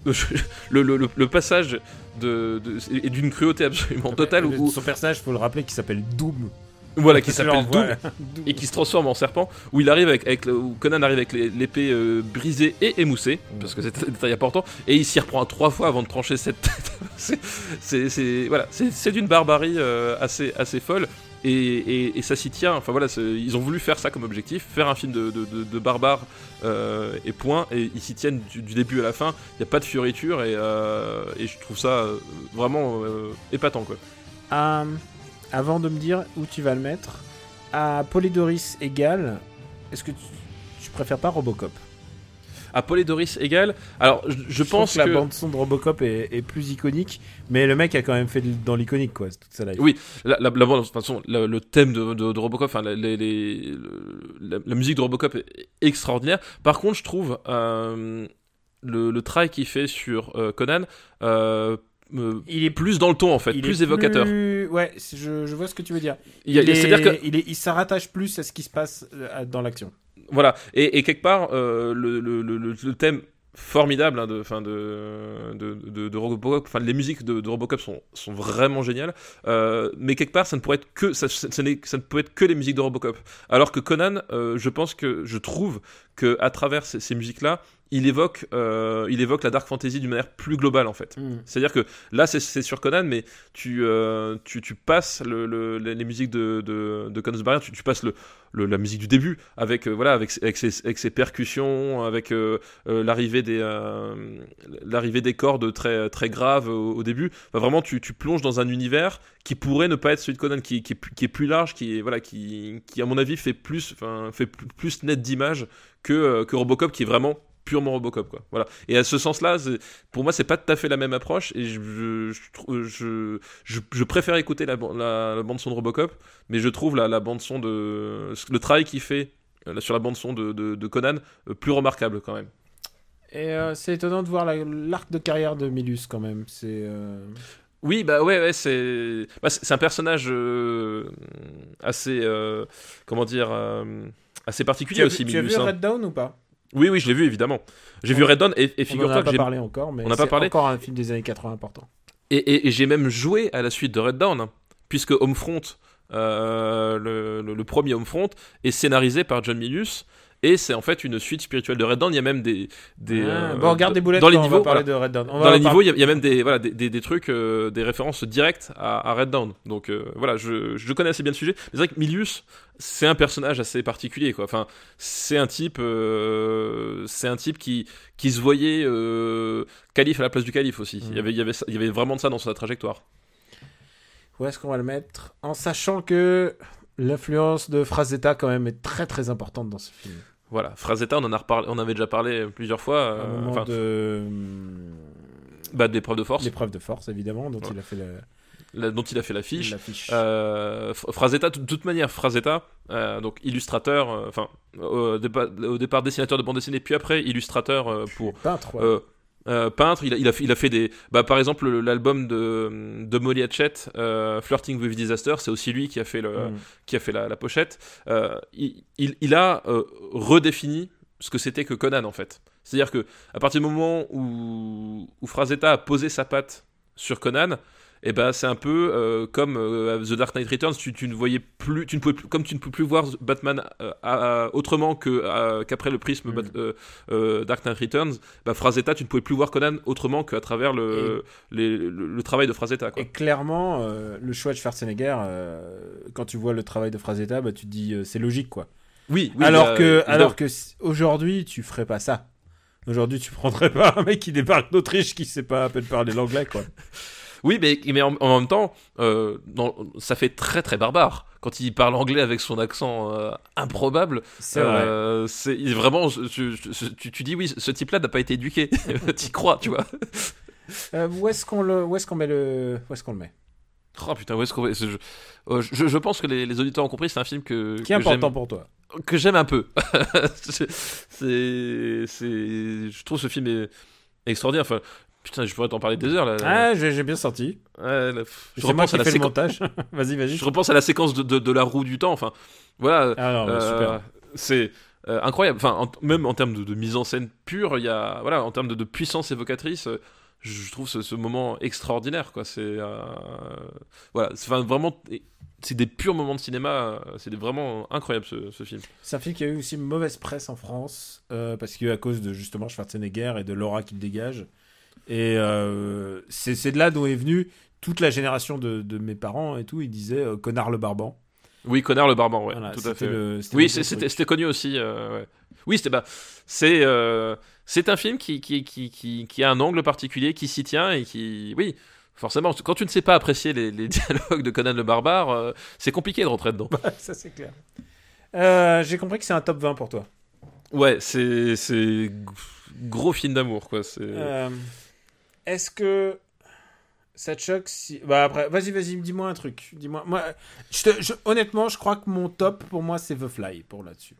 le, le, le, le passage de, de, est d'une cruauté absolument totale. Où, où, son personnage, il faut le rappeler, qui s'appelle Doom. Voilà, qui s'appelle Doom, Doom, et qui se transforme en serpent, où il arrive avec, avec où Conan arrive avec l'épée euh, brisée et émoussée, mmh. parce que c'est un détail important, et il s'y reprend trois fois avant de trancher cette tête. c'est, c'est, c'est, voilà, c'est, c'est d'une barbarie euh, assez, assez folle, et, et, et ça s'y tient. Enfin voilà, ils ont voulu faire ça comme objectif, faire un film de, de, de, de barbares euh, et point, et ils s'y tiennent du, du début à la fin. Il n'y a pas de fioriture, et, euh, et je trouve ça vraiment euh, épatant, quoi. Um... Avant de me dire où tu vas le mettre, à Polydoris égal, est-ce que tu, tu préfères pas Robocop ? À Polydoris égal, alors je, je, je pense que, que la bande son de Robocop est, est plus iconique, mais le mec a quand même fait dans l'iconique, quoi, toute sa life. Oui, la, la, la bande, de toute façon, le, le thème de, de, de Robocop, enfin les, les, la, la musique de Robocop est extraordinaire. Par contre, je trouve euh, le, le travail qu'il fait sur euh, Conan. Euh, Euh, il est plus dans le ton en fait, plus évocateur. Plus... Ouais, je, je vois ce que tu veux dire. Il, y a, il, est, c'est-à-dire que... il, est, il s'arrattache plus à ce qui se passe dans l'action. Voilà, et, et quelque part, euh, le, le, le, le thème formidable hein, de, fin de, de, de, de Robocop, enfin les musiques de, de Robocop sont, sont vraiment géniales, euh, mais quelque part ça ne pourrait être que ça, ça, ça, ça ne peut être que les musiques de Robocop. Alors que Conan, euh, je pense que je trouve que à travers ces, ces musiques là, il évoque, euh, il évoque la dark fantasy d'une manière plus globale en fait. Mmh. C'est-à-dire que là c'est, c'est sur Conan, mais tu, euh, tu, tu passes le, le, les musiques de, de, de Conan the Barbarian, tu, tu passes le, le, la musique du début avec, euh, voilà, avec, avec, ses, avec ses percussions, avec euh, euh, l'arrivée, des, euh, l'arrivée des cordes très, très graves au, au début. Enfin, vraiment, tu, tu plonges dans un univers qui pourrait ne pas être celui de Conan, qui, qui, est, qui est plus large, qui, est, voilà, qui, qui à mon avis fait plus, fait plus net d'image que, euh, que Robocop, qui est vraiment purement Robocop, quoi. Voilà. Et à ce sens-là, c'est, pour moi, c'est pas tout à fait la même approche, et je, je, je, je, je, je préfère écouter la, la, la bande-son de Robocop, mais je trouve la, la bande-son de... le travail qu'il fait euh, sur la bande-son de, de, de Conan euh, plus remarquable, quand même. Et euh, c'est étonnant de voir la, l'arc de carrière de Milius, quand même. C'est... Euh... Oui, bah ouais, ouais c'est... Bah, c'est, c'est un personnage euh, assez... Euh, comment dire... Euh, assez particulier tu aussi, vu, Milius. Tu as vu hein. Red Dawn ou pas ? Oui, oui, je l'ai vu, évidemment. J'ai on, vu Red Dawn, et, et figure-toi on en a que pas j'ai... parlé encore, mais on n'a c'est pas parlé. encore un film des années quatre-vingts important. Et, et, et j'ai même joué à la suite de Red Dawn, hein, puisque Homefront, euh, le, le, le premier Homefront, est scénarisé par John Milius, et c'est en fait une suite spirituelle de Red Dawn. Il y a même des... des ah, euh, bon, regarde des boulettes dans les quand niveaux, on va parler voilà. de Red Dawn. On dans les par... niveaux, il y, y a même des, voilà, des, des, des trucs, euh, des références directes à, à Red Dawn. Donc euh, voilà, je, je connais assez bien le sujet. Mais c'est vrai que Milius, c'est un personnage assez particulier, quoi. Enfin, c'est un type, euh, c'est un type qui, qui se voyait euh, calife à la place du calife aussi. Mmh. Il y avait, il y avait, il y avait vraiment de ça dans sa trajectoire. Où est-ce qu'on va le mettre ? En sachant que l'influence de Frazetta quand même est très très importante dans ce film. Voilà, Frazetta, on en a reparlé, on avait déjà parlé plusieurs fois. Euh, un moment de... Bah, d'épreuve de force. L'épreuve de force, évidemment, dont ouais. il a fait la... La, dont il a fait l'affiche. l'affiche. Euh, Frazetta, de toute manière, Frazetta, euh, donc illustrateur, enfin, euh, au, dépa- au départ dessinateur de bande dessinée, puis après illustrateur euh, pour... Peintre, ouais. Euh, Euh, peintre, il a, il, a, il a fait des... Bah, par exemple, l'album de, de Molly Hatchet, euh, Flirting with Disaster, c'est aussi lui qui a fait, le, mm. qui a fait la, la pochette. Euh, il, il, il a euh, redéfini ce que c'était que Conan, en fait. C'est-à-dire qu'à partir du moment où, où Frazetta a posé sa patte sur Conan, et ben c'est un peu euh, comme euh, The Dark Knight Returns, tu, tu ne voyais plus, tu ne pouvais plus, comme tu ne peux plus voir Batman euh, à, à, autrement que à, qu'après le prisme mm. Bat, euh, euh, Dark Knight Returns, bah, Frazetta, tu ne pouvais plus voir Conan autrement qu'à travers le, et, les, le, le travail de Frazetta, quoi. Et clairement, euh, le choix de Schwarzenegger, euh, quand tu vois le travail de Frazetta, bah, tu te dis euh, c'est logique, quoi. Oui, oui. Alors euh, que, alors que aujourd'hui, tu ferais pas ça. Aujourd'hui, tu prendrais pas un mec qui débarque d'Autriche qui sait pas à peine parler l'anglais, quoi. Oui, mais, mais en, en même temps, euh, dans, ça fait très très barbare. Quand il parle anglais avec son accent euh, improbable, c'est euh, vrai. C'est vraiment, tu, tu, tu dis oui, ce type-là n'a pas été éduqué. T'y crois, tu vois. Euh, où est-ce qu'on le, où est-ce qu'on met le, où est-ce qu'on le met? Oh putain, où est-ce qu'on met je, je, je pense que les, les auditeurs ont compris. C'est un film que qui est que important j'aime, pour toi. Que j'aime un peu. c'est, c'est, je trouve ce film est extraordinaire. Enfin. Putain, je pourrais t'en parler des heures là. Ah, j'ai, j'ai bien senti. Ouais, là, je c'est moi qui fais séqu... le montage. vas-y, vas-y. Je repense à la séquence de, de, de la roue du temps. Enfin, voilà. Ah non, euh, super. C'est euh, incroyable. Enfin, en, même en termes de, de mise en scène pure, il y a, voilà, en termes de, de puissance évocatrice, euh, je trouve ce, ce moment extraordinaire, quoi. C'est, euh, voilà, c'est enfin, vraiment. C'est des purs moments de cinéma, c'est vraiment incroyable ce, ce film. C'est un film qui a eu aussi une mauvaise presse en France, euh, parce qu'à cause de justement Schwarzenegger et de l'aura qu'il dégage. Et euh, c'est, c'est de là dont est venue toute la génération de, de mes parents et tout. Ils disaient euh, Connard le Barban. Oui, Connard le Barban, ouais, voilà, tout à fait. Le, c'était oui, le c'est, c'était, c'était connu aussi. Euh, ouais. Oui, c'était bah, c'est euh, c'est un film qui qui, qui qui qui a un angle particulier, qui s'y tient et qui, oui, forcément, quand tu ne sais pas apprécier les, les dialogues de Conan le Barbare, euh, c'est compliqué de rentrer dedans. Bah, ça c'est clair. Euh, j'ai compris que c'est un top vingt pour toi. Ouais, c'est c'est gros film d'amour, quoi. C'est. Euh... Est-ce que ça te choque si... Bah après, vas-y, vas-y, dis-moi un truc. Dis-moi. Moi, je te, je, honnêtement, je crois que mon top, pour moi, c'est The Fly, pour là-dessus.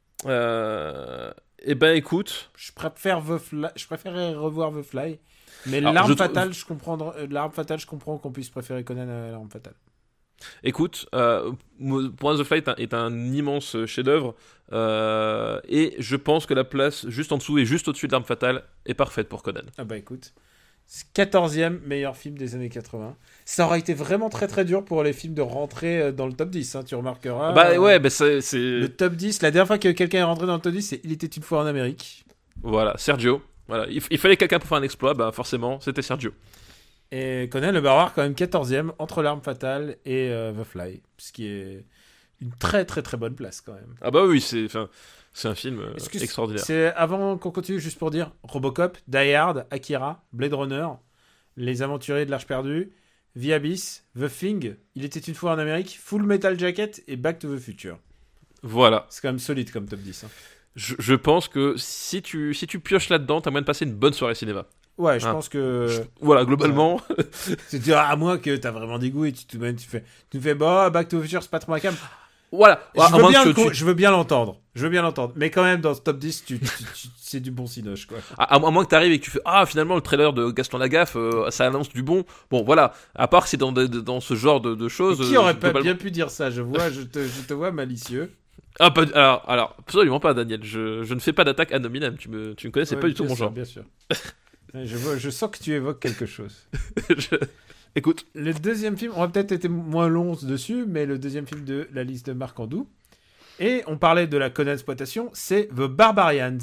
Euh... Eh ben, écoute... Je préfère The Fly... Je préférerais revoir The Fly. Mais Alors, l'arme, je fatale, trouve... je comprends... l'arme fatale, je comprends qu'on puisse préférer Conan à l'arme fatale. Écoute, euh, pour moi, The Fly est un, est un immense chef-d'œuvre. Euh, et je pense que la place juste en dessous et juste au-dessus de l'arme fatale est parfaite pour Conan. Ah bah écoute... quatorzième meilleur film des années quatre-vingts. Ça aurait été vraiment très très dur pour les films de rentrer dans le top dix, hein, tu remarqueras. Bah ouais, bah c'est, c'est... Le top dix, la dernière fois que quelqu'un est rentré dans le top dix, c'est Il était une fois en Amérique. Voilà, Sergio. Voilà. Il, il fallait quelqu'un pour faire un exploit, bah forcément, c'était Sergio. Et Conan le Barbare, quand même quatorzième, entre l'arme fatale et euh, The Fly. Ce qui est une très très très bonne place quand même. Ah bah oui, c'est... C'est un film euh, extraordinaire. C'est avant qu'on continue, juste pour dire Robocop, Die Hard, Akira, Blade Runner, Les Aventuriers de l'Arche perdue, The Abyss, The Thing, Il était une fois en Amérique, Full Metal Jacket et Back to the Future. Voilà. C'est quand même solide comme top dix. Hein. Je, je pense que si tu, si tu pioches là-dedans, t'as moyen de passer une bonne soirée cinéma. Ouais, je hein. pense que... Je, voilà, globalement... Ouais. C'est-à-dire, à moins que t'as vraiment des goûts et tu, tu, tu fais, tu fais bah, Back to the Future, c'est pas trop ma cam. Voilà, je, veux bien le, tu... je veux bien l'entendre. Je veux bien l'entendre. Mais quand même, dans ce top dix, tu, tu, tu, c'est du bon cinoche, quoi. À, à moins que t'arrives et que tu fais ah, finalement, le trailer de Gaston Lagaffe, euh, ça annonce du bon. Bon, voilà. À part que c'est dans, de, dans ce genre de, de choses. Et qui aurait euh, pas globalement... bien pu dire ça? Je vois, je te, je te vois malicieux. Ah, pas, alors, alors, absolument pas, Daniel. Je, je ne fais pas d'attaque ad hominem. Tu me, tu me connais, c'est ouais, pas du tout mon sûr, genre. Bien sûr. je, vois, je sens que tu évoques quelque chose. je... Écoute. Le deuxième film, on va peut-être être moins long dessus, mais le deuxième film de la liste de Marc Andou. Et on parlait de la Conan exploitation, c'est The Barbarians.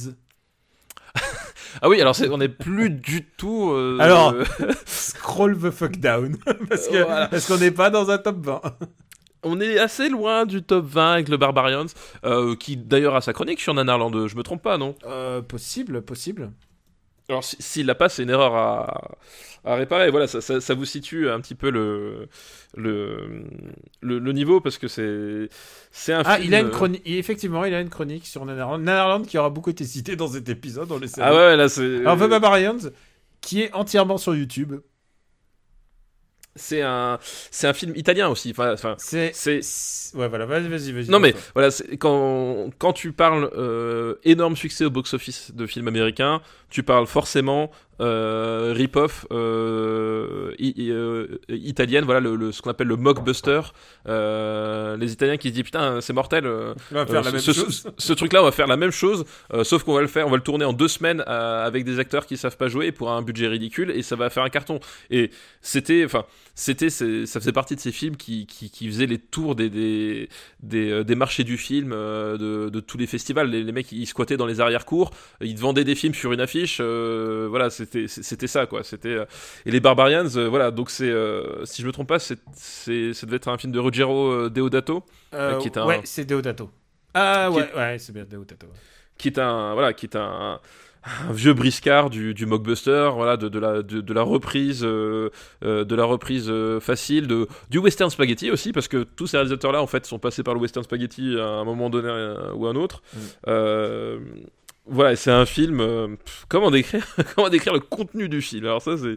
Ah oui, alors c'est, on n'est plus du tout... Euh, alors, scroll the fuck down, parce, que, voilà. parce qu'on n'est pas dans un top vingt. On est assez loin du top vingt avec le Barbarians, euh, qui d'ailleurs a sa chronique sur Nanarland, je me trompe pas, non euh, Possible, possible. Alors s'il si, l'a pas, c'est une erreur à, à réparer. Voilà, ça, ça, ça vous situe un petit peu le, le, le, le niveau, parce que c'est, c'est un ah, film... il a une chronique, effectivement, il a une chronique sur Nanarland. Nanarland qui aura beaucoup été cité dans cet épisode, on le sait. Ah ouais, là c'est... Alors The Barbarians, qui est entièrement sur YouTube. C'est un, c'est un film italien aussi. Enfin, enfin c'est, c'est... Ouais, voilà, vas-y, vas-y, vas-y. Non, mais toi. voilà, c'est, quand, quand tu parles euh, énorme succès au box-office de films américains, tu parles forcément euh, rip-off euh, i- euh, italienne, voilà le, le, ce qu'on appelle le mockbuster. Euh, les Italiens qui se disent putain c'est mortel, euh, On va faire euh, la même ce, chose. ce, ce truc-là on va faire la même chose, euh, sauf qu'on va le faire, on va le tourner en deux semaines euh, avec des acteurs qui savent pas jouer pour un budget ridicule et ça va faire un carton. Et c'était, enfin c'était, c'est, ça faisait partie de ces films qui, qui, qui faisaient les tours des des des, euh, des marchés du film, euh, de, de tous les festivals. Les, les mecs ils squattaient dans les arrière-cours, ils te vendaient des films sur une affiche, euh, voilà c'était c'était ça quoi. C'était euh, et les Barbarians, euh, voilà donc c'est euh, si je me trompe pas, c'est c'est ça devait être un film de Ruggero euh, Deodato, Euh, euh, qui est un Ouais, c'est Deodato. Ah Qui ouais, ouais, c'est bien Deodato. ouais. qui est un voilà qui est un, un vieux briscard du, du mockbuster, voilà de, de la de, de la reprise euh, euh, de la reprise euh, facile de du western spaghetti aussi, parce que tous ces réalisateurs là en fait sont passés par le western spaghetti à un moment donné euh, ou un autre. Mm. Euh, voilà, c'est un film. Euh, pff, comment décrire comment décrire le contenu du film? Alors ça c'est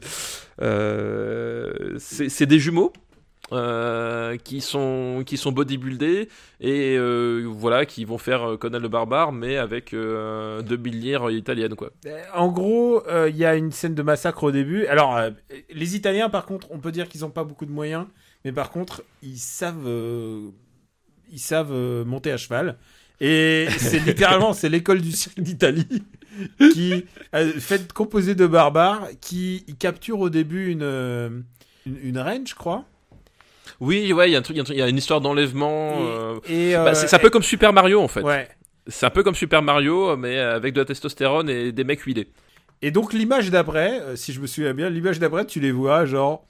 euh, c'est, c'est des jumeaux. Euh, qui sont qui sont bodybuildés et euh, voilà qui vont faire Conan le barbare mais avec euh, deux millières italiennes quoi. Euh, En gros, il euh, y a une scène de massacre au début. Alors, euh, les Italiens, par contre, on peut dire qu'ils n'ont pas beaucoup de moyens, mais par contre, ils savent, euh, ils savent euh, monter à cheval. Et c'est littéralement, c'est l'école du cirque d'Italie qui, euh, faite composée de barbares, qui capture au début une, euh, une, une reine, je crois. Oui, ouais, il y a un truc, il y a un truc- il y a une histoire d'enlèvement. Et, euh, et, bah, euh, c'est, c'est un peu comme Super Mario en fait. Ouais. C'est un peu comme Super Mario mais avec de la testostérone et des mecs huilés. Et donc l'image d'après, euh, si je me souviens bien, l'image d'après, tu les vois genre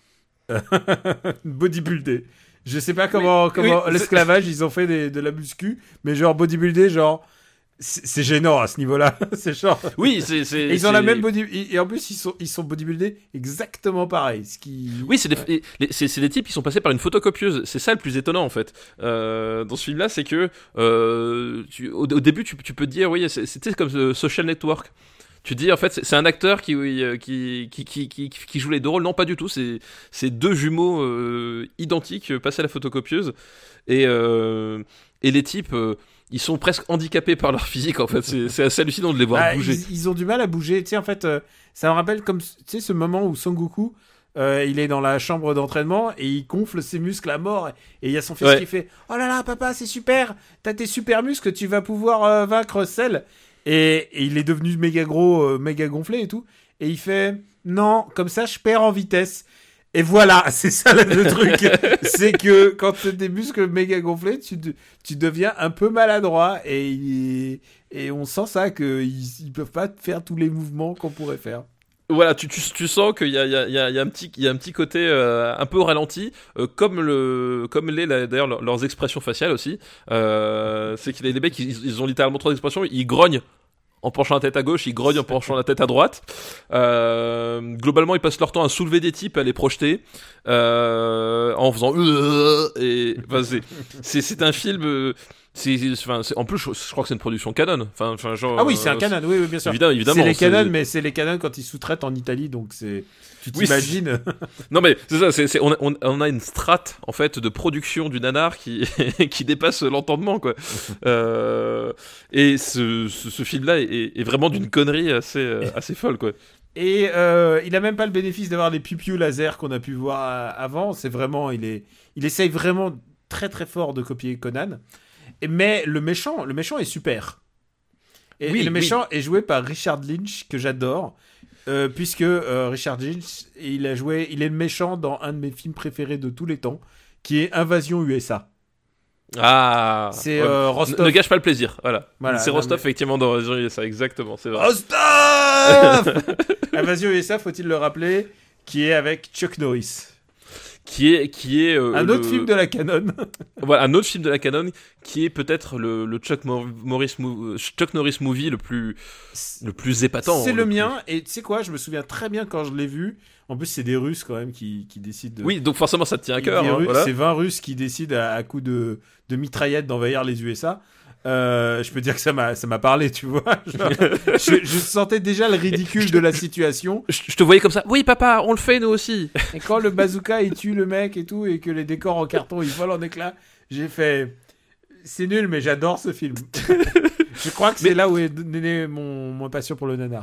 bodybuildé. Je sais pas comment, Oui, comment oui, l'esclavage ils ont fait des- de la muscu, mais genre bodybuildé, genre c'est, c'est gênant à ce niveau-là. C'est genre. Oui, c'est c'est. Et ils ont c'est- la même body et en plus ils sont ils sont bodybuildés exactement pareil. Ce qui. Oui, c'est des, les- les- c'est, c'est des types qui sont passés par une photocopieuse. C'est ça le plus étonnant en fait. Euh, dans ce film-là, c'est que euh, tu, au, au début, tu, tu peux te dire, oui, c'est- c'était comme The Social Network. Tu te dis, en fait, c'est, c'est un acteur qui, oui, euh, qui, qui, qui, qui, qui joue les deux rôles. Non, pas du tout. C'est, c'est deux jumeaux euh, identiques euh, passés à la photocopieuse. Et, euh, et les types, euh, ils sont presque handicapés par leur physique en fait. C'est, c'est assez hallucinant de les voir Bah, bouger. ils, ils ont du mal à bouger. Tu sais, en fait, euh, ça me rappelle comme tu sais ce moment où Son Goku, euh, il est dans la chambre d'entraînement et il gonfle ses muscles à mort. Et il y a son fils Ouais. qui fait oh là là, papa, c'est super. T'as tes super muscles, tu vas pouvoir euh, vaincre Cell. Et, et il est devenu méga gros, euh, méga gonflé et tout. Et il fait non, comme ça, je perds en vitesse. Et voilà, c'est ça le, le truc. C'est que quand tu as des muscles méga gonflés, tu, de- tu deviens un peu maladroit. Et, il- et on sent ça, qu'ils ils peuvent pas faire tous les mouvements qu'on pourrait faire. Voilà, tu, tu, tu sens qu'il y a, il y, a, il y, a, il y a un petit, il y a un petit côté euh, un peu au ralenti, euh, comme le, comme les, la- d'ailleurs leur- leurs expressions faciales aussi. Euh, c'est que les, les mecs, ils, ils ont littéralement trois expressions. Ils grognent en penchant la tête à gauche, ils grognent en penchant la tête à droite. Euh, globalement, ils passent leur temps à soulever des types, à les projeter, euh, en faisant euh, et enfin, c'est, c'est, c'est un film. euh, C'est, c'est- enfin, c'est- en plus, je, je crois que c'est une production Canon. Enfin, enfin, genre, Ah oui, c'est un euh, Canon, oui, oui, bien sûr. Évidemment, évidemment. c'est les c'est- Canon, mais c'est les Canon quand ils sous-traitent en Italie, donc c'est. Tu Oui, t'imagines Non mais c'est ça, c'est, c'est, on, a, on, on a une strate en fait de production du nanar qui, qui dépasse l'entendement quoi. Euh, et ce, ce, ce film-là est, est vraiment d'une connerie assez, euh, assez folle quoi. Et euh, il a même pas le bénéfice d'avoir les pipiou laser qu'on a pu voir euh, avant. C'est vraiment, il est, il essaye vraiment très très fort de copier Conan. Et, mais le méchant, le méchant est super. Et, Oui, et le oui. méchant est joué par Richard Lynch que j'adore, euh, puisque euh, Richard Lynch, il a joué, il est le méchant dans un de mes films préférés de tous les temps, qui est Invasion U S A. Ah. C'est ouais. euh, Ne, Rostov. ne gâche pas le plaisir, voilà. Voilà, c'est non, Rostov mais- effectivement dans Invasion U S A, exactement, c'est vrai. Rostov. Invasion U S A, faut-il le rappeler, qui est avec Chuck Norris. Qui est, qui est euh, Un le- autre film de la Canon. Voilà, un autre film de la Canon qui est peut-être le, le Chuck, Mor- Morris mo- Chuck Norris movie le plus, le plus épatant. C'est hein, le plus- mien, et tu sais quoi, je me souviens très bien quand je l'ai vu. En plus, c'est des Russes quand même qui, qui décident de. Oui, donc forcément ça te tient à Des cœur. hein, Russes- voilà. C'est vingt Russes qui décident à, à coup de, de mitraillettes d'envahir les U S A. Euh, je peux dire que ça m'a, ça m'a parlé, tu vois. Genre, je, je sentais déjà le ridicule de la situation. Je, je te voyais comme ça. Oui, papa, on le fait nous aussi. Et quand le bazooka il tue le mec et tout, et que les décors en carton ils volent en éclats, j'ai fait. C'est nul, mais j'adore ce film. Je crois que c'est Mais- là où est née mon, mon passion pour le nanar.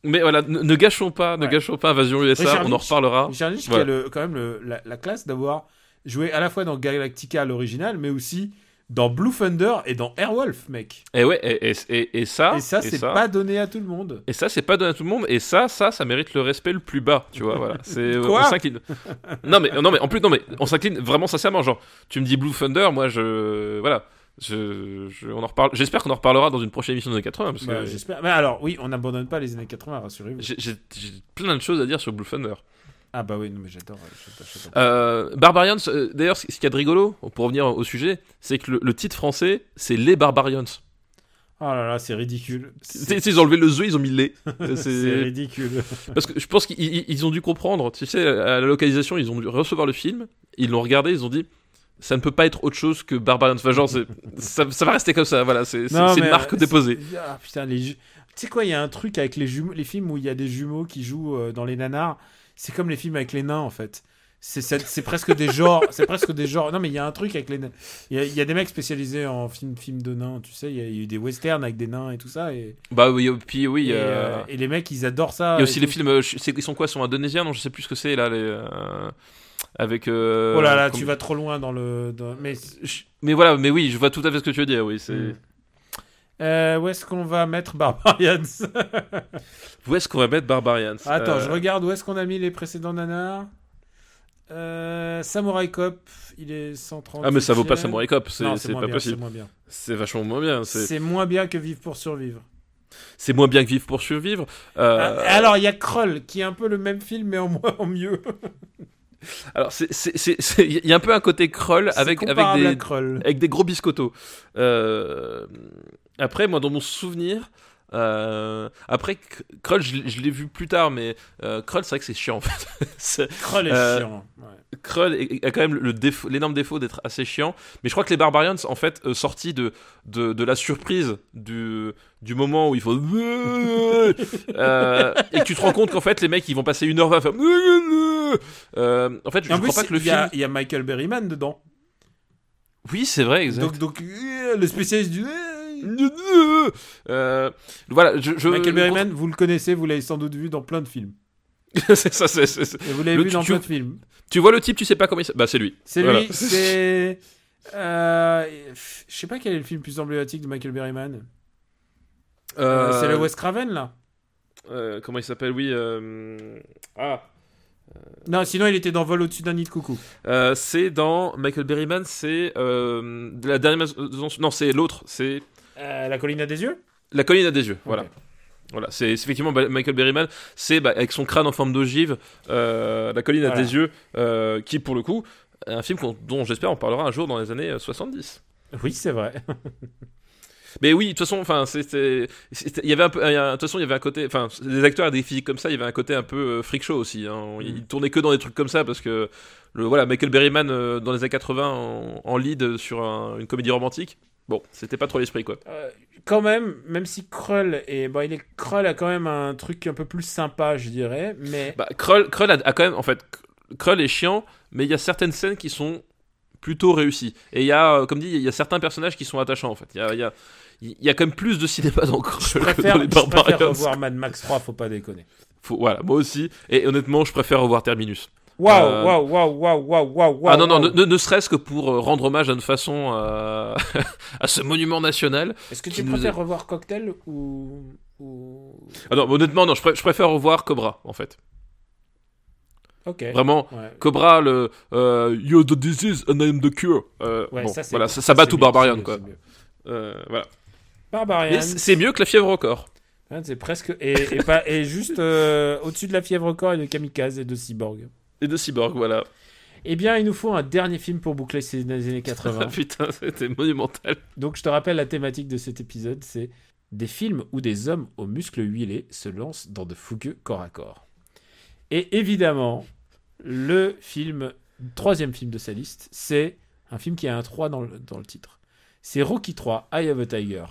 Mais voilà, ne, ne gâchons pas, ne Ouais. gâchons pas Invasion U S A, Richard on en Lynch- reparlera. Richard Lynch Voilà. qui a le, quand même le, la, la classe d'avoir joué à la fois dans Galactica l'original, mais aussi dans Blue Thunder et dans Airwolf, mec. Et ouais, et, et, et, et ça, et ça, c'est pas donné à tout le monde. Et ça, c'est pas donné à tout le monde. Et ça, ça, ça mérite le respect le plus bas, tu vois. Voilà, c'est Quoi on s'incline. Non mais, non mais, en plus, non mais, on s'incline vraiment sincèrement. Genre, tu me dis Blue Thunder, moi, je, voilà, je, je on en reparle. J'espère qu'on en reparlera dans une prochaine émission des années quatre-vingts, parce Bah, que j'espère. Mais alors, oui, on n'abandonne pas les années quatre-vingts, rassurez-vous. j'ai, j'ai, j'ai plein de choses à dire sur Blue Thunder. Ah bah oui, non, mais j'adore. j'adore, j'adore. Euh, Barbarians, euh, d'ailleurs, ce ce qu'il y a de rigolo, pour revenir au sujet, c'est que le, le titre français, c'est Les Barbarians. Oh là là, c'est ridicule. Tu sais, ils ont enlevé le The, ils ont mis les. C'est C'est ridicule. parce que je pense qu'ils ils- ils ont dû comprendre. Tu sais, à la localisation, ils ont dû recevoir le film, ils l'ont regardé, ils ont dit. Ça ne peut pas être autre chose que Barbarians. Enfin, genre, c'est- ça, ça va rester comme ça. Voilà, c'est c'est- Non, c'est mais, une marque euh, déposée. c'est- Ah putain, les ju- tu sais quoi, il y a un truc avec les jumeaux, les films où il y a des jumeaux qui jouent euh, dans les nanars. C'est comme les films avec les nains en fait. C'est, c'est, c'est presque des genres. C'est presque des genres. Non mais il y a un truc avec les nains. Il y a, il y a des mecs spécialisés en films film de nains. Tu sais, il y, a, il y a eu des westerns avec des nains et tout ça. Et, Bah oui, puis oui. et, euh, euh, et les mecs, ils adorent ça. Il y a aussi et les tout. films. euh, je- c'est- Ils sont quoi? Ils sont indonésiens? Non, je sais plus ce que c'est là. Les, euh, avec. euh, Oh là là, comme- tu vas trop loin dans le. dans- Mais Je- Mais voilà, mais oui, je vois tout à fait ce que tu veux dire. Oui, c'est. Mm. euh, où est-ce qu'on va mettre Barbarians? Où est-ce qu'on va mettre Barbarians? Attends, Euh, je regarde où est-ce qu'on a mis les précédents nanars. Euh, Samurai Cop, il est cent trente. Ah, mais ça vaut pas Samurai Cop. C'est Non, c'est moins pas bien, possible. C'est moins bien. C'est vachement moins bien. C'est C'est moins bien que Vivre pour survivre. c'est moins bien que Vivre pour survivre. Euh, Ah, alors, il y a Krull, qui est un peu le même film, mais en, moins, en mieux. Alors, c'est c'est- c'est- c'est- il y a un peu un côté Krull C'est avec, avec, comparable à des, Krull. avec des gros biscottos. Euh, Après, moi, dans mon souvenir, euh, après, K- Krull, je, l'ai- je l'ai vu plus tard, mais euh, Krull, c'est vrai que c'est chiant en fait. C'est- Krull est Euh, chiant. Ouais. Krull est- a quand même le défaut- l'énorme défaut d'être assez chiant. Mais je crois que les Barbarians, en fait, euh, sortis de, de, de la surprise du, du moment où il faut. Euh, et que tu te rends compte qu'en fait, les mecs, ils vont passer une heure vingt à faire. Euh, en fait, je En ne plus, crois pas que le il y, a- film. il y a Michael Berryman dedans. Oui, c'est vrai, exact. Donc, donc euh, le spécialiste du. Euh, voilà, je, je- Michael Berryman, vous le connaissez, vous l'avez sans doute vu dans plein de films. c'est ça, c'est, c'est- c'est- Et vous l'avez Le- vu dans tu- plein de films. Tu vois le type, tu sais pas comment il s'appelle. Bah, c'est lui. C'est Voilà. lui, c'est. Euh, je sais pas quel est le film plus emblématique de Michael Berryman. Euh, Euh, c'est le Wes Craven là. euh, comment il s'appelle, oui. euh, Ah. Non, sinon il était dans Vol au-dessus d'un nid de coucou. Euh, c'est dans Michael Berryman, c'est euh, de la dernière. Non, c'est l'autre, c'est Euh, la colline à des yeux. La colline à des yeux. Voilà. Ok. Voilà, c'est c'est effectivement bah, Michael Berryman, c'est bah, avec son crâne en forme d'ogive, euh, La colline à Voilà. des yeux, euh, qui pour le coup, est un film qu'on- dont j'espère on parlera un jour dans les années euh, soixante-dix. Oui, c'est vrai. Mais oui, de toute façon, enfin, c'était, c'était- il y avait un peu, il y a- de toute façon, il y avait un côté, enfin, les acteurs avec des physiques comme ça, il y avait un côté un peu euh, freak show aussi. Hein. Ils Mm. tournaient que dans des trucs comme ça parce que le voilà, Michael Berryman euh, dans les années quatre-vingts en, en lead sur un- une comédie romantique. Bon, c'était pas trop l'esprit quoi. Euh, quand même, même si Krull est, bon, il est Krull a quand même un truc un peu plus sympa, je dirais, mais Bah, Krull, Krull a, a quand même, en fait, Krull est chiant, mais il y a certaines scènes qui sont plutôt réussies. Et il y a, euh, comme dit, il y a certains personnages qui sont attachants en fait. Il y a, il y a, il y a quand même plus de cinéma dans Krull je que préfère, dans les je préfère Barbarians. revoir Mad Max trois, faut pas déconner. Faut- voilà, moi aussi. Et honnêtement, je préfère revoir Terminus. Waouh, Euh, waouh, waouh, waouh, waouh, waouh, waouh. Ah non, non, ne, waouh. ne- ne serait-ce que pour euh, rendre hommage à une façon euh, à ce monument national. Est-ce que qui tu nous préfères est- revoir Cocktail ou, ou... Ah non, honnêtement, non, je, pr- je préfère revoir Cobra, en fait. Ok. Vraiment, Ouais. Cobra, le euh, You're the disease and I am the cure. Euh, Ouais, bon, ça, c'est voilà, bon. ça, ça bat c'est tout mieux, Barbarian, c'est mieux, quoi. c'est mieux. Euh, voilà. Barbarian. Mais c- c'est mieux que la fièvre au corps. Hein, c'est presque et, et pas et juste euh, au-dessus de la fièvre corps et de Kamikaze et de Cyborg. Et de Cyborg, voilà. Eh bien, il nous faut un dernier film pour boucler ces années quatre-vingts. Putain, c'était monumental. Donc, je te rappelle la thématique de cet épisode, c'est des films où des hommes aux muscles huilés se lancent dans de fougueux corps à corps. Et évidemment, le film, troisième film de sa liste, c'est un film qui a un trois dans le, dans le titre. C'est Rocky trois, Eye of a Tiger.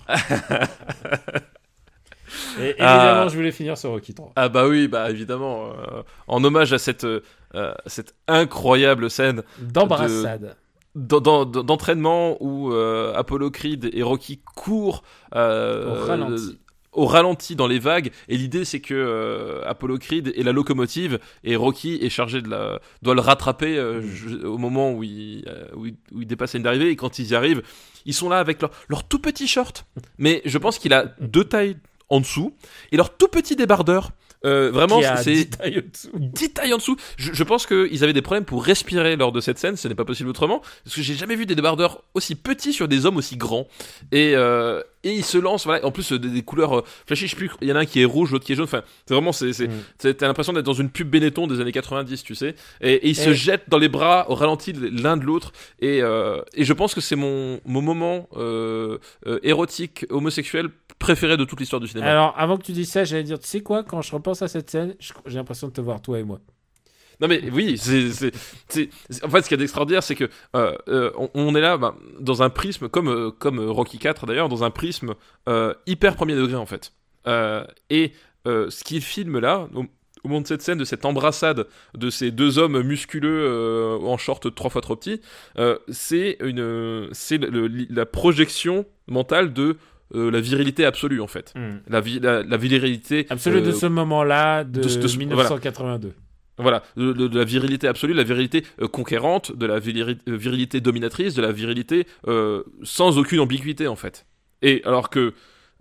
Et évidemment, Ah. je voulais finir sur Rocky trois. Ah bah oui, bah évidemment. euh, en hommage à cette, euh, cette incroyable scène D'embrassade. d'en- d'en- d'entraînement où euh, Apollo Creed et Rocky courent euh, Au ralenti. au ralenti dans les vagues, et l'idée c'est que euh, Apollo Creed est la locomotive et Rocky est chargé de la doit le rattraper euh, je, au moment où il, euh, où il où il dépasse la ligne d'arrivée, et quand ils y arrivent, ils sont là avec leur, leur tout petit short, mais je pense qu'il a deux tailles en dessous et leur tout petit débardeur. Euh, vraiment, qui a c'est dix tailles en dessous. dix tailles en dessous. Je, je pense qu'ils avaient des problèmes pour respirer lors de cette scène. Ce n'est pas possible autrement. Parce que j'ai jamais vu des débardeurs aussi petits sur des hommes aussi grands. Et, euh, et ils se lancent, voilà. En plus, des, des couleurs euh, flashy, je sais plus. Il y en a un qui est rouge, l'autre qui est jaune. Enfin, c'est vraiment, c'est, c'est, mm. c'est, t'as l'impression d'être dans une pub Benetton des années quatre-vingt-dix, tu sais. Et, et ils et... se jettent dans les bras au ralenti l'un de l'autre. Et, euh, et je pense que c'est mon, mon moment euh, euh, érotique, homosexuel préféré de toute l'histoire du cinéma. Alors, avant que tu dises ça, j'allais dire, tu sais quoi, quand je repense à cette scène, j'ai l'impression de te voir, toi et moi. Non mais oui, c'est, c'est, c'est, c'est en fait ce qu'il y a d'extraordinaire, c'est que euh, euh, on, on est là bah, dans un prisme comme euh, comme Rocky quatre d'ailleurs, dans un prisme euh, hyper premier degré en fait. Euh, et euh, ce qu'il filme là, au, au moment de cette scène, de cette embrassade de ces deux hommes musculeux euh, en short trois fois trop petits, euh, c'est une, c'est le, le, la projection mentale de Euh, la virilité absolue en fait, mm. la, vi- la, la virilité absolue euh, de ce moment-là de, de, de dix-neuf cent quatre-vingt-deux. Voilà, de, de, de la virilité absolue, la virilité euh, conquérante, de la virili- euh, virilité dominatrice, de la virilité euh, sans aucune ambiguïté en fait. Et alors que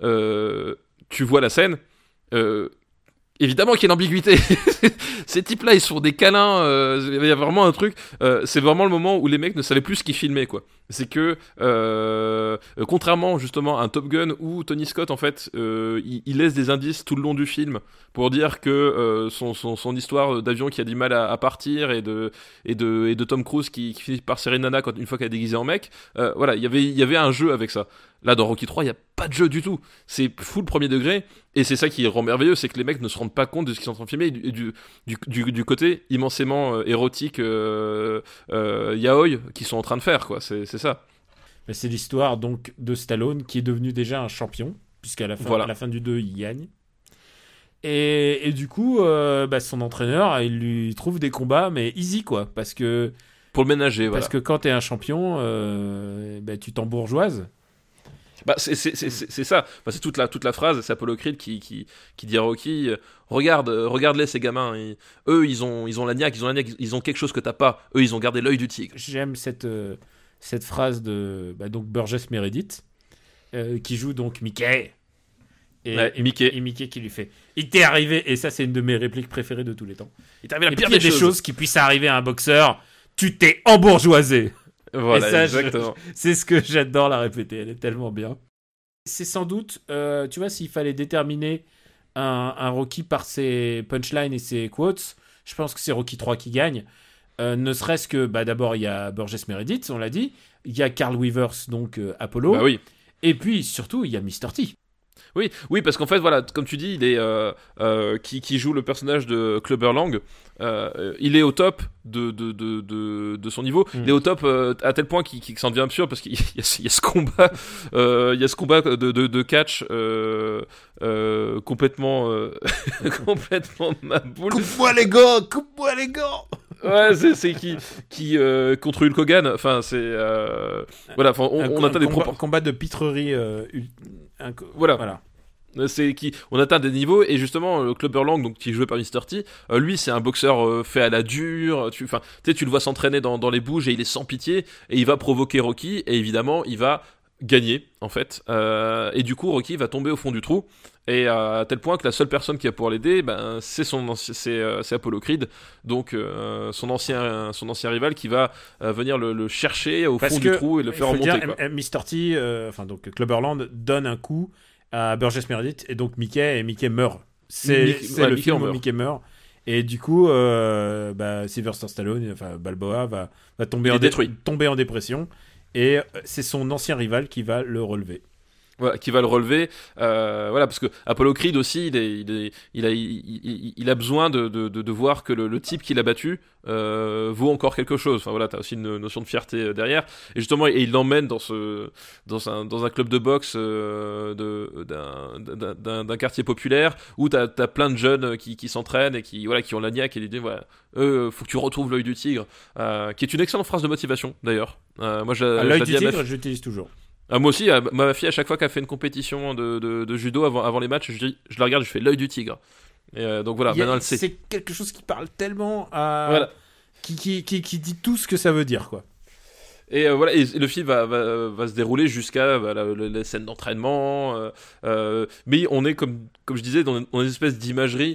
euh, tu vois la scène, euh, évidemment qu'il y a une ambiguïté. Ces types-là, ils se font des câlins. Euh, il y a vraiment un truc. Euh, c'est vraiment le moment où les mecs ne savaient plus ce qu'ils filmaient, quoi. C'est que, euh, contrairement justement à un Top Gun où Tony Scott, en fait, euh, il, il laisse des indices tout le long du film pour dire que euh, son, son, son histoire d'avion qui a du mal à, à partir et de, et, de, et de Tom Cruise qui, qui finit par serrer Nana quand, une fois qu'elle est déguisée en mec. Euh, voilà, y avait, il y avait un jeu avec ça. Là, dans Rocky trois, il n'y a pas de jeu du tout. C'est full premier degré. Et c'est ça qui rend merveilleux, c'est que les mecs ne se rendent pas compte de ce qu'ils sont en train de filmer et du, du, du, du, du côté immensément euh, érotique euh, euh, yaoi qu'ils sont en train de faire, quoi. C'est, c'est ça. Mais c'est l'histoire donc de Stallone qui est devenu déjà un champion, puisqu'à la fin, voilà. à la fin du deux, il gagne. Et, et du coup, euh, bah, son entraîneur, il lui trouve des combats, mais easy, quoi. Parce que, pour le ménager, parce voilà. que quand t'es un champion, euh, bah, tu t'embourgeoises. Bah, c'est, c'est, c'est, c'est, c'est ça, enfin, c'est toute la, toute la phrase, c'est Apollo Creed qui, qui, qui dit à Rocky, euh, regarde, euh, regarde-les ces gamins, ils, eux ils ont, ils ont la niaque, ils ont la niaque, ils ont quelque chose que t'as pas, eux ils ont gardé l'œil du tigre. J'aime cette, euh, cette phrase de bah, donc Burgess Meredith, euh, qui joue donc Mickey. Et, ouais, et, Mickey. et Mickey qui lui fait, il t'est arrivé, et ça c'est une de mes répliques préférées de tous les temps, il t'est arrivé la et pire des, des des choses. choses qui puissent arriver à un boxeur, tu t'es embourgeoisé. Voilà, et ça, exactement. Je, c'est ce que j'adore la répéter, elle est tellement bien. C'est sans doute, euh, tu vois, s'il fallait déterminer un, un Rocky par ses punchlines et ses quotes, je pense que c'est Rocky trois qui gagne. Euh, ne serait-ce que, bah, d'abord, il y a Burgess Meredith, on l'a dit. Il y a Carl Weathers, donc euh, Apollo. Bah oui. Et puis, surtout, il y a mister T. Oui, oui, parce qu'en fait, voilà, comme tu dis, il est euh, euh, qui, qui joue le personnage de Clubber Lang. Euh, il est au top de de de de, de son niveau. Mm. Il est au top euh, à tel point qu'il, qu'il s'en devient absurde parce qu'il y a, il y a ce combat, euh, il y a ce combat de de, de catch euh, euh, complètement euh, complètement maboule. Coupe-moi les gants, coupe-moi les gants. Ouais, c'est, c'est qui, qui euh, contre Hulk Hogan. Enfin, c'est euh, voilà. Enfin, on, on atteint des propos. Combat de pitrerie. Euh, un, voilà. Voilà. C'est qui, on atteint des niveaux et justement le Clubber Lang, donc qui est joué par mister T, euh, lui c'est un boxeur euh, fait à la dure. Tu, enfin, tu sais, tu le vois s'entraîner dans, dans les bouges et il est sans pitié et il va provoquer Rocky et évidemment il va gagner en fait. Euh, et du coup Rocky va tomber au fond du trou. Et à tel point que la seule personne qui va pouvoir l'aider, ben, c'est, son, c'est, euh, c'est Apollo Creed, donc euh, son, ancien, son ancien rival qui va euh, venir le, le chercher au Parce fond du trou et le faire remonter. Dire, quoi. mister T, euh, enfin donc Clubberland donne un coup à Burgess Meredith et donc Mickey et Mickey meurt. C'est, Mickey, c'est ouais, le Mickey film où Mickey meurt. Et du coup, euh, bah, Sylvester Stallone, enfin Balboa, va, va tomber, en dé- tomber en dépression et c'est son ancien rival qui va le relever. Voilà, qui va le relever, euh, voilà, parce que Apollo Creed aussi, il, est, il, est, il, a, il, il, il a besoin de, de, de, de voir que le, le type qu'il a battu euh, vaut encore quelque chose. Enfin voilà, t'as aussi une notion de fierté derrière. Et justement, et il l'emmène dans ce, dans un, dans un club de boxe euh, de, d'un, d'un, d'un, d'un quartier populaire où t'as, t'as plein de jeunes qui, qui s'entraînent et qui, voilà, qui ont la niaque et l'idée, voilà, eux, faut que tu retrouves l'œil du tigre, euh, qui est une excellente phrase de motivation d'ailleurs. Euh, moi, je, ah, l'œil je du tigre, je l'utilise toujours. Ah, moi aussi, euh, ma fille, à chaque fois qu'elle fait une compétition de, de, de judo avant, avant les matchs, je, dis- je la regarde, je fais l'œil du tigre. Et, euh, donc voilà, Il y a- maintenant elle sait. c'est quelque chose qui parle tellement à... Voilà. Qui, qui, qui, qui dit tout ce que ça veut dire, quoi. Et euh, voilà, et le film va, va, va se dérouler jusqu'à bah, la, la, la scène d'entraînement. Euh, euh, mais on est, comme, comme je disais, dans, dans une espèce d'imagerie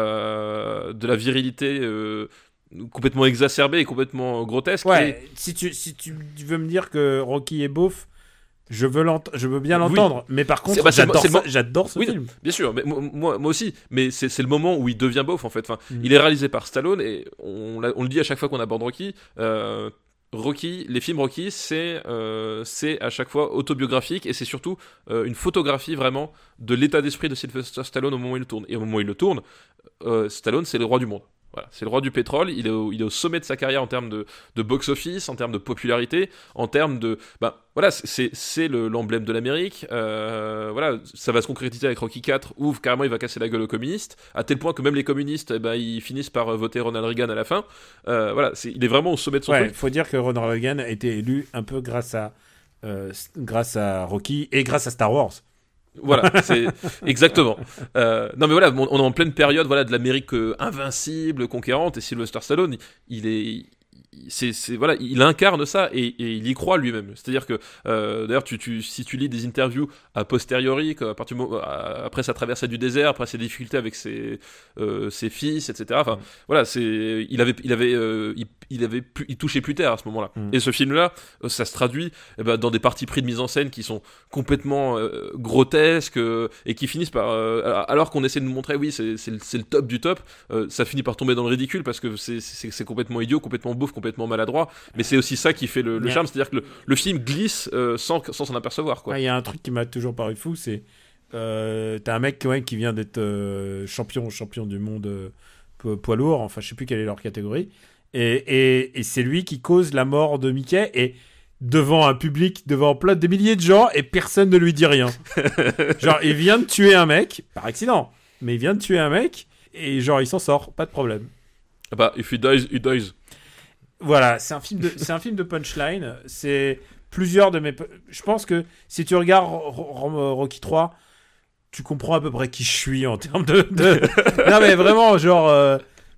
euh, de la virilité euh, complètement exacerbée et complètement grotesque. Ouais, Et, si tu, si tu veux me dire que Rocky est beauf, je veux, l'ent- je veux bien Oui. l'entendre. Mais par contre, C'est- bah, c'est le- j'adore, c'est le ça- mo- j'adore ce Oui, film. bien sûr, mais moi, moi, moi aussi. Mais c'est, c'est le moment où il devient beauf, en fait. Enfin, Mm. Il est réalisé par Stallone et on, l'a- on le dit à chaque fois qu'on aborde Rocky. Euh, Rocky, les films Rocky, c'est, euh, c'est à chaque fois autobiographique et c'est surtout euh, une photographie vraiment de l'état d'esprit de Sylvester Stallone au moment où il le tourne. Et au moment où il le tourne, euh, Stallone, c'est le roi du monde. Voilà, c'est le roi du pétrole, il est, au, il est au sommet de sa carrière en termes de, de box-office, en termes de popularité, en termes de... Ben, voilà, c'est, c'est le, l'emblème de l'Amérique, euh, voilà, ça va se concrétiser avec Rocky quatre, où carrément il va casser la gueule aux communistes, à tel point que même les communistes, eh ben, ils finissent par voter Ronald Reagan à la fin. Euh, voilà, c'est, il est vraiment au sommet de son Ouais, truc. faut dire que Ronald Reagan a été élu un peu grâce à, euh, grâce à Rocky et grâce à Star Wars. Voilà, c'est exactement. Euh, non mais voilà, on on est en pleine période voilà de l'Amérique euh, invincible, conquérante, et Sylvester Stallone, il est, il- c'est, c'est voilà, il incarne ça et, et il y croit lui-même. C'est-à-dire que euh, d'ailleurs, tu, tu, si tu lis des interviews a posteriori, que, à partir du moment- à- après sa traversée du désert, après ses difficultés avec ses, euh, ses fils, et cetera. Enfin, voilà, c'est, il avait, il avait, euh, il, il avait, pu, il touchait plus terre à ce moment-là. Mm. Et ce film-là, euh, ça se traduit eh ben, dans des parties pris de mise en scène qui sont complètement euh, grotesques euh, et qui finissent par, euh, alors qu'on essaie de nous montrer, oui, c'est, c'est, le, c'est le top du top, euh, ça finit par tomber dans le ridicule parce que c'est, c'est, c'est complètement idiot, complètement beauf, complètement maladroit. Mais c'est aussi ça qui fait le, le Yeah. charme, c'est-à-dire que le, le film glisse euh, sans, sans s'en apercevoir, quoi. Il y a un truc qui m'a toujours paru fou, c'est euh, t'as un mec ouais, qui vient d'être euh, champion, champion du monde euh, po- poids lourd, enfin je sais plus quelle est leur catégorie, et, et, et c'est lui qui cause la mort de Mickey et devant un public, devant plein de milliers de gens et personne ne lui dit rien. Genre il vient de tuer un mec par accident, mais il vient de tuer un mec et genre il s'en sort, pas de problème. Ah bah, if he dies, he dies. Voilà, c'est un film de, c'est un film de punchline. C'est plusieurs de mes. Je pense que si tu regardes Ro- Ro- Rocky trois, tu comprends à peu près qui je suis en termes de. de... non mais vraiment, genre euh,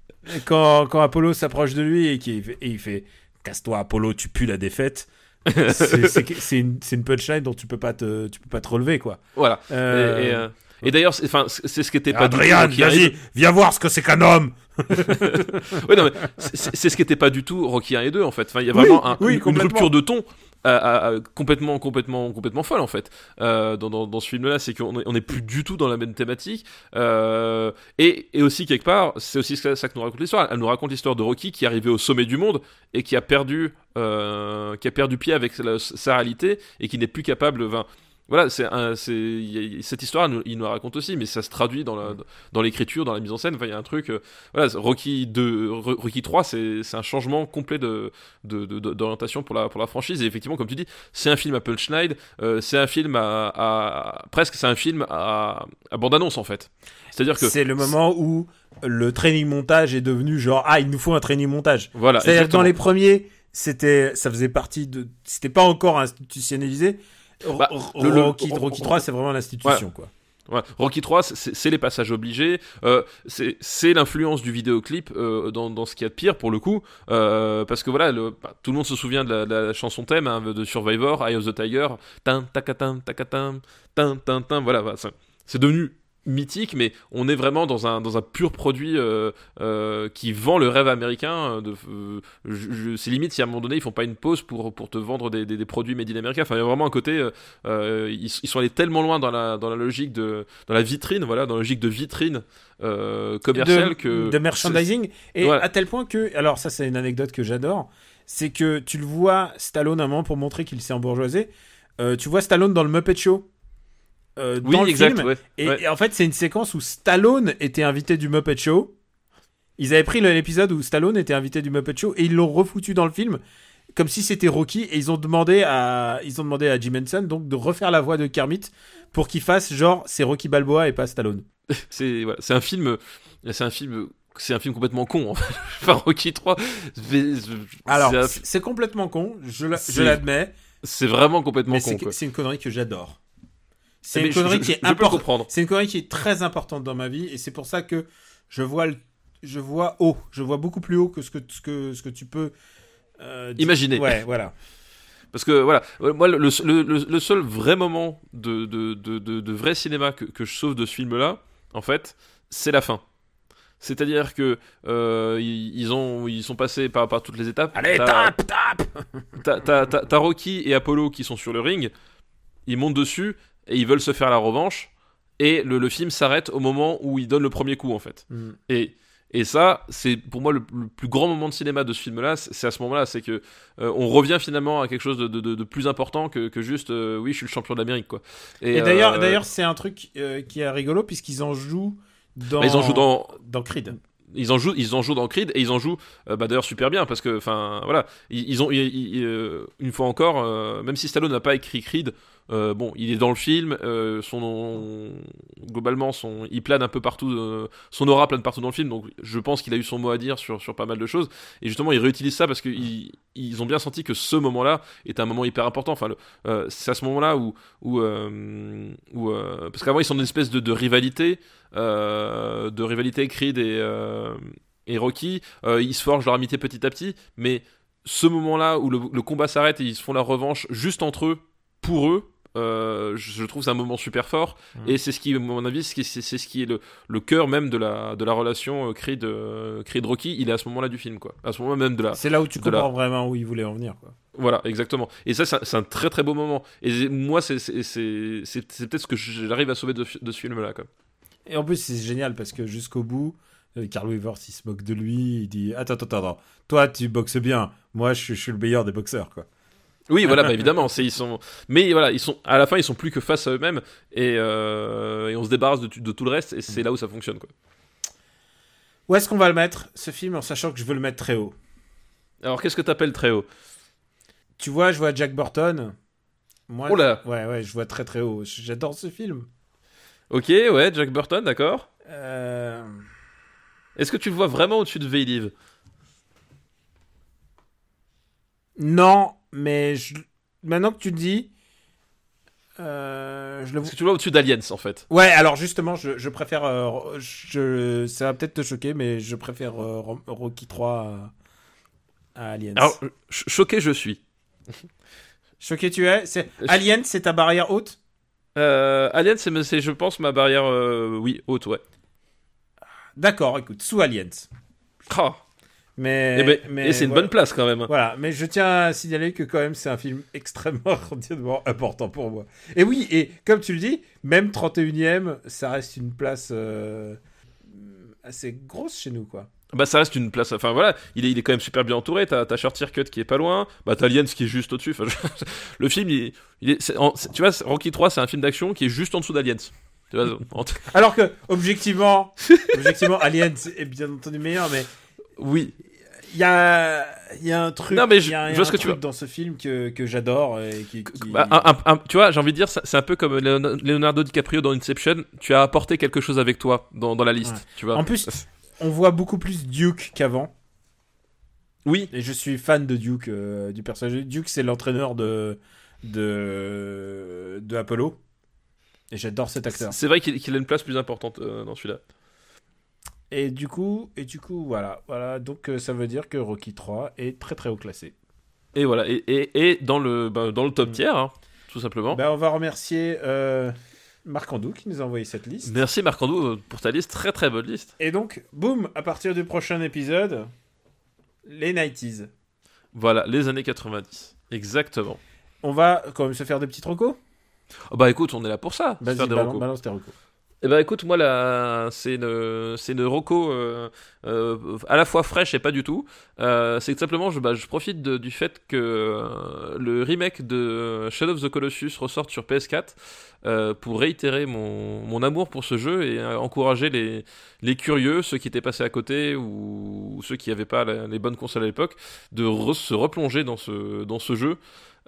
quand quand Apollo s'approche de lui et qu'il fait, et il fait casse-toi Apollo, tu pues la défaite. c'est, c'est, c'est, une, c'est une punchline dont tu peux pas te, tu peux pas te relever quoi. Voilà. Euh, Et, et, euh, et d'ailleurs, c'est, enfin, c'est c'est ce qui était pas Adrien, du tout Rocky vas-y, viens voir ce que c'est qu'un homme. ouais, non, mais c'est, c'est ce qui était pas du tout Rocky un et deux en fait. Enfin, il y a Oui, vraiment un- oui, une, une complètement. rupture de ton à- à- à- complètement, complètement, complètement folle en fait. Euh, dans, dans, dans ce film-là, c'est qu'on est, on est plus du tout dans la même thématique. Euh, et, et aussi quelque part, c'est aussi ça, ça que nous raconte l'histoire. Elle nous raconte l'histoire de Rocky qui est arrivé au sommet du monde et qui a perdu, euh, qui a perdu pied avec la- sa réalité et qui n'est plus capable. Enfin, voilà, c'est, un, c'est y a- cette histoire, nous- il nous la raconte aussi, mais ça se traduit dans, la, dans l'écriture, dans la mise en scène. Enfin, il y a un truc. Euh, voilà, Rocky deux, Ro- Rocky trois, c'est, c'est un changement complet de, de, de- de- d'orientation pour la, pour la franchise. Et effectivement, comme tu dis, c'est un film à punchline, euh, c'est un film à, à- presque, c'est un film à, à bande-annonce en fait. C'est-à-dire que C'est le moment où le training montage est devenu genre ah il nous faut un training montage. voilà, C'est-à-dire que exactement. dans les premiers, c'était, ça faisait partie de, c'était pas encore institutionnalisé. Bah, R- le- le- Rocky, Rocky trois, c'est vraiment l'institution, quoi. Ouais, Rocky trois, c'est, c'est les passages obligés, euh, c'est, c'est l'influence du vidéoclip euh, dans, dans ce qu'il y a de pire pour le coup, euh, parce que voilà, le, bah, tout le monde se souvient de la, de la chanson thème hein, de Survivor, Eye of the Tiger, tin tacatin tacatin, tin tin tin, voilà, voilà, c'est, c'est devenu mythique, mais on est vraiment dans un dans un pur produit euh, euh, qui vend le rêve américain. De, euh, je, je, c'est limite si à un moment donné ils font pas une pause pour pour te vendre des, des, des produits made in America. Enfin, il y a vraiment un côté, euh, euh, ils, ils sont allés tellement loin dans la dans la logique de dans la vitrine, voilà, dans la logique de vitrine euh, commerciale de, que de merchandising et Ouais. à tel point que, alors ça c'est une anecdote que j'adore, c'est que tu le vois Stallone à un moment pour montrer qu'il s'est embourgeoisé. Euh, tu vois Stallone dans le Muppet Show. Euh, oui, dans le exact. film, Ouais. Et, Ouais. et en fait, c'est une séquence où Stallone était invité du Muppet Show. Ils avaient pris l'épisode où Stallone était invité du Muppet Show et ils l'ont refoutu dans le film comme si c'était Rocky et ils ont demandé à ils ont demandé à Jim Henson donc de refaire la voix de Kermit pour qu'il fasse genre c'est Rocky Balboa et pas Stallone. C'est voilà, c'est un film, c'est un film. C'est un film complètement con, en fait. Enfin, Rocky trois. c'est- Alors c'est un- c'est c'est complètement con, je, la- C'est- je l'admets, C'est vraiment complètement Mais con. c'est, Quoi. c'est une connerie que j'adore. C'est Mais une je- connerie je- qui est je peux le importante. comprendre. C'est une connerie qui est très importante dans ma vie et c'est pour ça que je vois le, je vois haut, je vois beaucoup plus haut que ce que ce que ce que tu peux euh, dire. Imaginer. Ouais, voilà. Parce que voilà, euh, moi le, le, le, le seul vrai moment de, de, de, de, de vrai cinéma que, que je sauve de ce film-là, en fait, c'est la fin. C'est-à-dire que euh, ils, ils ont ils sont passés par, par toutes les étapes. Allez, T'as- tape, tape. T'as, t'as, t'as, t'as Rocky et Apollo qui sont sur le ring, ils montent dessus et ils veulent se faire la revanche. Et le, le film s'arrête au moment où ils donnent le premier coup en fait. Mm. Et, et ça, c'est pour moi le, le plus grand moment de cinéma de ce film-là. C'est, c'est à ce moment-là, c'est que euh, on revient finalement à quelque chose de, de, de, de plus important que, que juste euh, oui, je suis le champion d'Amérique quoi. Et, et d'ailleurs, euh, d'ailleurs, c'est un truc euh, qui est rigolo puisqu'ils en jouent dans. bah, ils en jouent dans dans Creed. Ils en jouent, ils en jouent dans Creed et ils en jouent euh, bah, d'ailleurs super bien parce que, enfin, voilà, ils, ils ont, ils, ils, euh, une fois encore, euh, même si Stallone n'a pas écrit Creed, euh, bon, il est dans le film, euh, son globalement, son, il plane un peu partout, euh, son aura plane partout dans le film, donc je pense qu'il a eu son mot à dire sur sur pas mal de choses et justement, ils réutilisent ça parce que ils, ils ont bien senti que ce moment-là est un moment hyper important. Enfin, le, euh, c'est à ce moment-là où où, euh, où euh, parce qu'avant ils sont dans une espèce de, de rivalité. Euh, de rivalité Creed et, euh, et Rocky, euh, ils se forgent leur amitié petit à petit, mais ce moment-là où le, le combat s'arrête et ils se font la revanche juste entre eux, pour eux, euh, je, je trouve c'est un moment super fort, mmh. et c'est ce qui, à mon avis, c'est, c'est, c'est ce qui est le, le cœur même de la, de la relation Creed, euh, Creed-Rocky, il est à ce moment-là du film, quoi. À ce moment même de la... C'est là où tu comprends la... vraiment où il voulait en venir, quoi. Voilà, exactement. Et ça, c'est un, c'est un très très beau moment. Et moi, c'est, c'est, c'est, c'est, c'est peut-être ce que j'arrive à sauver de, de ce film-là, quoi. Et en plus, c'est génial parce que jusqu'au bout, euh, Carl Weathers, il se moque de lui. Il dit Attends, attends, attends. Toi, tu boxes bien. Moi, je, je suis le meilleur des boxeurs, quoi. Oui, voilà, bah, évidemment. C'est, ils sont... Mais voilà, ils sont... à la fin, ils sont plus que face à eux-mêmes. Et, euh... et on se débarrasse de, de tout le reste. Et c'est là où ça fonctionne, quoi. Où est-ce qu'on va le mettre, ce film, en sachant que je veux le mettre très haut? Alors, qu'est-ce que t'appelles très haut? Tu vois, je vois Jack Burton. Moi, oh là. Ouais, ouais, je vois très très haut. J'adore ce film. Ok, ouais, Jack Burton, d'accord. Euh... Est-ce que tu le vois vraiment au-dessus de Veilive? Non, mais je... maintenant que tu le dis, euh, je le vois. Est-ce que tu le vois au-dessus d'Aliens, en fait? Ouais, alors justement, je, je préfère. Euh, je... Ça va peut-être te choquer, mais je préfère euh, Rocky trois à, à Aliens. Alors, ch- choqué, je suis. Choqué, tu es c'est... Aliens, c'est ta barrière haute? Euh, Aliens, c'est, c'est, je pense, ma barrière, euh, oui, haute, ouais. D'accord, écoute, sous Aliens. Oh. Mais, et, ben, mais et c'est une voilà. bonne place quand même. Voilà, mais je tiens à signaler que quand même c'est un film extrêmement important pour moi. Et oui, et comme tu le dis, même trente et unième, ça reste une place euh, assez grosse chez nous, quoi. Bah ça reste une place, enfin voilà, il est, il est quand même super bien entouré, t'as, t'as Short Circuit qui est pas loin, bah t'as Aliens qui est juste au-dessus, enfin, je... le film, il, il est, c'est, en, c'est, tu vois, Rocky trois c'est un film d'action qui est juste en dessous d'Aliens. Tu vois, en... Alors que, objectivement, objectivement, Aliens est bien entendu meilleur, mais... Oui. Il y a, il y a un truc, non, mais je, y a, y a je vois un ce que tu truc veux. dans ce film que, que j'adore et qui... qui... Bah, un, un, un, tu vois, j'ai envie de dire, c'est un peu comme Leonardo DiCaprio dans Inception, tu as apporté quelque chose avec toi dans, dans la liste, ouais. tu vois. En plus... On voit beaucoup plus Duke qu'avant. Oui. Et je suis fan de Duke, euh, du personnage. Duke, c'est l'entraîneur de, de, de Apollo. Et j'adore cet acteur. C'est vrai qu'il, qu'il a une place plus importante euh, dans celui-là. Et du coup, et du coup voilà. voilà. Donc euh, ça veut dire que Rocky trois est très très haut classé. Et voilà. Et, et, et dans, le, bah, dans le top tier, hein, tout simplement. Ben, on va remercier... Euh... Marc Andou qui nous a envoyé cette liste. Merci Marc Andou pour ta liste, très très bonne liste. Et donc, boum, à partir du prochain épisode, les nineties. Voilà, les années quatre-vingt-dix, exactement. On va quand même se faire des petits recos. Oh bah écoute, on est là pour ça, Vas-y, faire des balance, recos. balance tes recos. Eh ben écoute, moi là, c'est une, c'est une reco euh, euh, à la fois fraîche et pas du tout. Euh, c'est que simplement, je, bah, je profite de, du fait que euh, le remake de Shadow of the Colossus ressorte sur P S quatre euh, pour réitérer mon, mon amour pour ce jeu et euh, encourager les, les curieux, ceux qui étaient passés à côté ou, ou ceux qui n'avaient pas la, les bonnes consoles à l'époque, de re, se replonger dans ce, dans ce jeu.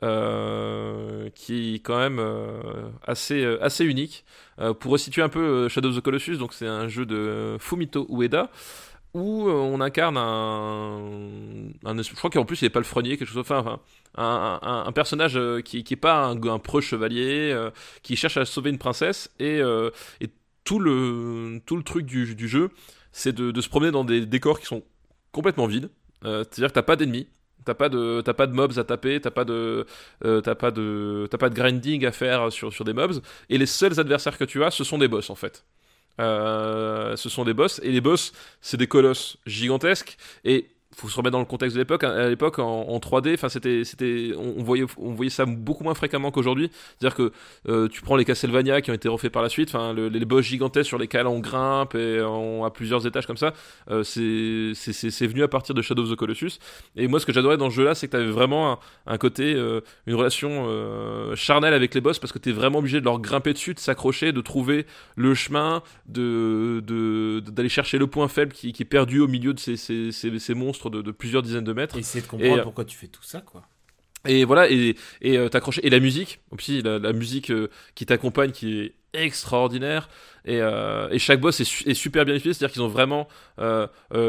Euh, qui est quand même euh, assez, euh, assez unique. Euh, pour resituer un peu euh, Shadow of the Colossus, donc c'est un jeu de Fumito Ueda. où on incarne un, un je crois qu'en plus il est palefrenier, quelque chose, enfin, enfin un, un, un personnage qui, qui est pas un, un preux chevalier, euh, qui cherche à sauver une princesse, et, euh, et tout le tout le truc du, du jeu, c'est de, de se promener dans des décors qui sont complètement vides, euh, c'est-à-dire que t'as pas d'ennemis. T'as pas de t'as pas de mobs à taper, t'as pas de euh, t'as pas de t'as pas de grinding à faire sur sur des mobs, et les seuls adversaires que tu as, ce sont des boss en fait. Euh, ce sont des boss, et les boss c'est des colosses gigantesques, et faut se remettre dans le contexte de l'époque. À l'époque, en, en trois D, enfin c'était, c'était, on, on voyait, on voyait ça beaucoup moins fréquemment qu'aujourd'hui. C'est-à-dire que euh, tu prends les Castlevania qui ont été refaits par la suite, enfin le, les boss gigantesques sur lesquels on grimpe et on a plusieurs étages comme ça. Euh, c'est, c'est, c'est, c'est venu à partir de Shadow of the Colossus. Et moi, ce que j'adorais dans ce jeu-là, c'est que t'avais vraiment un, un côté, euh, une relation euh, charnelle avec les boss, parce que t'es vraiment obligé de leur grimper dessus, de s'accrocher, de trouver le chemin, de, de, de d'aller chercher le point faible qui, qui est perdu au milieu de ces, ces, ces, ces monstres De, de plusieurs dizaines de mètres. Et essayer de comprendre et, pourquoi tu fais tout ça, quoi. Et voilà, et, et euh, t'accrocher. Et la musique, aussi, la, la musique euh, qui t'accompagne, qui est extraordinaire. Et, euh, et chaque boss est, su- est super bien utilisé, c'est-à-dire qu'ils ont vraiment. Euh,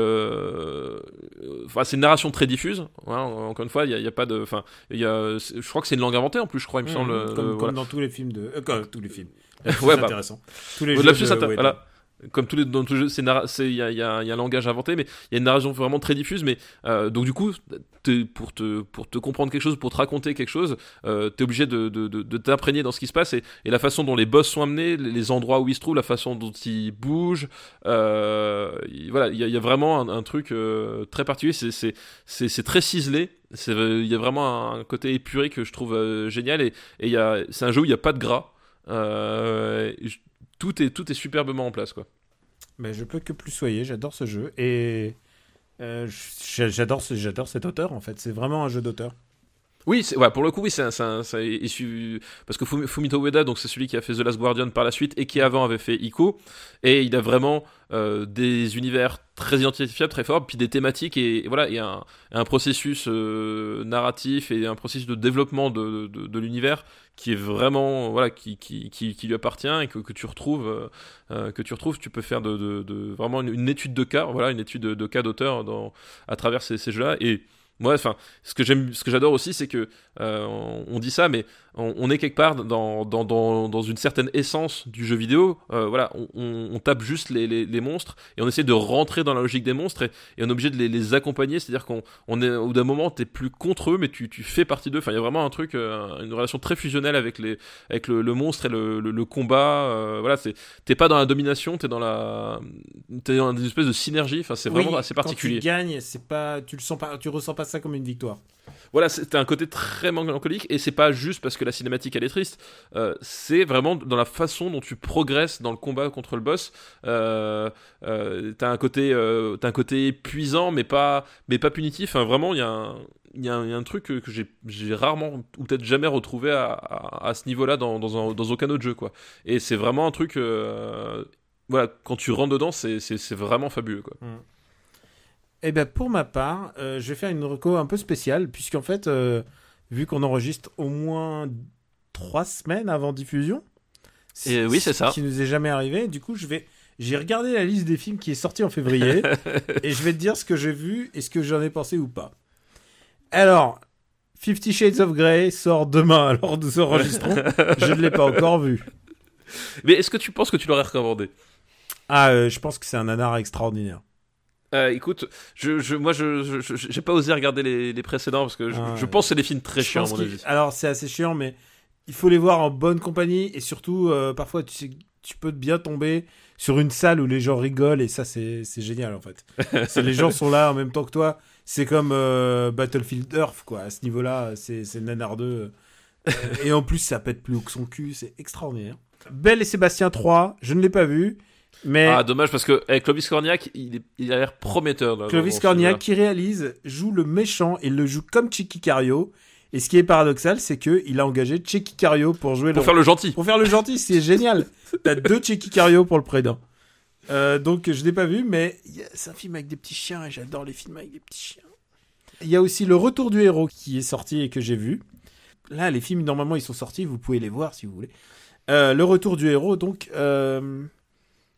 euh, enfin, c'est une narration très diffuse. Hein, encore une fois, il y, y a pas de. Enfin, il y a. Je crois que c'est une langue inventée en plus. Je crois, il me Mmh, semble. comme, euh, comme voilà. dans tous les films de. Euh, comme tous les films. Ouais, c'est bah, intéressant. Tous les Au-delà jeux de ça, de t'as- Weta. voilà. Comme tous les, dans tous les jeux, c'est narra- c'est, y, a, y, a, y a un langage inventé, mais il y a une narration vraiment très diffuse. Mais euh, donc du coup, t'es, pour te pour te comprendre quelque chose, pour te raconter quelque chose, euh, t'es obligé de, de, de, de t'imprégner dans ce qui se passe, et, et la façon dont les boss sont amenés, les, les endroits où ils se trouvent, la façon dont ils bougent. Euh, y, voilà, il y, y a vraiment un, un truc euh, très particulier. C'est c'est c'est, c'est très ciselé. C'est il y a vraiment un, un côté épuré que je trouve euh, génial, et et il y a c'est un jeu où il y a pas de gras. Euh, je, Tout est, tout est superbement en place, quoi. Mais je peux que plus soyer, j'adore ce jeu. Et euh, j'adore, ce, j'adore cet auteur, en fait. C'est vraiment un jeu d'auteur. Oui, c'est, ouais, pour le coup, oui, c'est un, c'est un, c'est issu, parce que Fumito Ueda, donc c'est celui qui a fait The Last Guardian par la suite, et qui avant avait fait Ico, et il a vraiment euh, des univers très identifiables, très forts, puis des thématiques, et, et voilà, et un, un processus euh, narratif et un processus de développement de, de, de l'univers qui est vraiment, voilà, qui, qui, qui, qui lui appartient, et que, que tu retrouves, euh, que tu retrouves, tu peux faire de, de, de vraiment une, une étude de cas, voilà, une étude de, de cas d'auteur dans, à travers ces, ces jeux-là, et moi, enfin, ce que j'aime, ce que j'adore aussi, c'est que euh, on, on dit ça, mais on, on est quelque part dans, dans, dans, dans une certaine essence du jeu vidéo. Euh, voilà, on, on, on tape juste les, les, les monstres, et on essaie de rentrer dans la logique des monstres, et, et on est obligé de les, les accompagner. C'est-à-dire qu'on, on est, au bout d'un moment, t'es plus contre eux, mais tu, tu fais partie d'eux. Enfin, il y a vraiment un truc, euh, une relation très fusionnelle avec les, avec le, le monstre et le, le, le combat. Euh, voilà, c'est, t'es pas dans la domination, t'es dans la, t'es dans une espèce de synergie. Enfin, c'est vraiment oui, assez particulier. Quand tu gagnes, c'est pas, tu le sens pas, tu ressens pas ça comme une victoire. Voilà, c'est un côté très mélancolique, et c'est pas juste parce que la cinématique elle est triste, euh, c'est vraiment dans la façon dont tu progresses dans le combat contre le boss. Euh, euh, t'as un côté, euh, t'as un côté épuisant, mais pas, mais pas punitif. Enfin, vraiment, il y a un, il y, y a un truc que, que j'ai, j'ai rarement ou peut-être jamais retrouvé à, à, à ce niveau-là dans, dans, un, dans aucun autre jeu, quoi. Et c'est vraiment un truc, euh, voilà, quand tu rentres dedans, c'est, c'est, c'est vraiment fabuleux, quoi. Mmh. Eh ben pour ma part, euh, je vais faire une reco un peu spéciale, puisqu'en fait, euh, vu qu'on enregistre au moins trois semaines avant diffusion, et oui, c'est ça, ce qui nous est jamais arrivé. Du coup, je vais, j'ai regardé la liste des films qui est sortie en février, et je vais te dire ce que j'ai vu et ce que j'en ai pensé ou pas. Alors, Fifty Shades of Grey sort demain, alors nous enregistrons. Je ne l'ai pas encore vu. Mais est-ce que tu penses que tu l'aurais recommandé ? Ah, euh, je pense que c'est un nanar extraordinaire. Euh, écoute, je, je, moi, je, je, je, j'ai pas osé regarder les, les précédents parce que je, ah, je pense que c'est des films très chiants, à mon avis. Alors, c'est assez chiant, mais il faut les voir en bonne compagnie, et surtout, euh, parfois, tu, sais, tu peux bien tomber sur une salle où les gens rigolent, et ça, c'est, c'est génial, en fait. C'est, les gens sont là en même temps que toi. C'est comme euh, Battlefield Earth, quoi. À ce niveau-là, c'est, c'est nanardeux. Euh, et en plus, ça pète plus haut que son cul. C'est extraordinaire. Belle et Sébastien trois, je ne l'ai pas vu. Mais ah, dommage, parce que avec Clovis Cornillac, il, est, il a l'air prometteur. Là, Clovis Cornillac, qui réalise, joue le méchant, et il le joue comme Chicky Cario. Et ce qui est paradoxal, c'est qu'il a engagé Chicky Cario pour jouer pour le... faire le gentil. Pour faire le gentil, c'est génial. T'as deux Chicky Cario pour le prédent. Euh, donc je l'ai pas vu, mais c'est un film avec des petits chiens, et j'adore les films avec des petits chiens. Il y a aussi Le Retour du héros qui est sorti et que j'ai vu. Là, les films, normalement, ils sont sortis, vous pouvez les voir si vous voulez. Euh, Le Retour du héros, donc... Euh...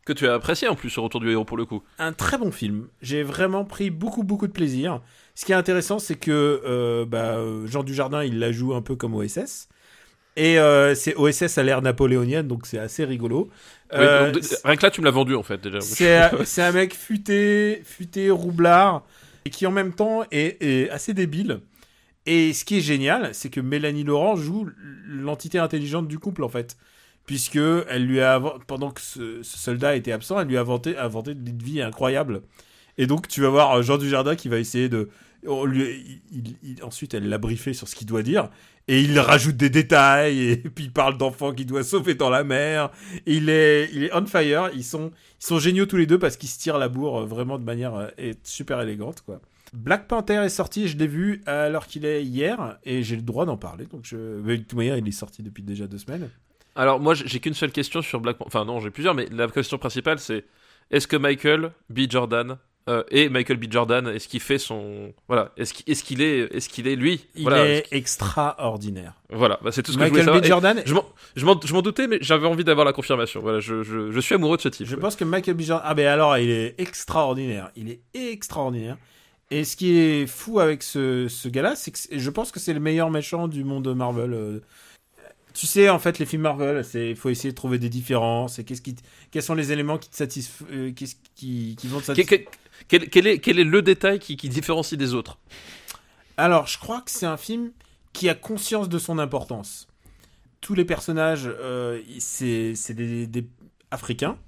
Que tu as apprécié en plus, ce Retour du héros pour le coup. Un très bon film. J'ai vraiment pris beaucoup, beaucoup de plaisir. Ce qui est intéressant, c'est que euh, bah, Jean Dujardin, il la joue un peu comme O S S. Et euh, c'est O S S à l'ère napoléonienne, donc c'est assez rigolo. Oui, Euh, donc, rien que là, tu me l'as vendu en fait déjà. c'est, c'est un mec futé, futé, roublard, et qui en même temps est, est assez débile. Et ce qui est génial, c'est que Mélanie Laurent joue l'entité intelligente du couple, en fait. Puisque elle lui a, pendant que ce, ce soldat était absent, elle lui a inventé, inventé une vie incroyable. Et donc, tu vas voir Jean Dujardin qui va essayer de... On lui, il, il, ensuite, elle l'a briefé sur ce qu'il doit dire. Et il rajoute des détails. Et puis, il parle d'enfants qu'il doit sauver dans la mer. Et il est, il est on fire. Ils sont, ils sont géniaux tous les deux parce qu'ils se tirent la bourre vraiment de manière euh, super élégante, quoi. Black Panther est sorti, je l'ai vu alors qu'il est hier. Et j'ai le droit d'en parler. Donc, je... de toute manière, il est sorti depuis déjà deux semaines. Alors, moi, j'ai qu'une seule question sur Black Panther. Enfin, non, j'ai plusieurs, mais la question principale, c'est est-ce que Michael B. Jordan euh, et Michael B. Jordan, est-ce qu'il fait son. Voilà, est-ce qu'il, est-ce qu'il est, est-ce qu'il est lui Il voilà, est est-ce qu'il... extraordinaire. Voilà, bah, c'est tout ce Michael que je voulais savoir. B. Jordan. Je m'en, je, m'en, je m'en doutais, mais j'avais envie d'avoir la confirmation. Voilà, je, je, je suis amoureux de ce type. Je ouais. pense que Michael B. Jordan. Ah, ben alors, il est extraordinaire. Il est extraordinaire. Et ce qui est fou avec ce, ce gars-là, c'est que je pense que c'est le meilleur méchant du monde Marvel. Euh, Tu sais, en fait, les films Marvel, c'est, il faut essayer de trouver des différences. Et qu'est-ce qui, quels sont les éléments qui te satisfont, euh, qu'est-ce qui, qui vont te satisfaire. Quel, quel, quel, est, quel est le détail qui, qui différencie des autres ? Alors, je crois que c'est un film qui a conscience de son importance. Tous les personnages, euh, c'est, c'est des, des Africains.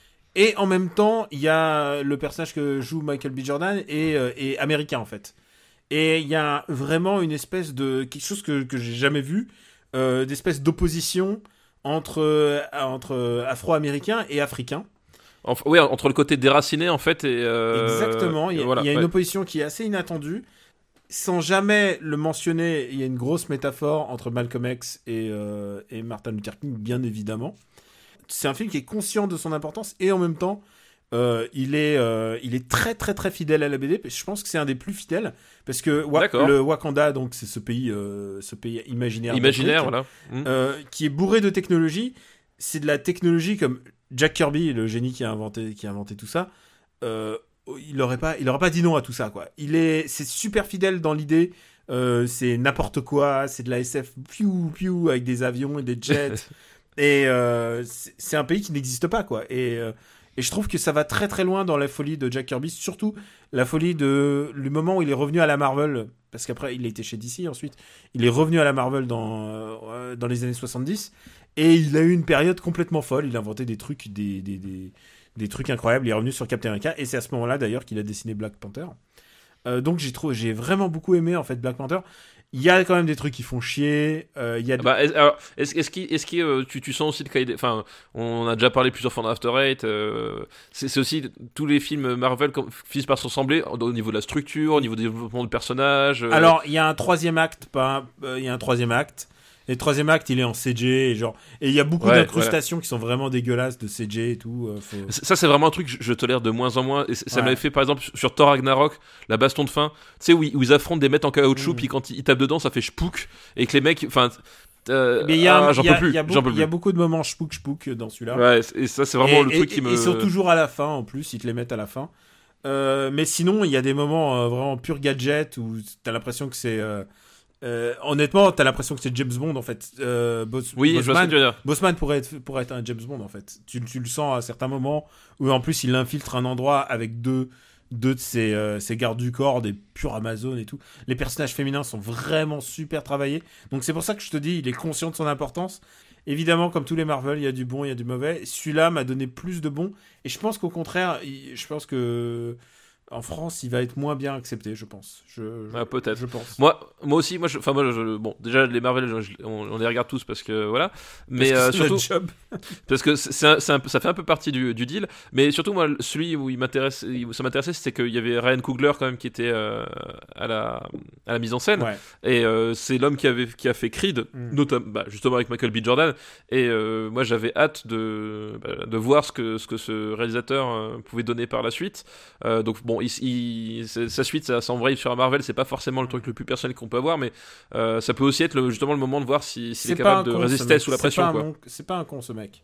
Et en même temps, il y a le personnage que joue Michael B. Jordan et, euh, et américain, en fait. Et il y a vraiment une espèce de... quelque chose que, que j'ai jamais vu. Euh, d'espèce d'opposition entre, euh, entre afro-américains et africains. Enfin, oui, entre le côté déraciné en fait et... Euh... Exactement, il y a, voilà, il y a ouais. une opposition qui est assez inattendue. Sans jamais le mentionner, il y a une grosse métaphore entre Malcolm X et, euh, et Martin Luther King, bien évidemment. C'est un film qui est conscient de son importance et en même temps, euh, il, est, euh, il est très très très fidèle à la B D. Je pense que c'est un des plus fidèles parce que Wa- le Wakanda, donc c'est ce pays, euh, ce pays imaginaire, imaginaire, voilà, mmh. euh, qui est bourré de technologie. C'est de la technologie comme Jack Kirby, le génie qui a inventé, qui a inventé tout ça. Euh, il n'aurait pas, il aurait pas dit non à tout ça, quoi. Il est, c'est super fidèle dans l'idée. Euh, c'est n'importe quoi, c'est de la S F, piou piou, avec des avions et des jets. et euh, c'est, c'est un pays qui n'existe pas, quoi. Et euh, Et je trouve que ça va très très loin dans la folie de Jack Kirby, surtout la folie de le moment où il est revenu à la Marvel, parce qu'après il a été chez D C ensuite, il est revenu à la Marvel dans, euh, dans les années soixante-dix, et il a eu une période complètement folle, il a inventé des trucs, des, des, des, des trucs incroyables, il est revenu sur Captain America, et c'est à ce moment-là d'ailleurs qu'il a dessiné Black Panther. Euh, donc j'ai, trouvé, j'ai vraiment beaucoup aimé en fait Black Panther. Il y a quand même des trucs qui font chier. Euh, il y a de... bah, est, alors, est-ce, est-ce qu'il, est-ce qu'il, euh, tu, tu sens aussi le cahier des... Enfin, on a déjà parlé plusieurs fois dans After Eight. Euh, c'est, c'est aussi tous les films Marvel finissent par se ressembler au niveau de la structure, au niveau du développement de personnages. Euh... Alors, il y a un troisième acte, pas, euh, il y a un troisième acte. Et le troisième acte, il est en C G et genre, et il y a beaucoup ouais, d'incrustations voilà. qui sont vraiment dégueulasses de C G et tout. Euh, faut... Ça, c'est vraiment un truc que je, je tolère de moins en moins. Et ça ouais. m'avait fait, par exemple, sur Thor Ragnarok, la baston de fin. Tu sais, où, où ils affrontent des mecs en caoutchouc, mmh. puis quand ils, ils tapent dedans, ça fait chpouk. Et que les mecs, enfin. Euh, mais il y a, ah, j'en y a, peux plus. Il y a, beaucoup, y a beaucoup de moments chpouk chpouk dans celui-là. Ouais, et ça, c'est vraiment et, le truc et, qui me. Ils sont toujours à la fin, en plus, ils te les mettent à la fin. Euh, mais sinon, il y a des moments euh, vraiment pur gadget où t'as l'impression que c'est. Euh, Euh, honnêtement, t'as l'impression que c'est James Bond en fait. Euh, Boss, oui, Bossman, je vois ce que tu veux dire. Bossman pourrait être, pourrait être un James Bond en fait. Tu, tu le sens à certains moments où en plus il infiltre un endroit avec deux, deux de ses, euh, ses gardes du corps, des purs Amazones et tout. Les personnages féminins sont vraiment super travaillés. Donc c'est pour ça que je te dis, il est conscient de son importance. Évidemment, comme tous les Marvel, il y a du bon, il y a du mauvais. Celui-là m'a donné plus de bon. Et je pense qu'au contraire, il, je pense que en France, il va être moins bien accepté, je pense. Je, je, ah, peut-être. Je pense. Moi, moi aussi, moi, enfin moi, je, bon, déjà les Marvel, je, on, on les regarde tous parce que voilà. Mais parce que euh, surtout, job. parce que c'est un, c'est un, ça fait un peu partie du, du deal. Mais surtout, moi, celui où il m'intéresse, où ça m'intéressait, c'était qu'il y avait Ryan Coogler quand même qui était euh, à la, à la mise en scène. Ouais. Et euh, c'est l'homme qui avait, qui a fait Creed, mm. notamment, bah, justement avec Michael B. Jordan. Et euh, moi, j'avais hâte de, bah, de voir ce que, ce que ce réalisateur euh, pouvait donner par la suite. Euh, donc bon, il, il sa suite, ça s'embraye sur un Marvel, c'est pas forcément le truc le plus personnel qu'on peut avoir, mais euh, ça peut aussi être le, justement le moment de voir s'il si, si est capable de con, résister sous la pression. Pas quoi. Mon, c'est pas un con ce mec.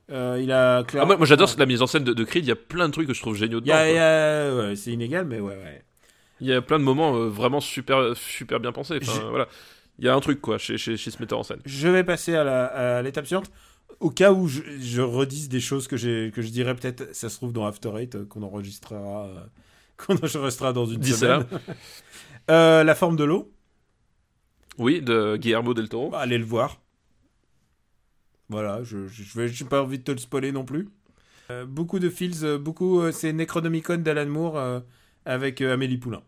Euh, il a Ah, clairement. moi, moi, j'adore la mise en scène de, de Creed. Il y a plein de trucs que je trouve géniaux Il dedans. y a, quoi. il y a- ouais, c'est inégal, mais ouais, ouais. Il y a plein de moments euh, vraiment super, super bien pensés. Enfin, Je- voilà. Il y a un truc quoi chez, chez, chez ce metteur en scène. Je vais passer à la- à l'étape suivante. Au cas où je, je redise des choses que, j'ai, que je dirais peut-être, ça se trouve dans After Eight, euh, qu'on enregistrera, euh, qu'on enregistrera dans une Dis semaine. Euh, la forme de l'eau, Oui, de Guillermo del Toro. bah, allez le voir. Voilà, je je, je vais- j'ai pas envie de te le spoiler non plus. Euh, beaucoup de feels, euh, beaucoup, euh, c'est Necronomicon d'Alan Moore euh, avec euh, Amélie Poulain.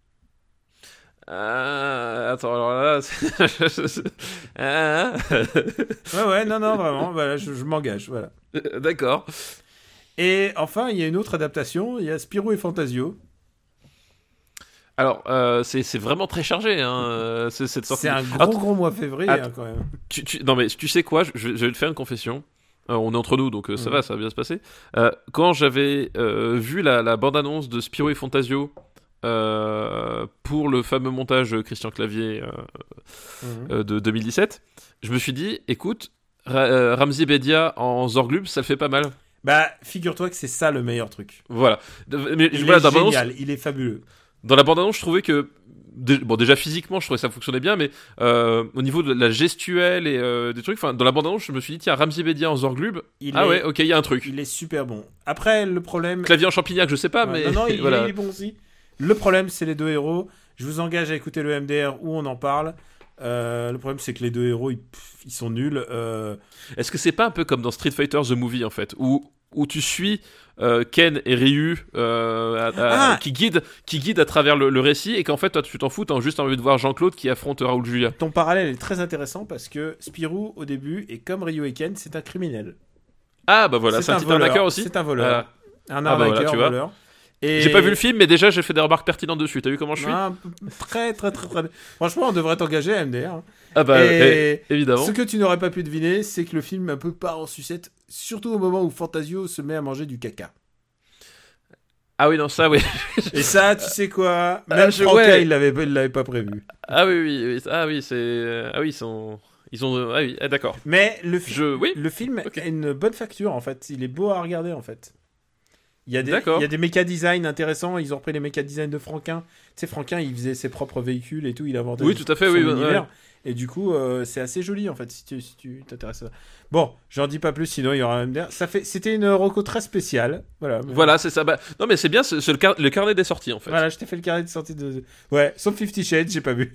Ah, attends, alors là. c'est- ah, Ouais, ouais, non, non, vraiment, voilà, je, je m'engage, voilà. ah. D'accord. Et enfin, il y a une autre adaptation, il y a Spirou et Fantasio. Alors, euh, c'est, c'est vraiment très chargé, hein, euh, c'est, cette sortie. C'est un Ah, gros, gros mois février, Att- hein, quand même. tu, tu- non, mais tu sais quoi, je, je vais te faire une confession. Euh, on est entre nous, donc euh, ça Mhm. va, ça va bien se passer. Euh, quand j'avais euh, vu la, la bande-annonce de Spirou et Fantasio euh, pour le fameux montage Christian Clavier euh, Mhm. euh, de deux mille dix-sept, je me suis dit, écoute, Ra- euh, Ramzi Bedia en Zorglub, ça le fait pas mal. Bah, figure-toi que c'est ça le meilleur truc. Voilà. De- mais, Il voilà, est dans la bande-annonce- génial, il est fabuleux. Dans la bande-annonce, je trouvais que dé- bon, déjà physiquement, je trouvais que ça fonctionnait bien, mais euh, au niveau de la gestuelle et euh, des trucs, enfin, dans la bande-annonce, je me suis dit tiens, Ramzi Bedia en Zorglub, Il ah est, ouais, ok, il y a un truc. il est super bon. Après, le problème... Clavier en champignac, je sais pas, Ouais, mais non, non, il, voilà. il est bon aussi. Le problème, c'est les deux héros. Je vous engage à écouter le M D R où on en parle. Euh, le problème, c'est que les deux héros, ils, pff, ils sont nuls. Euh, Est-ce que c'est pas un peu comme dans Street Fighter The Movie en fait, où où tu suis euh, Ken et Ryu euh, à- à- Ah qui guident qui guident à travers le, le récit et qu'en fait toi tu t'en fous, t'as juste envie de voir Jean-Claude qui affronte Raoul Julia. Ton parallèle est très intéressant parce que Spirou, au début, et comme Ryu et Ken, c'est un criminel. Ah bah voilà, c'est un petit voleur. arnaqueur aussi. C'est un voleur. Un Ah bah arnaqueur, voilà, tu vois. voleur. Et... J'ai pas vu le film, mais déjà j'ai fait des remarques pertinentes dessus. T'as vu comment je suis? Ah, très, très, très, très... Franchement, on devrait t'engager à M D R. hein. Ah bah Et eh, évidemment. Ce que tu n'aurais pas pu deviner, c'est que le film un peu part en sucette, surtout au moment où Fantasio se met à manger du caca. Ah oui non ça oui. Et ça, tu sais quoi, même Ah, je- Franca, ouais. il l'avait, il l'avait pas prévu. Ah oui oui, oui. ah oui c'est ah oui ils sont ils ont ah oui ah, d'accord. Mais le, fi- Je oui. le film Ok. a une bonne facture, en fait. Il est beau à regarder, en fait. Il y a des, D'accord. il y a des méca design intéressants. Ils ont repris les méca design de Franquin. Tu sais, Franquin, il faisait ses propres véhicules et tout. Il inventait Oui, son- tout à fait, son oui, univers. ouais. Et du coup, euh, c'est assez joli, en fait, si tu si tu t'intéresses à ça. Bon, j'en dis pas plus, sinon il y aura un M D R. Ça fait, c'était une reco très spéciale. Voilà. Mais- Voilà c'est ça. Bah, non mais c'est bien c'est, c'est le, car- le carnet des sorties en fait. Voilà, je t'ai fait le carré de sortie de. Ouais, sauf Fifty Shades, j'ai pas vu.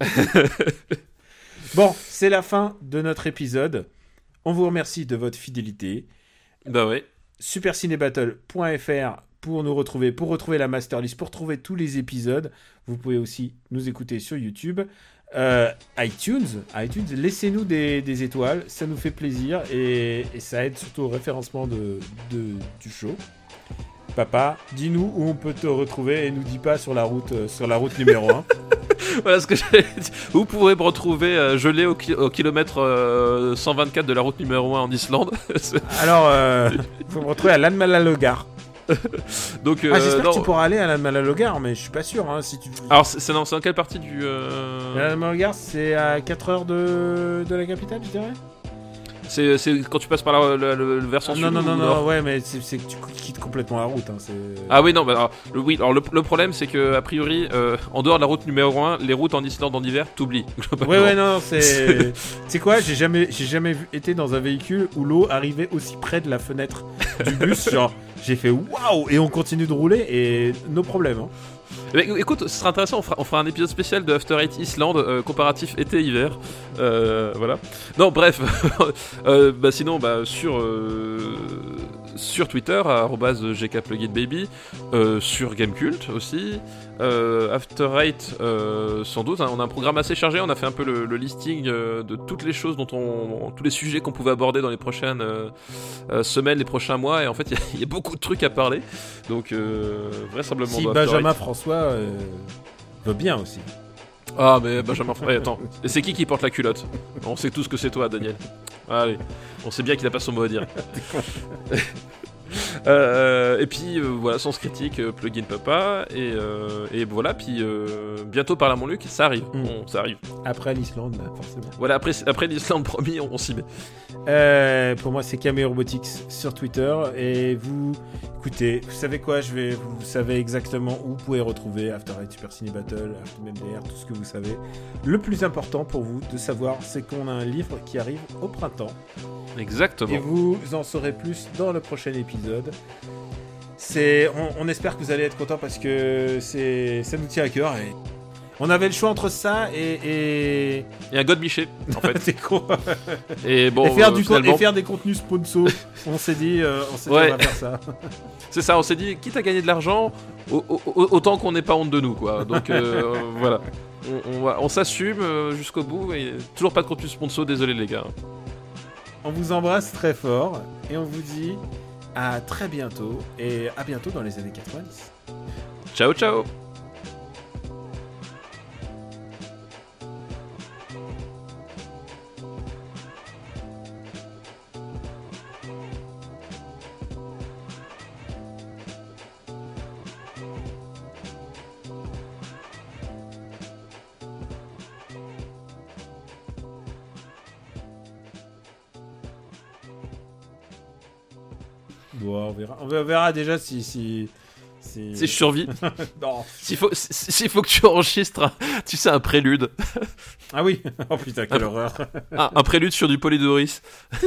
Bon, c'est la fin de notre épisode. On vous remercie de votre fidélité. Bah ouais. super ciné battle point f r pour nous retrouver, pour retrouver la masterlist, pour trouver tous les épisodes. Vous pouvez aussi nous écouter sur YouTube. Euh, iTunes, iTunes, laissez-nous des, des étoiles, ça nous fait plaisir et, et ça aide surtout au référencement de, de- du show. Papa, dis-nous où on peut te retrouver et nous dis pas sur la route, euh, sur la route numéro un. Voilà ce que j'allais dire. Vous pourrez me retrouver euh, gelé au, ki- au kilomètre euh, cent vingt-quatre de la route numéro un en Islande. C'est- Alors, euh, faut me retrouver à Lanmalalogar. Donc euh, Ah, j'espère non. que tu pourras aller à Lanmalalogar, mais je suis pas sûr. Hein, si tu... Alors c'est, c'est dans, c'est dans quelle partie du euh... Lanmalalogar, c'est à quatre heures de, de la capitale, je dirais. c'est, c'est quand tu passes par la- le, le- le versant Ah, sud non, non, ou non, nord non, ouais, mais c'est, c'est que tu quittes complètement la route. Hein, c'est... Ah oui non bah, alors, le, oui alors le, le problème c'est que a priori euh, en dehors de la route numéro un les routes en Islande en hiver t'oublies. Ouais, ouais, non, c'est. Tu sais quoi, j'ai jamais, j'ai jamais vu, été dans un véhicule où l'eau arrivait aussi près de la fenêtre du bus. Genre, j'ai fait waouh, et on continue de rouler et nos problèmes. Hein. Mais, écoute, ce sera intéressant, on fera, on fera un épisode spécial de After Eight Islande, euh, comparatif été-hiver. Euh, voilà. Non, bref. euh, bah, sinon, bah, sur, euh, sur Twitter, arobase gkplugitbaby, euh, sur Gamecult aussi. Euh, After Eight, euh, sans doute. Hein, on a un programme assez chargé, on a fait un peu le, le listing euh, de toutes les choses dont on. tous les sujets qu'on pouvait aborder dans les prochaines euh, euh, semaines, les prochains mois. Et en fait, il y, y a beaucoup de trucs à parler. Donc, euh, vraisemblablement. Si dans After Benjamin Eight. François euh, veut bien aussi. Ah mais Benjamin François, hey, attends, et c'est qui qui porte la culotte? On sait tous que c'est toi Daniel. Allez, on sait bien qu'il a pas son mot à dire. Euh, et puis euh, voilà, Sens Critique, euh, Plugin Papa, et, euh, et voilà, puis euh, bientôt par là mon Luc, ça arrive, Mm. on, ça arrive. Après l'Islande, bah, forcément. Voilà, après, après l'Islande promis, on, on s'y met. Euh, pour moi, c'est Cameo Robotics sur Twitter. Et vous, écoutez, vous savez quoi, je vais, vous savez exactement où vous pouvez retrouver After Eight, Super Ciné Battle, After M D R, tout ce que vous savez. Le plus important pour vous de savoir, c'est qu'on a un livre qui arrive au printemps. Exactement. Et vous en saurez plus dans le prochain épisode. C'est, on, on espère que vous allez être contents parce que c'est, ça nous tient à cœur. Et on avait le choix entre ça et... et... Et un God Miché, en fait. c'est con. Et bon, et, faire euh, du finalement, et faire des contenus sponsors. On s'est dit, euh, on s'est dit Ouais. on va faire ça. c'est ça, on s'est dit, quitte à gagner de l'argent, au- au- autant qu'on n'ait pas honte de nous, quoi. Donc euh, voilà, on, on, va- on s'assume euh, jusqu'au bout, et toujours pas de contenu sponsor, désolé les gars. On vous embrasse très fort et on vous dit à très bientôt et à bientôt dans les années quatre-vingt-dix. Ciao, ciao. Bon, on verra, on verra déjà si... si... Si, Si je survis, non. s'il faut, s'il faut que tu enregistres, un- tu sais, un prélude. Ah oui. Oh putain, quelle horreur. un, un prélude sur du Polydoris.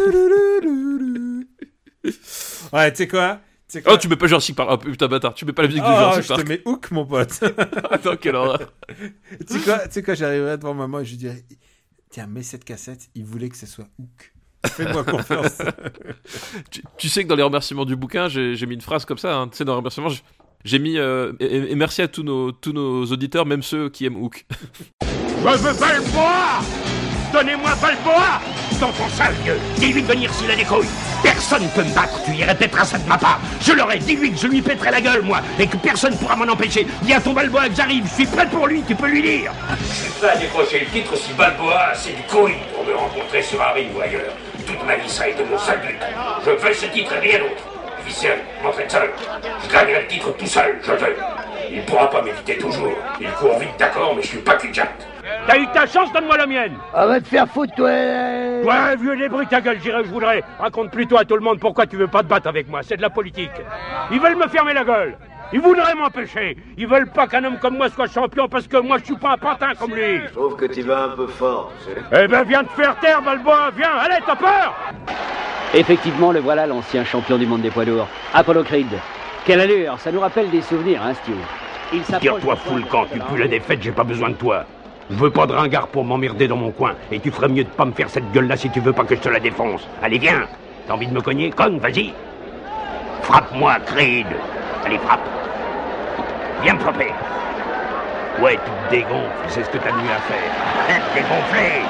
Ouais, tu sais quoi, tu sais quoi Oh, tu mets pas Jurassic Park. Oh putain, bâtard, tu mets pas la musique de Oh, Jurassic je Park. te mets Hook, mon pote. Attends, quelle horreur. Tu sais quoi, tu sais quoi, j'arriverai devant maman et je lui dirais, tiens, mets cette cassette, il voulait que ce soit Hook. Fais-moi confiance. tu, tu sais que dans les remerciements du bouquin, j'ai, j'ai mis une phrase comme ça. Hein. Tu sais, dans les remerciements, j'ai, j'ai mis euh, et, et merci à tous nos, tous nos auditeurs, même ceux qui aiment Hook. Je veux Balboa! Donnez-moi Balboa! Dans ton sale gueule, dis-lui de venir s'il a des couilles. Personne ne peut me battre, tu y répéteras ça de ma part. Je l'aurai, dis-lui que je lui pèterai la gueule, moi, et que personne pourra m'en empêcher. Dis à ton Balboa que j'arrive, je suis prêt pour lui, tu peux lui dire. Je suis prêt à décrocher le titre si Balboa a assez de couilles pour me rencontrer sur un ring ou ailleurs. Toute ma vie, ça a été mon seul but. Je veux ce titre et rien d'autre. Officiel, m'entraîne seul. Je gagnerai le titre tout seul, je veux. Il ne pourra pas m'éviter toujours. Il court vite, d'accord, mais je suis pas cul-de-jatte. T'as eu ta chance, donne-moi la mienne. Ah, va te faire foutre, toi. Ouais, vieux débris, ta gueule, j'irai où je voudrais. Raconte plutôt à tout le monde pourquoi tu veux pas te battre avec moi. C'est de la politique. Ils veulent me fermer la gueule. Ils voudraient m'empêcher. Ils veulent pas qu'un homme comme moi soit champion parce que moi, je suis pas un pantin comme lui. Je trouve que tu vas un peu fort, tu sais. Eh ben, viens te faire taire, Balboa. Viens, allez, t'as peur? Effectivement, le voilà, l'ancien champion du monde des poids lourds, Apollo Creed. Quelle allure, ça nous rappelle des souvenirs, hein, Stu. Il s'approche Tire-toi, de fou le camp. Tu pues la défaite, j'ai pas besoin de toi. Je veux pas de ringard pour m'emmerder dans mon coin. Et tu ferais mieux de pas me faire cette gueule-là si tu veux pas que je te la défonce. Allez, viens. T'as envie de me cogner? Cogne, vas-y. Frappe-moi, Creed. Allez, frappe. Viens me frapper. Ouais, tu te dégonfles, c'est ce que t'as de mieux à faire. Arrête de dégonfler.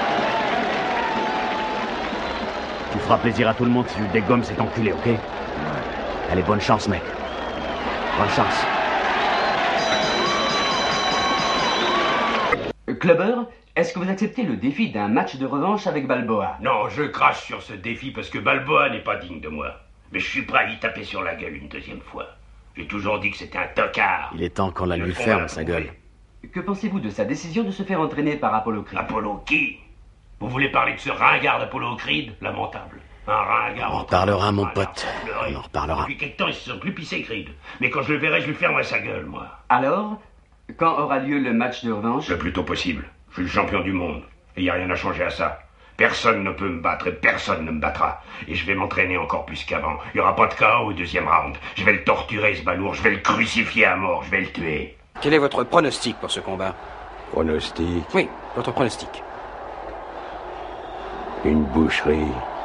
Tu feras plaisir à tout le monde si tu dégommes cet enculé, ok? Allez, bonne chance, mec. Bonne chance. Clubber, est-ce que vous acceptez le défi d'un match de revanche avec Balboa? Non, je crache sur ce défi parce que Balboa n'est pas digne de moi. Mais je suis prêt à lui taper sur la gueule une deuxième fois. J'ai toujours dit que c'était un tocard. Il est temps qu'on la Le lui fond ferme, l'a sa prouvé. gueule. Que pensez-vous de sa décision de se faire entraîner par Apollo Creed? Apollo qui? Vous voulez parler de ce ringard d'Apollo Creed? Lamentable. Un ringard. On en entre- reparlera, mon un pote. garçon pleuré. On en reparlera. Depuis quelque temps, ils se sont plus pissés, Creed. Mais quand je le verrai, je lui fermerai sa gueule, moi. Alors, quand aura lieu le match de revanche? Le plus tôt possible. Je suis le champion du monde. Et il n'y a rien à changer à ça. Personne ne peut me battre et personne ne me battra. Et je vais m'entraîner encore plus qu'avant. Il n'y aura pas de K O au deuxième round. Je vais le torturer, ce balourd. Je vais le crucifier à mort. Je vais le tuer. Quel est votre pronostic pour ce combat? Pronostic. Oui, votre pronostic. Une boucherie.